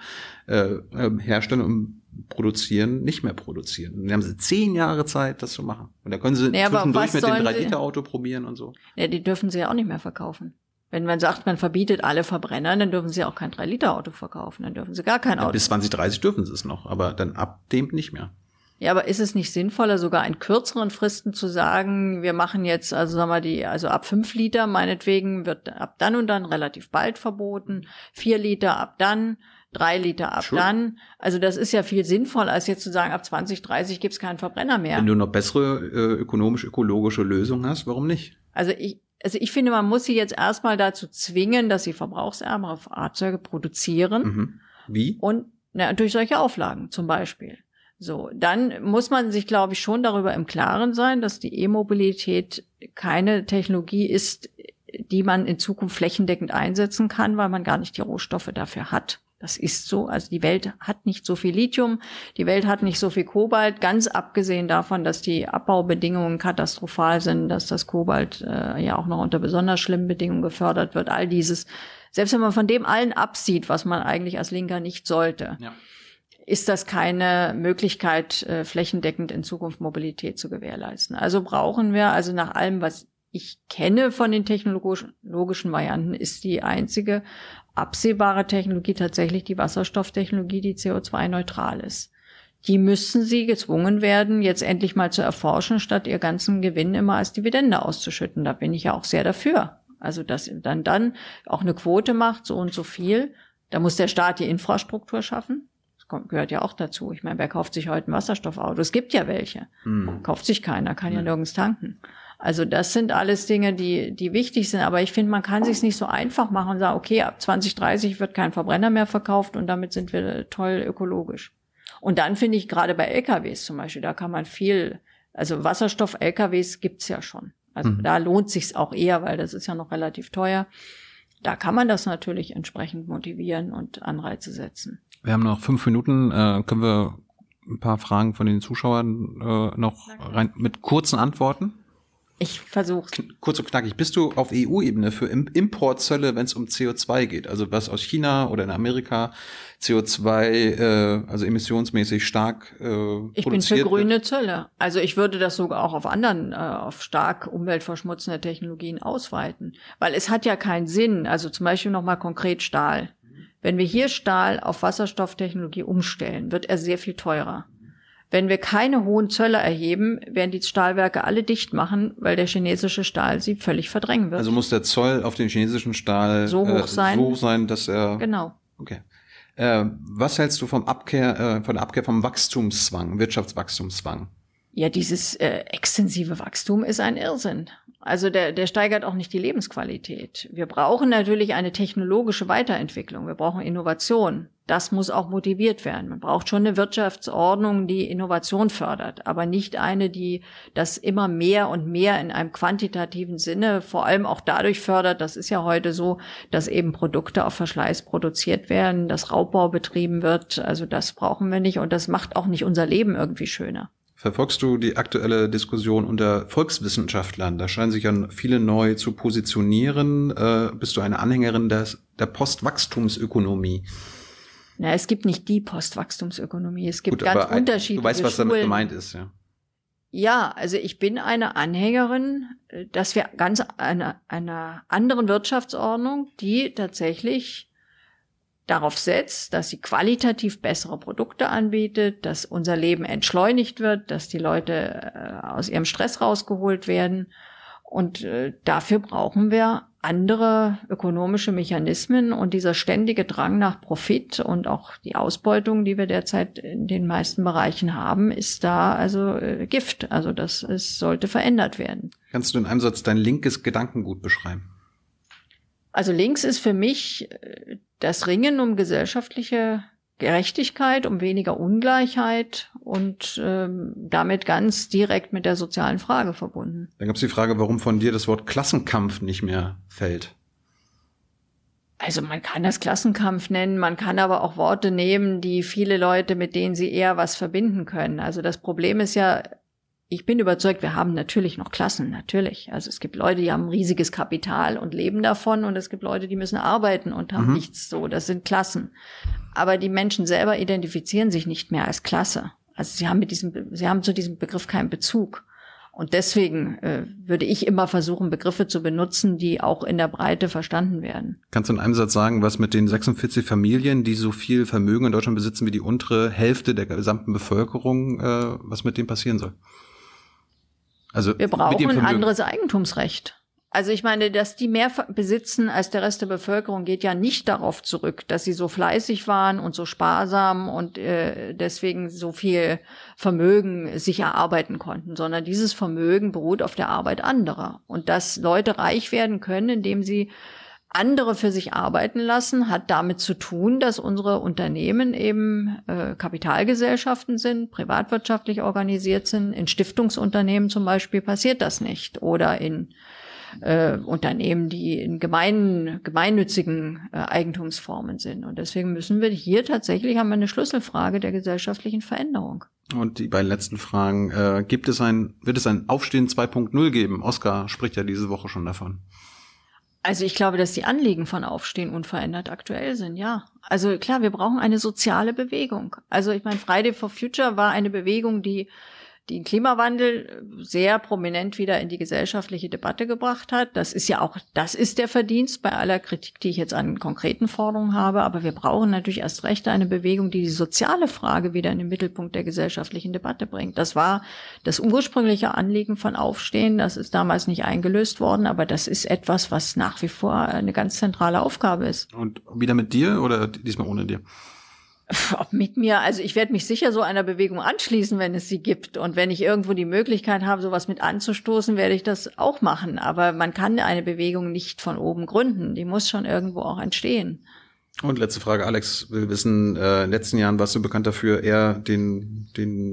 S2: herstellen und produzieren, nicht mehr produzieren. Und dann haben sie 10 Jahre Zeit, das zu machen. Und da können sie zwischendurch mit dem 3-Liter-Auto probieren und so.
S1: Ja, die dürfen sie ja auch nicht mehr verkaufen. Wenn man sagt, man verbietet alle Verbrenner, dann dürfen sie auch kein 3-Liter-Auto verkaufen. Dann dürfen sie gar kein Auto.
S2: Bis 2030 dürfen sie es noch, aber dann ab dem nicht mehr.
S1: Ja, aber ist es nicht sinnvoller, sogar in kürzeren Fristen zu sagen, wir machen jetzt, also sagen wir also ab 5 Liter meinetwegen wird ab dann und dann relativ bald verboten, 4 Liter ab dann, 3 Liter ab dann. Also das ist ja viel sinnvoller, als jetzt zu sagen, ab 2030 gibt's keinen Verbrenner mehr.
S2: Wenn du noch bessere ökonomisch-ökologische Lösungen hast, warum nicht?
S1: Also ich finde, man muss sie jetzt erstmal dazu zwingen, dass sie verbrauchsärmere Fahrzeuge produzieren.
S2: Mhm. Wie?
S1: Und durch solche Auflagen zum Beispiel. So, dann muss man sich, glaube ich, schon darüber im Klaren sein, dass die E-Mobilität keine Technologie ist, die man in Zukunft flächendeckend einsetzen kann, weil man gar nicht die Rohstoffe dafür hat. Das ist so. Also die Welt hat nicht so viel Lithium, die Welt hat nicht so viel Kobalt, ganz abgesehen davon, dass die Abbaubedingungen katastrophal sind, dass das Kobalt ja auch noch unter besonders schlimmen Bedingungen gefördert wird. All dieses, selbst wenn man von dem allen absieht, was man eigentlich als Linker nicht sollte, ja, ist das keine Möglichkeit, flächendeckend in Zukunft Mobilität zu gewährleisten. Also brauchen wir, also nach allem, was ich kenne von den technologischen Varianten, ist die einzige absehbare Technologie tatsächlich die Wasserstofftechnologie, die CO2-neutral ist. Die müssen sie gezwungen werden, jetzt endlich mal zu erforschen, statt ihr ganzen Gewinn immer als Dividende auszuschütten. Da bin ich ja auch sehr dafür. Also, dass dann auch eine Quote macht, so und so viel. Da muss der Staat die Infrastruktur schaffen. Gehört ja auch dazu. Ich meine, wer kauft sich heute ein Wasserstoffauto? Es gibt ja welche. Kauft sich keiner, kann ja nirgends tanken. Also das sind alles Dinge, die wichtig sind. Aber ich finde, man kann sich's nicht so einfach machen und sagen, okay, ab 2030 wird kein Verbrenner mehr verkauft und damit sind wir toll ökologisch. Und dann finde ich, gerade bei LKWs zum Beispiel, da kann man viel, also Wasserstoff-LKWs gibt's ja schon. Also da lohnt sich's auch eher, weil das ist ja noch relativ teuer. Da kann man das natürlich entsprechend motivieren und Anreize setzen.
S2: Wir haben noch 5 Minuten. Können wir ein paar Fragen von den Zuschauern noch rein mit kurzen Antworten?
S1: Ich versuch's.
S2: Kurz und knackig. Bist du auf EU-Ebene für Importzölle, wenn es um CO2 geht? Also was aus China oder in Amerika CO2, also emissionsmäßig stark produziert
S1: Ich bin für grüne
S2: wird?
S1: Zölle. Also ich würde das sogar auch auf anderen, auf stark umweltverschmutzende Technologien ausweiten. Weil es hat ja keinen Sinn. Also zum Beispiel nochmal konkret Stahl. Wenn wir hier Stahl auf Wasserstofftechnologie umstellen, wird er sehr viel teurer. Wenn wir keine hohen Zölle erheben, werden die Stahlwerke alle dicht machen, weil der chinesische Stahl sie völlig verdrängen wird.
S2: Also muss der Zoll auf den chinesischen Stahl
S1: so hoch sein,
S2: dass er...
S1: Genau.
S2: Okay. Was hältst du von der Abkehr vom Wachstumszwang, Wirtschaftswachstumszwang?
S1: Ja, dieses extensive Wachstum ist ein Irrsinn. Also der steigert auch nicht die Lebensqualität. Wir brauchen natürlich eine technologische Weiterentwicklung. Wir brauchen Innovation. Das muss auch motiviert werden. Man braucht schon eine Wirtschaftsordnung, die Innovation fördert, aber nicht eine, die das immer mehr und mehr in einem quantitativen Sinne vor allem auch dadurch fördert. Das ist ja heute so, dass eben Produkte auf Verschleiß produziert werden, dass Raubbau betrieben wird. Also das brauchen wir nicht und das macht auch nicht unser Leben irgendwie schöner.
S2: Verfolgst du die aktuelle Diskussion unter Volkswissenschaftlern? Da scheinen sich ja viele neu zu positionieren. Bist du eine Anhängerin der Postwachstumsökonomie?
S1: Na, es gibt nicht die Postwachstumsökonomie. Es gibt ganz unterschiedliche
S2: Du weißt, was
S1: Schulen.
S2: Damit gemeint ist, ja.
S1: Ja, also ich bin eine Anhängerin, dass wir einer anderen Wirtschaftsordnung, die tatsächlich darauf setzt, dass sie qualitativ bessere Produkte anbietet, dass unser Leben entschleunigt wird, dass die Leute aus ihrem Stress rausgeholt werden. Und dafür brauchen wir andere ökonomische Mechanismen, und dieser ständige Drang nach Profit und auch die Ausbeutung, die wir derzeit in den meisten Bereichen haben, ist da also Gift. Also sollte verändert werden.
S2: Kannst du in einem Satz dein linkes Gedankengut beschreiben?
S1: Also links ist für mich das Ringen um gesellschaftliche Gerechtigkeit, um weniger Ungleichheit und damit ganz direkt mit der sozialen Frage verbunden.
S2: Dann gab es die Frage, warum von dir das Wort Klassenkampf nicht mehr fällt.
S1: Also man kann das Klassenkampf nennen, man kann aber auch Worte nehmen, die viele Leute, mit denen sie eher was verbinden können. Also das Problem ist ja, ich bin überzeugt, wir haben natürlich noch Klassen, natürlich. Also es gibt Leute, die haben riesiges Kapital und leben davon, und es gibt Leute, die müssen arbeiten und haben nichts so. Das sind Klassen. Aber die Menschen selber identifizieren sich nicht mehr als Klasse. Also sie haben zu diesem Begriff keinen Bezug. Und deswegen würde ich immer versuchen, Begriffe zu benutzen, die auch in der Breite verstanden werden.
S2: Kannst du in einem Satz sagen, was mit den 46 Familien, die so viel Vermögen in Deutschland besitzen wie die untere Hälfte der gesamten Bevölkerung, was mit denen passieren soll? Also
S1: wir brauchen ein anderes Eigentumsrecht. Also ich meine, dass die mehr besitzen als der Rest der Bevölkerung, geht ja nicht darauf zurück, dass sie so fleißig waren und so sparsam und deswegen so viel Vermögen sich erarbeiten konnten, sondern dieses Vermögen beruht auf der Arbeit anderer. Und dass Leute reich werden können, indem sie andere für sich arbeiten lassen, hat damit zu tun, dass unsere Unternehmen eben Kapitalgesellschaften sind, privatwirtschaftlich organisiert sind. In Stiftungsunternehmen zum Beispiel passiert das nicht. Oder in Unternehmen, die in gemeinnützigen Eigentumsformen sind. Und deswegen müssen wir hier tatsächlich, haben wir eine Schlüsselfrage der gesellschaftlichen Veränderung.
S2: Und die beiden letzten Fragen. Wird es ein Aufstehen 2.0 geben? Oskar spricht ja diese Woche schon davon.
S1: Also ich glaube, dass die Anliegen von Aufstehen unverändert aktuell sind, ja. Also klar, wir brauchen eine soziale Bewegung. Also ich meine, Friday for Future war eine Bewegung, die den Klimawandel sehr prominent wieder in die gesellschaftliche Debatte gebracht hat. Das ist der Verdienst bei aller Kritik, die ich jetzt an konkreten Forderungen habe. Aber wir brauchen natürlich erst recht eine Bewegung, die soziale Frage wieder in den Mittelpunkt der gesellschaftlichen Debatte bringt. Das war das ursprüngliche Anliegen von Aufstehen. Das ist damals nicht eingelöst worden, aber das ist etwas, was nach wie vor eine ganz zentrale Aufgabe ist.
S2: Und wieder mit dir oder diesmal ohne dir?
S1: Ob mit mir, also ich werde mich sicher so einer Bewegung anschließen, wenn es sie gibt. Und wenn ich irgendwo die Möglichkeit habe, sowas mit anzustoßen, werde ich das auch machen. Aber man kann eine Bewegung nicht von oben gründen. Die muss schon irgendwo auch entstehen.
S2: Und letzte Frage, Alex will wissen, in den letzten Jahren warst du bekannt dafür, eher den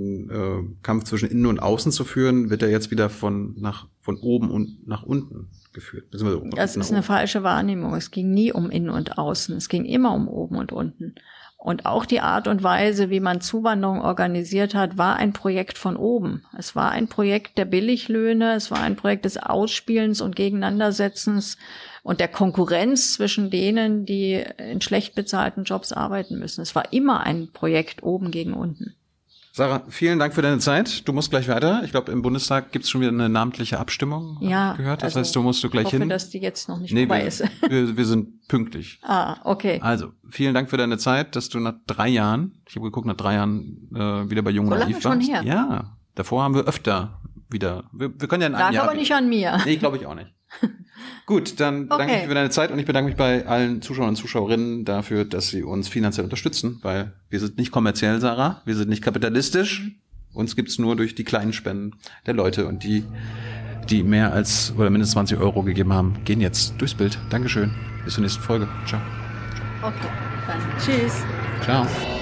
S2: Kampf zwischen Innen und Außen zu führen. Wird er jetzt wieder von oben und nach unten geführt?
S1: Das ist eine falsche Wahrnehmung. Es ging nie um Innen und Außen. Es ging immer um oben und unten. Und auch die Art und Weise, wie man Zuwanderung organisiert hat, war ein Projekt von oben. Es war ein Projekt der Billiglöhne, es war ein Projekt des Ausspielens und Gegeneinandersetzens und der Konkurrenz zwischen denen, die in schlecht bezahlten Jobs arbeiten müssen. Es war immer ein Projekt oben gegen unten.
S2: Sarah, vielen Dank für deine Zeit. Du musst gleich weiter. Ich glaube, im Bundestag gibt es schon wieder eine namentliche Abstimmung.
S1: Ja,
S2: gehört. Das heißt, du musst gleich hin.
S1: Ich hoffe, dass die jetzt noch nicht vorbei ist.
S2: Wir sind pünktlich.
S1: Okay.
S2: Also, vielen Dank für deine Zeit, dass du nach 3 Jahren, ich habe geguckt, wieder bei Jung und Naiv warst.
S1: So lange schon her.
S2: Ja, davor haben wir öfter wieder. Wir können ja in einem Jahr.
S1: Lag aber nicht an mir.
S2: Nee, glaube ich auch nicht. Gut, dann danke ich für deine Zeit und ich bedanke mich bei allen Zuschauern und Zuschauerinnen dafür, dass sie uns finanziell unterstützen, weil wir sind nicht kommerziell, Sarah, wir sind nicht kapitalistisch. Uns gibt's nur durch die kleinen Spenden der Leute und die mehr als oder mindestens 20 Euro gegeben haben, gehen jetzt durchs Bild. Dankeschön. Bis zur nächsten Folge. Ciao.
S1: Okay, dann tschüss.
S2: Ciao.